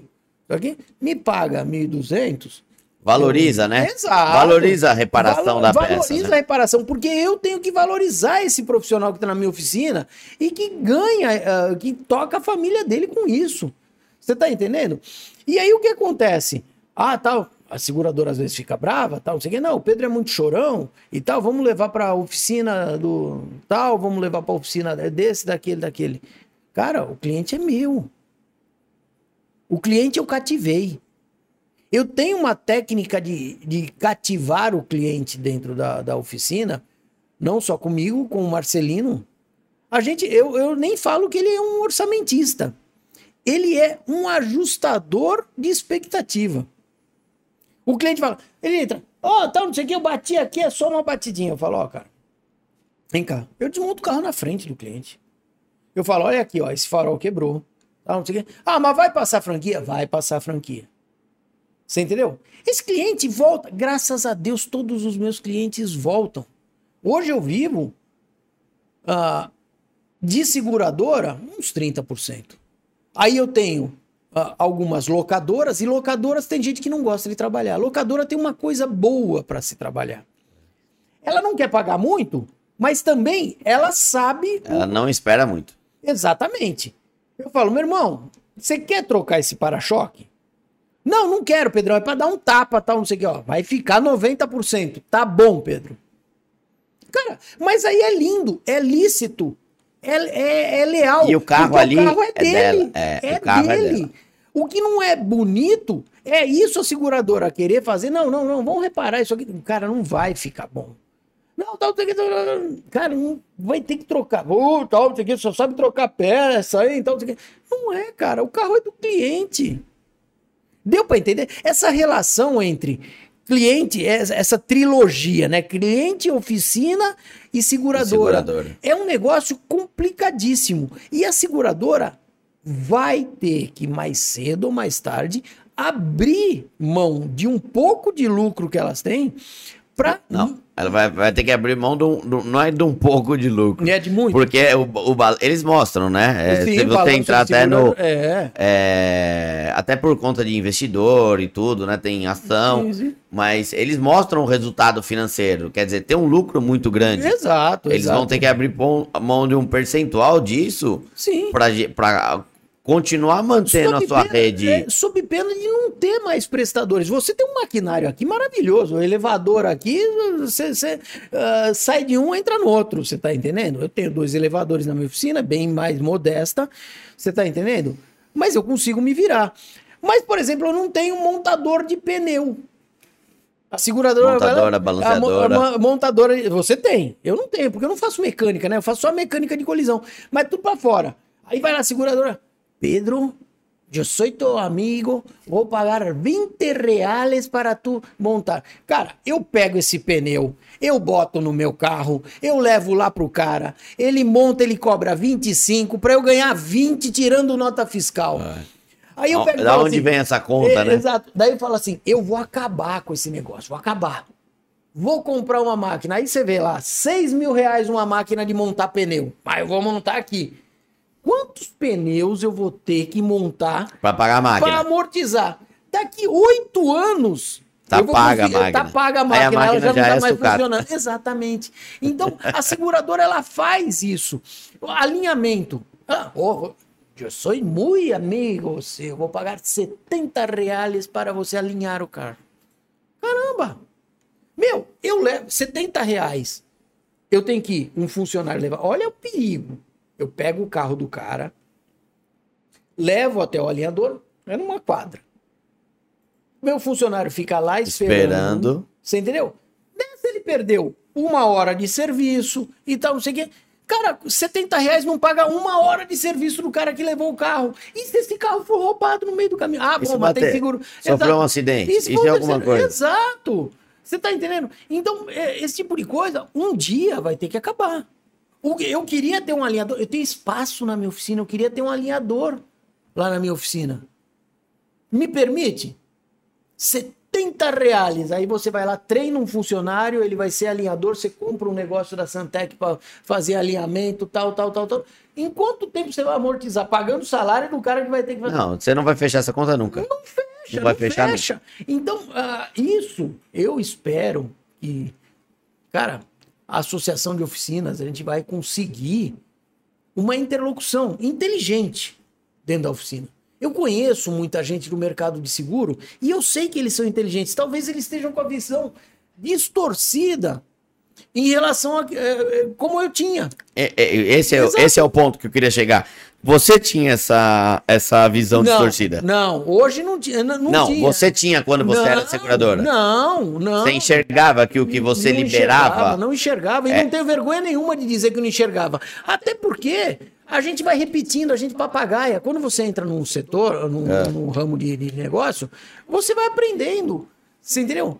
Me paga 1.200. Valoriza, né? Exato. Valoriza a reparação da peça. Valoriza, né? a reparação, porque eu tenho que valorizar esse profissional que está na minha oficina e que ganha, que toca a família dele com isso. Você tá entendendo? E aí o que acontece? Tal, a seguradora às vezes fica brava, tal, não sei o que. Não, o Pedro é muito chorão e tal, vamos levar para a oficina do tal, vamos levar para a oficina desse, daquele. Cara, o cliente é meu. O cliente eu cativei. Eu tenho uma técnica de cativar o cliente dentro da oficina, não só comigo, com o Marcelino. Eu nem falo que ele é um orçamentista. Ele é um ajustador de expectativa. O cliente fala, ele entra, não sei o que, eu bati aqui, é só uma batidinha. Eu falo, cara, vem cá. Eu desmonto o carro na frente do cliente. Eu falo, olha aqui, esse farol quebrou. Não sei o que. Mas vai passar franquia? Vai passar franquia. Você entendeu? Esse cliente volta. Graças a Deus, todos os meus clientes voltam. Hoje eu vivo de seguradora uns 30%. Aí eu tenho algumas locadoras, e locadoras tem gente que não gosta de trabalhar. Locadora tem uma coisa boa para se trabalhar. Ela não quer pagar muito, mas também ela sabe... Ela não espera muito. Exatamente. Eu falo, meu irmão, você quer trocar esse para-choque? Não quero, Pedrão, é pra dar um tapa, tal, não sei o que, ó. Vai ficar 90%. Tá bom, Pedro. Cara, mas aí é lindo, é lícito, é leal. E o carro porque ali o carro é dele. dela. O carro é dela. O que não é bonito é isso a seguradora querer fazer. Não, vamos reparar isso aqui. Cara, não vai ficar bom. Não, tal, cara, não vai ter que trocar. Tal, só sabe trocar peça aí, tal, não é, cara. O carro é do cliente. Deu para entender? Essa relação entre cliente, essa trilogia, né? Cliente, oficina e seguradora. É um negócio complicadíssimo. E a seguradora vai ter que, mais cedo ou mais tarde, abrir mão de um pouco de lucro que elas têm para... Não, ela vai ter que abrir mão não é de um pouco de lucro. É de muito. Porque eles mostram, né? Sim, se você entrar até no... É. até por conta de investidor e tudo, né? Tem ação. Sim. Mas eles mostram o resultado financeiro. Quer dizer, tem um lucro muito grande. Exato. Eles vão ter que abrir mão de um percentual disso para continuar mantendo a sua rede. Sob pena de não ter mais prestadores. Você tem um maquinário aqui maravilhoso, um elevador aqui, você sai de um, entra no outro, você tá entendendo? Eu tenho 2 elevadores na minha oficina, bem mais modesta, você tá entendendo? Mas eu consigo me virar. Mas, por exemplo, eu não tenho montador de pneu. A seguradora... Balanceadora. Montadora, você tem. Eu não tenho, porque eu não faço mecânica, né? Eu faço só mecânica de colisão. Mas tudo pra fora. Aí vai na seguradora... Pedro, eu sou teu amigo, vou pagar 20 reais para tu montar. Cara, eu pego esse pneu, eu boto no meu carro, eu levo lá pro cara, ele monta, ele cobra 25 para eu ganhar 20 tirando nota fiscal. Aí eu pego, da onde assim, vem essa conta, né? Exato. Daí eu falo assim, eu vou acabar com esse negócio, vou acabar. Vou comprar uma máquina. Aí você vê lá, 6 mil reais uma máquina de montar pneu. Mas eu vou montar aqui. Quantos pneus eu vou ter que montar para pagar a máquina? Para amortizar. Daqui 8 anos... Tá paga a máquina. Tá paga a máquina, ela já não tá mais sucata. funcionando. Exatamente. Então, a seguradora, ela faz isso. O alinhamento. Eu sou muito amigo seu, vou pagar 70 reais para você alinhar o carro. Caramba! Meu, eu levo 70 reais. Eu tenho que ir, um funcionário levar. Olha o perigo. Eu pego o carro do cara, levo até o alinhador, é numa quadra. Meu funcionário fica lá esperando. Você entendeu? Se ele perdeu 1 hora de serviço e tal, não sei o quê. Cara, 70 reais não paga 1 hora de serviço do cara que levou o carro. E se esse carro for roubado no meio do caminho? Bom, mas tem seguro. Sofreu um acidente. Isso é alguma coisa. Exato. Você tá entendendo? Então, esse tipo de coisa, um dia vai ter que acabar. Eu queria ter um alinhador, eu tenho espaço na minha oficina, eu queria ter um alinhador lá na minha oficina. Me permite? 70 reais, aí você vai lá, treina um funcionário, ele vai ser alinhador, você compra um negócio da Santec para fazer alinhamento, tal. Em quanto tempo você vai amortizar? Pagando o salário do cara que vai ter que fazer? Não, você não vai fechar essa conta nunca. Não fecha, não vai fechar. Fecha. Então, isso eu espero que, cara... A associação de oficinas, a gente vai conseguir uma interlocução inteligente dentro da oficina. Eu conheço muita gente do mercado de seguro e eu sei que eles são inteligentes. Talvez eles estejam com a visão distorcida em relação a como eu tinha. Esse é o ponto que eu queria chegar. Você tinha essa visão distorcida? Não, hoje não tinha. Não tinha. Você tinha quando você era seguradora? Não. Você enxergava que o que você liberava? Não enxergava. E não tenho vergonha nenhuma de dizer que não enxergava. Até porque a gente vai repetindo, a gente papagaia. Quando você entra num setor, num ramo de negócio, você vai aprendendo. Você entendeu?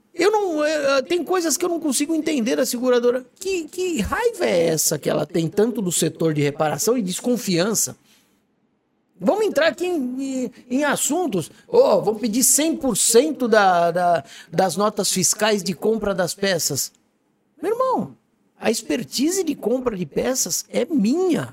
Tem coisas que eu não consigo entender da seguradora. Que raiva é essa que ela tem tanto do setor de reparação e desconfiança? Vamos entrar aqui em assuntos. Vamos pedir 100% das notas fiscais de compra das peças. Meu irmão, a expertise de compra de peças é minha.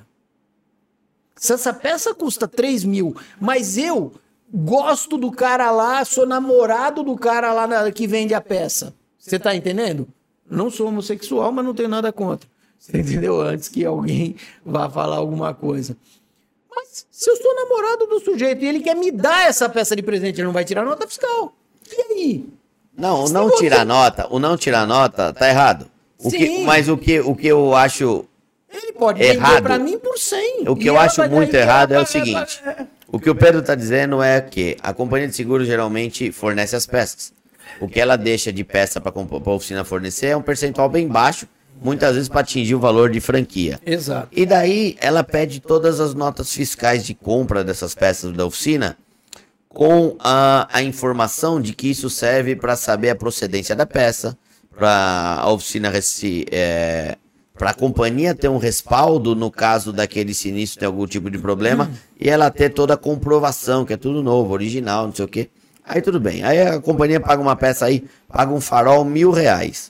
Se essa peça custa 3 mil, mas eu gosto do cara lá, sou namorado do cara lá que vende a peça. Você tá entendendo? Não sou homossexual, mas não tenho nada contra. Você entendeu? Antes que alguém vá falar alguma coisa. Mas se eu sou namorado do sujeito e ele quer me dar essa peça de presente, ele não vai tirar nota fiscal. E aí? Não, o não tirar nota tá errado. Mas o que eu acho ele pode errado, vender pra mim por 100. o que eu acho muito errado é o seguinte, o que o Pedro tá dizendo é que a companhia de seguro geralmente fornece as peças. O que ela deixa de peça para a oficina fornecer é um percentual bem baixo, muitas vezes para atingir o valor de franquia. Exato. E daí ela pede todas as notas fiscais de compra dessas peças da oficina com a informação de que isso serve para saber a procedência da peça, para a oficina, para a companhia ter um respaldo no caso daquele sinistro ter algum tipo de problema e ela ter toda a comprovação que é tudo novo, original, não sei o quê. Aí tudo bem. Aí a companhia paga uma peça aí, paga um farol R$1.000.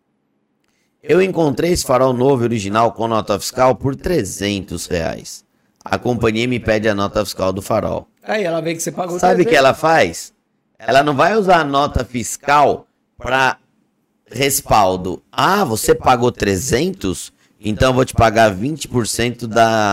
Eu encontrei esse farol novo e original com nota fiscal por R$300. A companhia me pede a nota fiscal do farol. Aí ela vê que você pagou. Sabe o que ela faz? Ela não vai usar a nota fiscal para respaldo. Ah, você pagou 300? Então eu vou te pagar 20%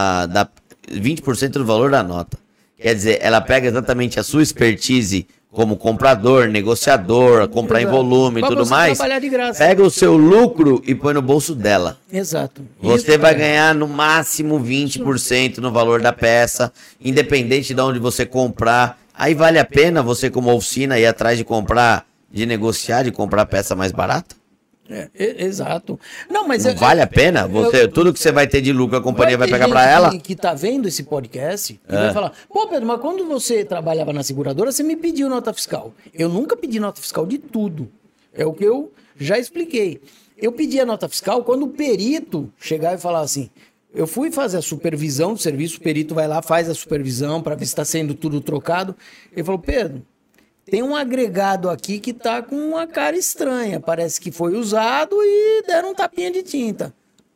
20% do valor da nota. Quer dizer, ela pega exatamente a sua expertise como comprador, negociador, comprar em volume e tudo mais. De graça. Pega o seu lucro e põe no bolso dela. Exato. Você vai ganhar no máximo 20% no valor da peça, independente de onde você comprar. Aí vale a pena você, como oficina, ir atrás de comprar, de negociar, de comprar peça mais barata? Exato. Não, mas não vale a pena? Tudo que você vai ter de lucro, a companhia vai pegar para ela? Que tá vendo esse podcast e vai falar: pô, Pedro, mas quando você trabalhava na seguradora, você me pediu nota fiscal. Eu nunca pedi nota fiscal de tudo. É o que eu já expliquei. Eu pedi a nota fiscal quando o perito chegar e falar assim: eu fui fazer a supervisão do serviço, o perito vai lá, faz a supervisão para ver se está sendo tudo trocado. Ele falou: Pedro, tem um agregado aqui que tá com uma cara estranha. Parece que foi usado e deram um tapinha de tinta.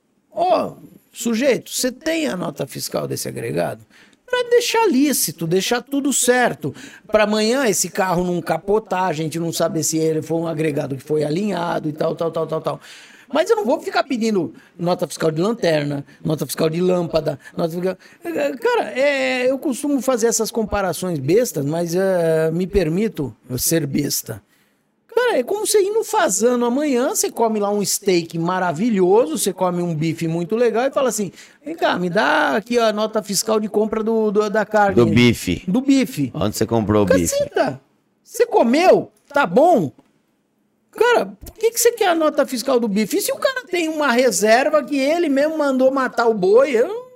Sujeito, você tem a nota fiscal desse agregado? Para deixar lícito, deixar tudo certo. Para amanhã esse carro não capotar, a gente não sabe se ele foi um agregado que foi alinhado e tal. Mas eu não vou ficar pedindo nota fiscal de lanterna, nota fiscal de lâmpada, nota fiscal... Cara, eu costumo fazer essas comparações bestas, mas me permito ser besta. Cara, é como você ir no Fazano amanhã, você come lá um steak maravilhoso, você come um bife muito legal e fala assim: vem cá, me dá aqui a nota fiscal de compra da carne. Do bife. Do bife. Onde você comprou o bife? Você comeu? Tá bom? Cara, por que você quer a nota fiscal do bife? E se o cara tem uma reserva que ele mesmo mandou matar o boi?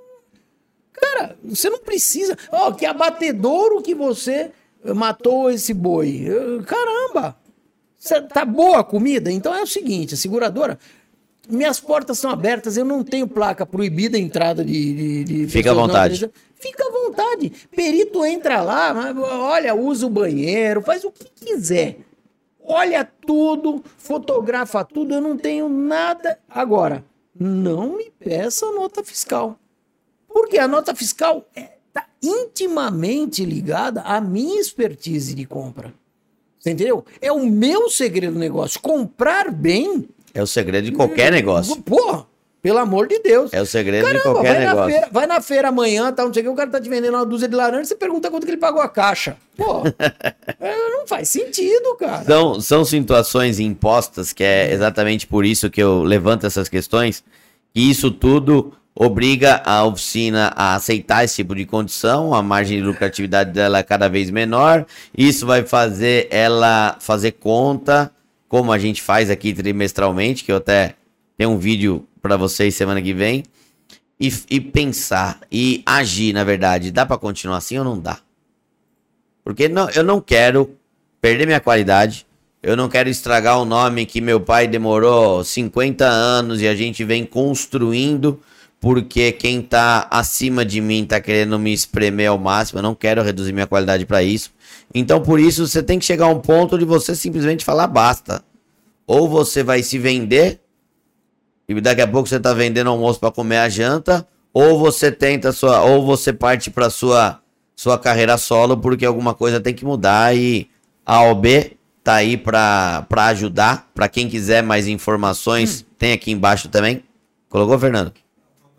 Cara, você não precisa... que abatedouro que você matou esse boi. Caramba! Tá boa a comida? Então é o seguinte, a seguradora... Minhas portas estão abertas, eu não tenho placa proibida a entrada de Fica à vontade. Fica à vontade. Perito entra lá, olha, usa o banheiro, faz o que quiser. Olha tudo, fotografa tudo, eu não tenho nada. Agora, não me peça a nota fiscal. Porque a nota fiscal está intimamente ligada à minha expertise de compra. Você entendeu? É o meu segredo do negócio. Comprar bem... É o segredo de qualquer negócio. Porra, pelo amor de Deus. É o segredo de qualquer negócio. Vai na feira amanhã, não sei o que, o cara tá te vendendo uma dúzia de laranja, você pergunta quanto que ele pagou a caixa. Pô, não faz sentido, cara. São situações impostas, que é exatamente por isso que eu levanto essas questões, e isso tudo obriga a oficina a aceitar esse tipo de condição, a margem de lucratividade dela é cada vez menor, isso vai fazer ela fazer conta, como a gente faz aqui trimestralmente, que eu até tenho um vídeo para vocês semana que vem, e pensar, e agir, na verdade, dá para continuar assim ou não dá? Porque eu não quero perder minha qualidade, eu não quero estragar o nome que meu pai demorou 50 anos e a gente vem construindo, porque quem tá acima de mim tá querendo me espremer ao máximo, eu não quero reduzir minha qualidade para isso. Então, por isso, você tem que chegar a um ponto de você simplesmente falar basta. Ou você vai se vender, e daqui a pouco você tá vendendo almoço para comer a janta, ou você ou você parte para sua carreira solo, porque alguma coisa tem que mudar, e a OB tá aí para ajudar. Para quem quiser mais informações, tem aqui embaixo também. Colocou, Fernando?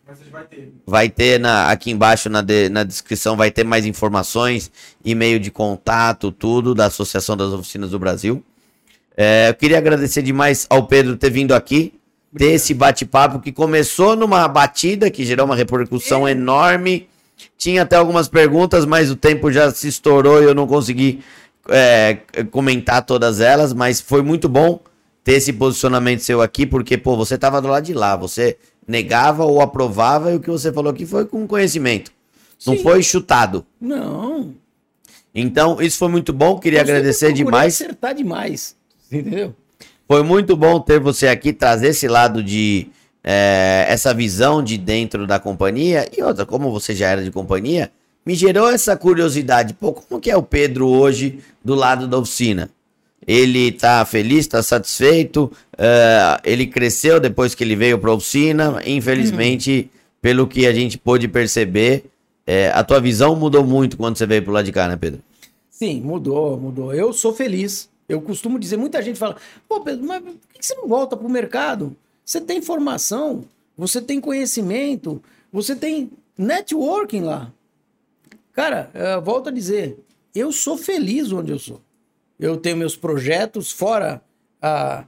Mas vai ter. Vai ter aqui embaixo na descrição, vai ter mais informações, e-mail de contato, tudo da Associação das Oficinas do Brasil. Eu queria agradecer demais ao Pedro ter vindo aqui, ter esse bate-papo que começou numa batida que gerou uma repercussão enorme. Tinha até algumas perguntas, mas o tempo já se estourou e eu não consegui comentar todas elas, mas foi muito bom ter esse posicionamento seu aqui, porque, pô, você tava do lado de lá, você negava ou aprovava, e o que você falou aqui foi com conhecimento. Não Sim. foi chutado. Não. Então, isso foi muito bom, queria agradecer demais. Acertar demais, entendeu? Foi muito bom ter você aqui, trazer esse lado de... essa visão de dentro da companhia. E outra, como você já era de companhia, me gerou essa curiosidade. Pô, como que é o Pedro hoje do lado da oficina? Ele tá feliz, tá satisfeito? Ele cresceu depois que ele veio pra oficina? Infelizmente, pelo que a gente pôde perceber, a tua visão mudou muito quando você veio pro lado de cá, né, Pedro? Sim, mudou. Eu sou feliz. Eu costumo dizer, muita gente fala, pô, Pedro, mas por que você não volta pro mercado? Você tem formação, você tem conhecimento, você tem networking lá. Cara, volto a dizer, eu sou feliz onde eu sou. Eu tenho meus projetos, fora a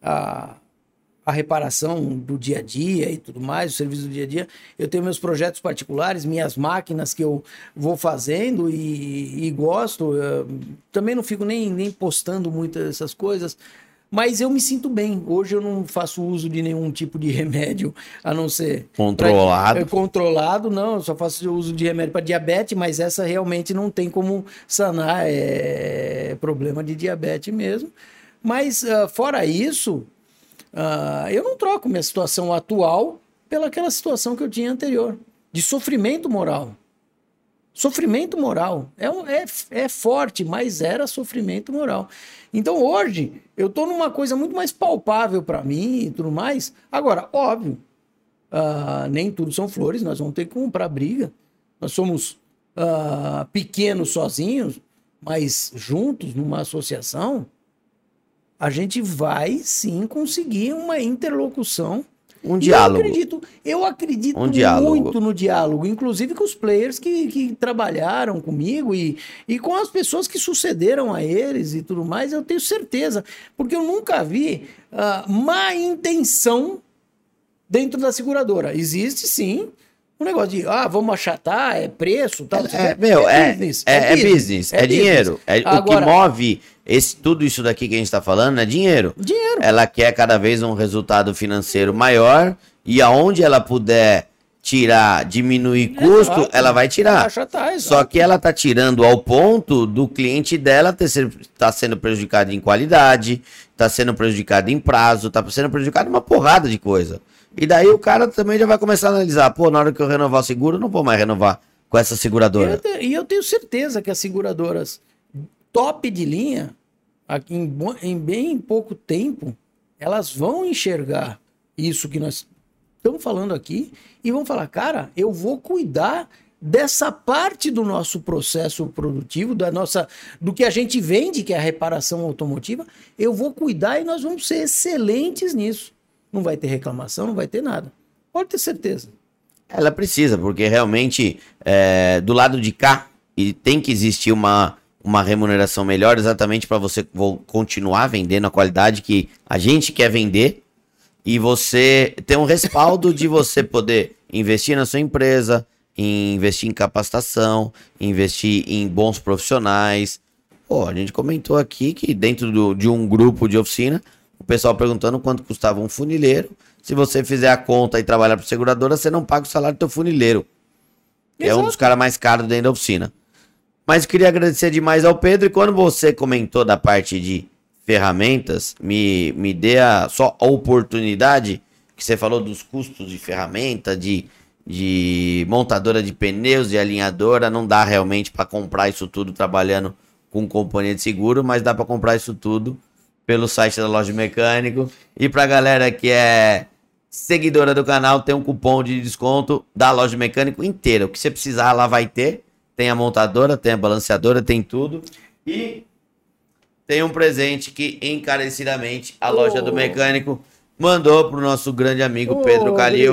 reparação do dia a dia e tudo mais, o serviço do dia a dia. Eu tenho meus projetos particulares, minhas máquinas que eu vou fazendo e gosto. Também não fico nem postando muitas dessas coisas. Mas eu me sinto bem. Hoje eu não faço uso de nenhum tipo de remédio, a não ser... Controlado. Controlado, não. Eu só faço uso de remédio para diabetes, mas essa realmente não tem como sanar. É problema de diabetes mesmo. Mas, fora isso, eu não troco minha situação atual pelaquela situação que eu tinha anterior. De sofrimento moral. Sofrimento moral. É forte, mas era sofrimento moral. Então hoje eu tô numa coisa muito mais palpável para mim e tudo mais. Agora, óbvio, nem tudo são flores, nós vamos ter que comprar briga. Nós somos pequenos sozinhos, mas juntos numa associação, a gente vai sim conseguir uma interlocução. Um diálogo. Eu acredito diálogo. muito no diálogo, inclusive com os players que trabalharam comigo e com as pessoas que sucederam a eles e tudo mais, eu tenho certeza. Porque eu nunca vi má intenção dentro da seguradora. Existe sim um negócio de, vamos achatar, é preço, tal. Business. É dinheiro. O que move tudo isso daqui que a gente tá falando é dinheiro. Ela quer cada vez um resultado financeiro maior e aonde ela puder diminuir custo, ela vai tirar. Achatar, só que ela tá tirando ao ponto do cliente dela tá sendo prejudicado em qualidade, tá sendo prejudicado em prazo, tá sendo prejudicado em uma porrada de coisa. E daí o cara também já vai começar a analisar, pô, na hora que eu renovar o seguro, eu não vou mais renovar com essa seguradora. E eu tenho certeza que as seguradoras top de linha, aqui em bem pouco tempo, elas vão enxergar isso que nós estamos falando aqui e vão falar, cara, eu vou cuidar dessa parte do nosso processo produtivo, do que a gente vende, que é a reparação automotiva, eu vou cuidar e nós vamos ser excelentes nisso. Não vai ter reclamação, não vai ter nada. Pode ter certeza. Ela precisa, porque realmente do lado de cá tem que existir uma remuneração melhor exatamente para você continuar vendendo a qualidade que a gente quer vender e você ter um respaldo de você poder investir na sua empresa, investir em capacitação, investir em bons profissionais. Pô, a gente comentou aqui que dentro de um grupo de oficina, o pessoal perguntando quanto custava um funileiro. Se você fizer a conta e trabalhar para seguradora, você não paga o salário do teu funileiro. É um dos caras mais caros dentro da oficina. Mas eu queria agradecer demais ao Pedro. E quando você comentou da parte de ferramentas, me dê só a oportunidade, que você falou dos custos de ferramenta, de montadora de pneus, de alinhadora. Não dá realmente para comprar isso tudo trabalhando com companhia de seguro, mas dá para comprar isso tudo pelo site da Loja Mecânico. E pra galera que é seguidora do canal, tem um cupom de desconto da Loja Mecânico inteira. O que você precisar lá vai ter. Tem a montadora, tem a balanceadora, tem tudo. E tem um presente que encarecidamente a Loja do Mecânico mandou pro nosso grande amigo Pedro Calil.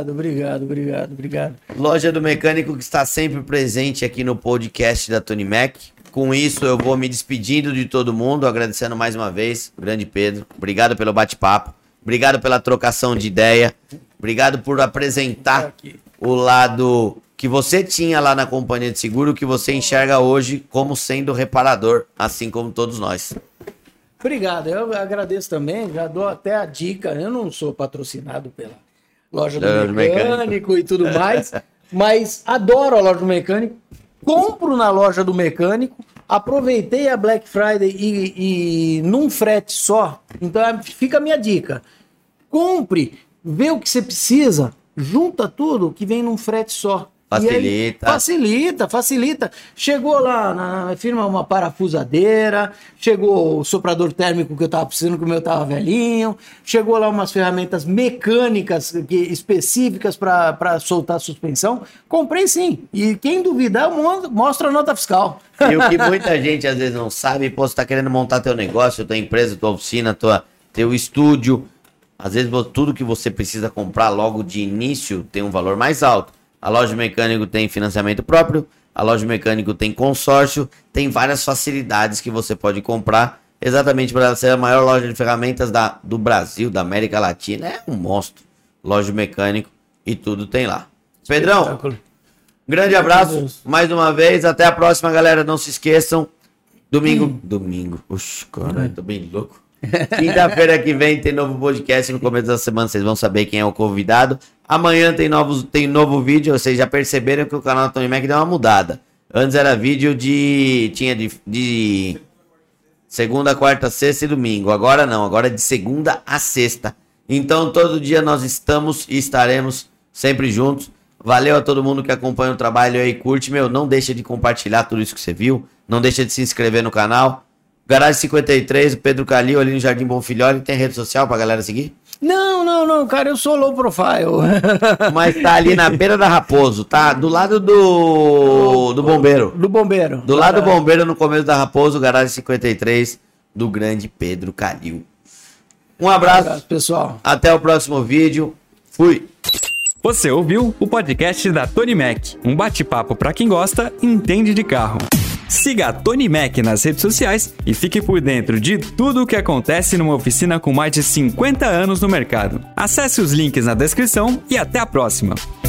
Obrigado. Loja do Mecânico, que está sempre presente aqui no podcast da Tony Mac. Com isso, eu vou me despedindo de todo mundo, agradecendo mais uma vez, grande Pedro. Obrigado pelo bate-papo. Obrigado pela trocação de ideia. Obrigado por apresentar o lado que você tinha lá na companhia de seguro, que você enxerga hoje como sendo reparador, assim como todos nós. Obrigado, eu agradeço também, já dou até a dica, eu não sou patrocinado pela Loja do Mecânico e tudo mais, mas adoro a Loja do Mecânico, compro na Loja do Mecânico, aproveitei a Black Friday e num frete só, então fica a minha dica, compre, vê o que você precisa, junta tudo que vem num frete só. Facilita. Aí, facilita. Chegou lá na firma uma parafusadeira, chegou o soprador térmico que eu tava precisando, que o meu tava velhinho, chegou lá umas ferramentas mecânicas específicas para soltar a suspensão. Comprei sim. E quem duvidar, mostra a nota fiscal. E o que muita gente às vezes não sabe, pô, você tá querendo montar teu negócio, tua empresa, tua oficina, teu estúdio. Às vezes tudo que você precisa comprar logo de início tem um valor mais alto. A Loja do Mecânico tem financiamento próprio, a Loja do Mecânico tem consórcio, tem várias facilidades que você pode comprar, exatamente para ela ser a maior loja de ferramentas do Brasil, da América Latina. É um monstro. Loja do Mecânico e tudo tem lá. Pedrão, grande abraço, mais uma vez, até a próxima, galera, não se esqueçam, domingo, oxe, cara, tô bem louco. Quinta-feira que vem tem novo podcast, no começo da semana vocês vão saber quem é o convidado. Amanhã tem novo vídeo, vocês já perceberam que o canal Tony Mac deu uma mudada. Antes era vídeo tinha de segunda, quarta, sexta e domingo. Agora não, agora é de segunda a sexta. Então todo dia nós estamos e estaremos sempre juntos. Valeu a todo mundo que acompanha o trabalho aí, curte, não deixa de compartilhar tudo isso que você viu. Não deixa de se inscrever no canal. Garagem 53, o Pedro Calil ali no Jardim Bonfilholi. Tem rede social pra galera seguir? Não, cara, eu sou low profile. Mas tá ali na beira da Raposo, tá? Do lado do Bombeiro. Do Bombeiro. Do lado do Bombeiro, no começo da Raposo, Garagem 53, do grande Pedro Calil. Um abraço, pessoal. Até o próximo vídeo. Fui. Você ouviu o podcast da Tony Mac, um bate-papo para quem gosta e entende de carro. Siga a Tony Mac nas redes sociais e fique por dentro de tudo o que acontece numa oficina com mais de 50 anos no mercado. Acesse os links na descrição e até a próxima!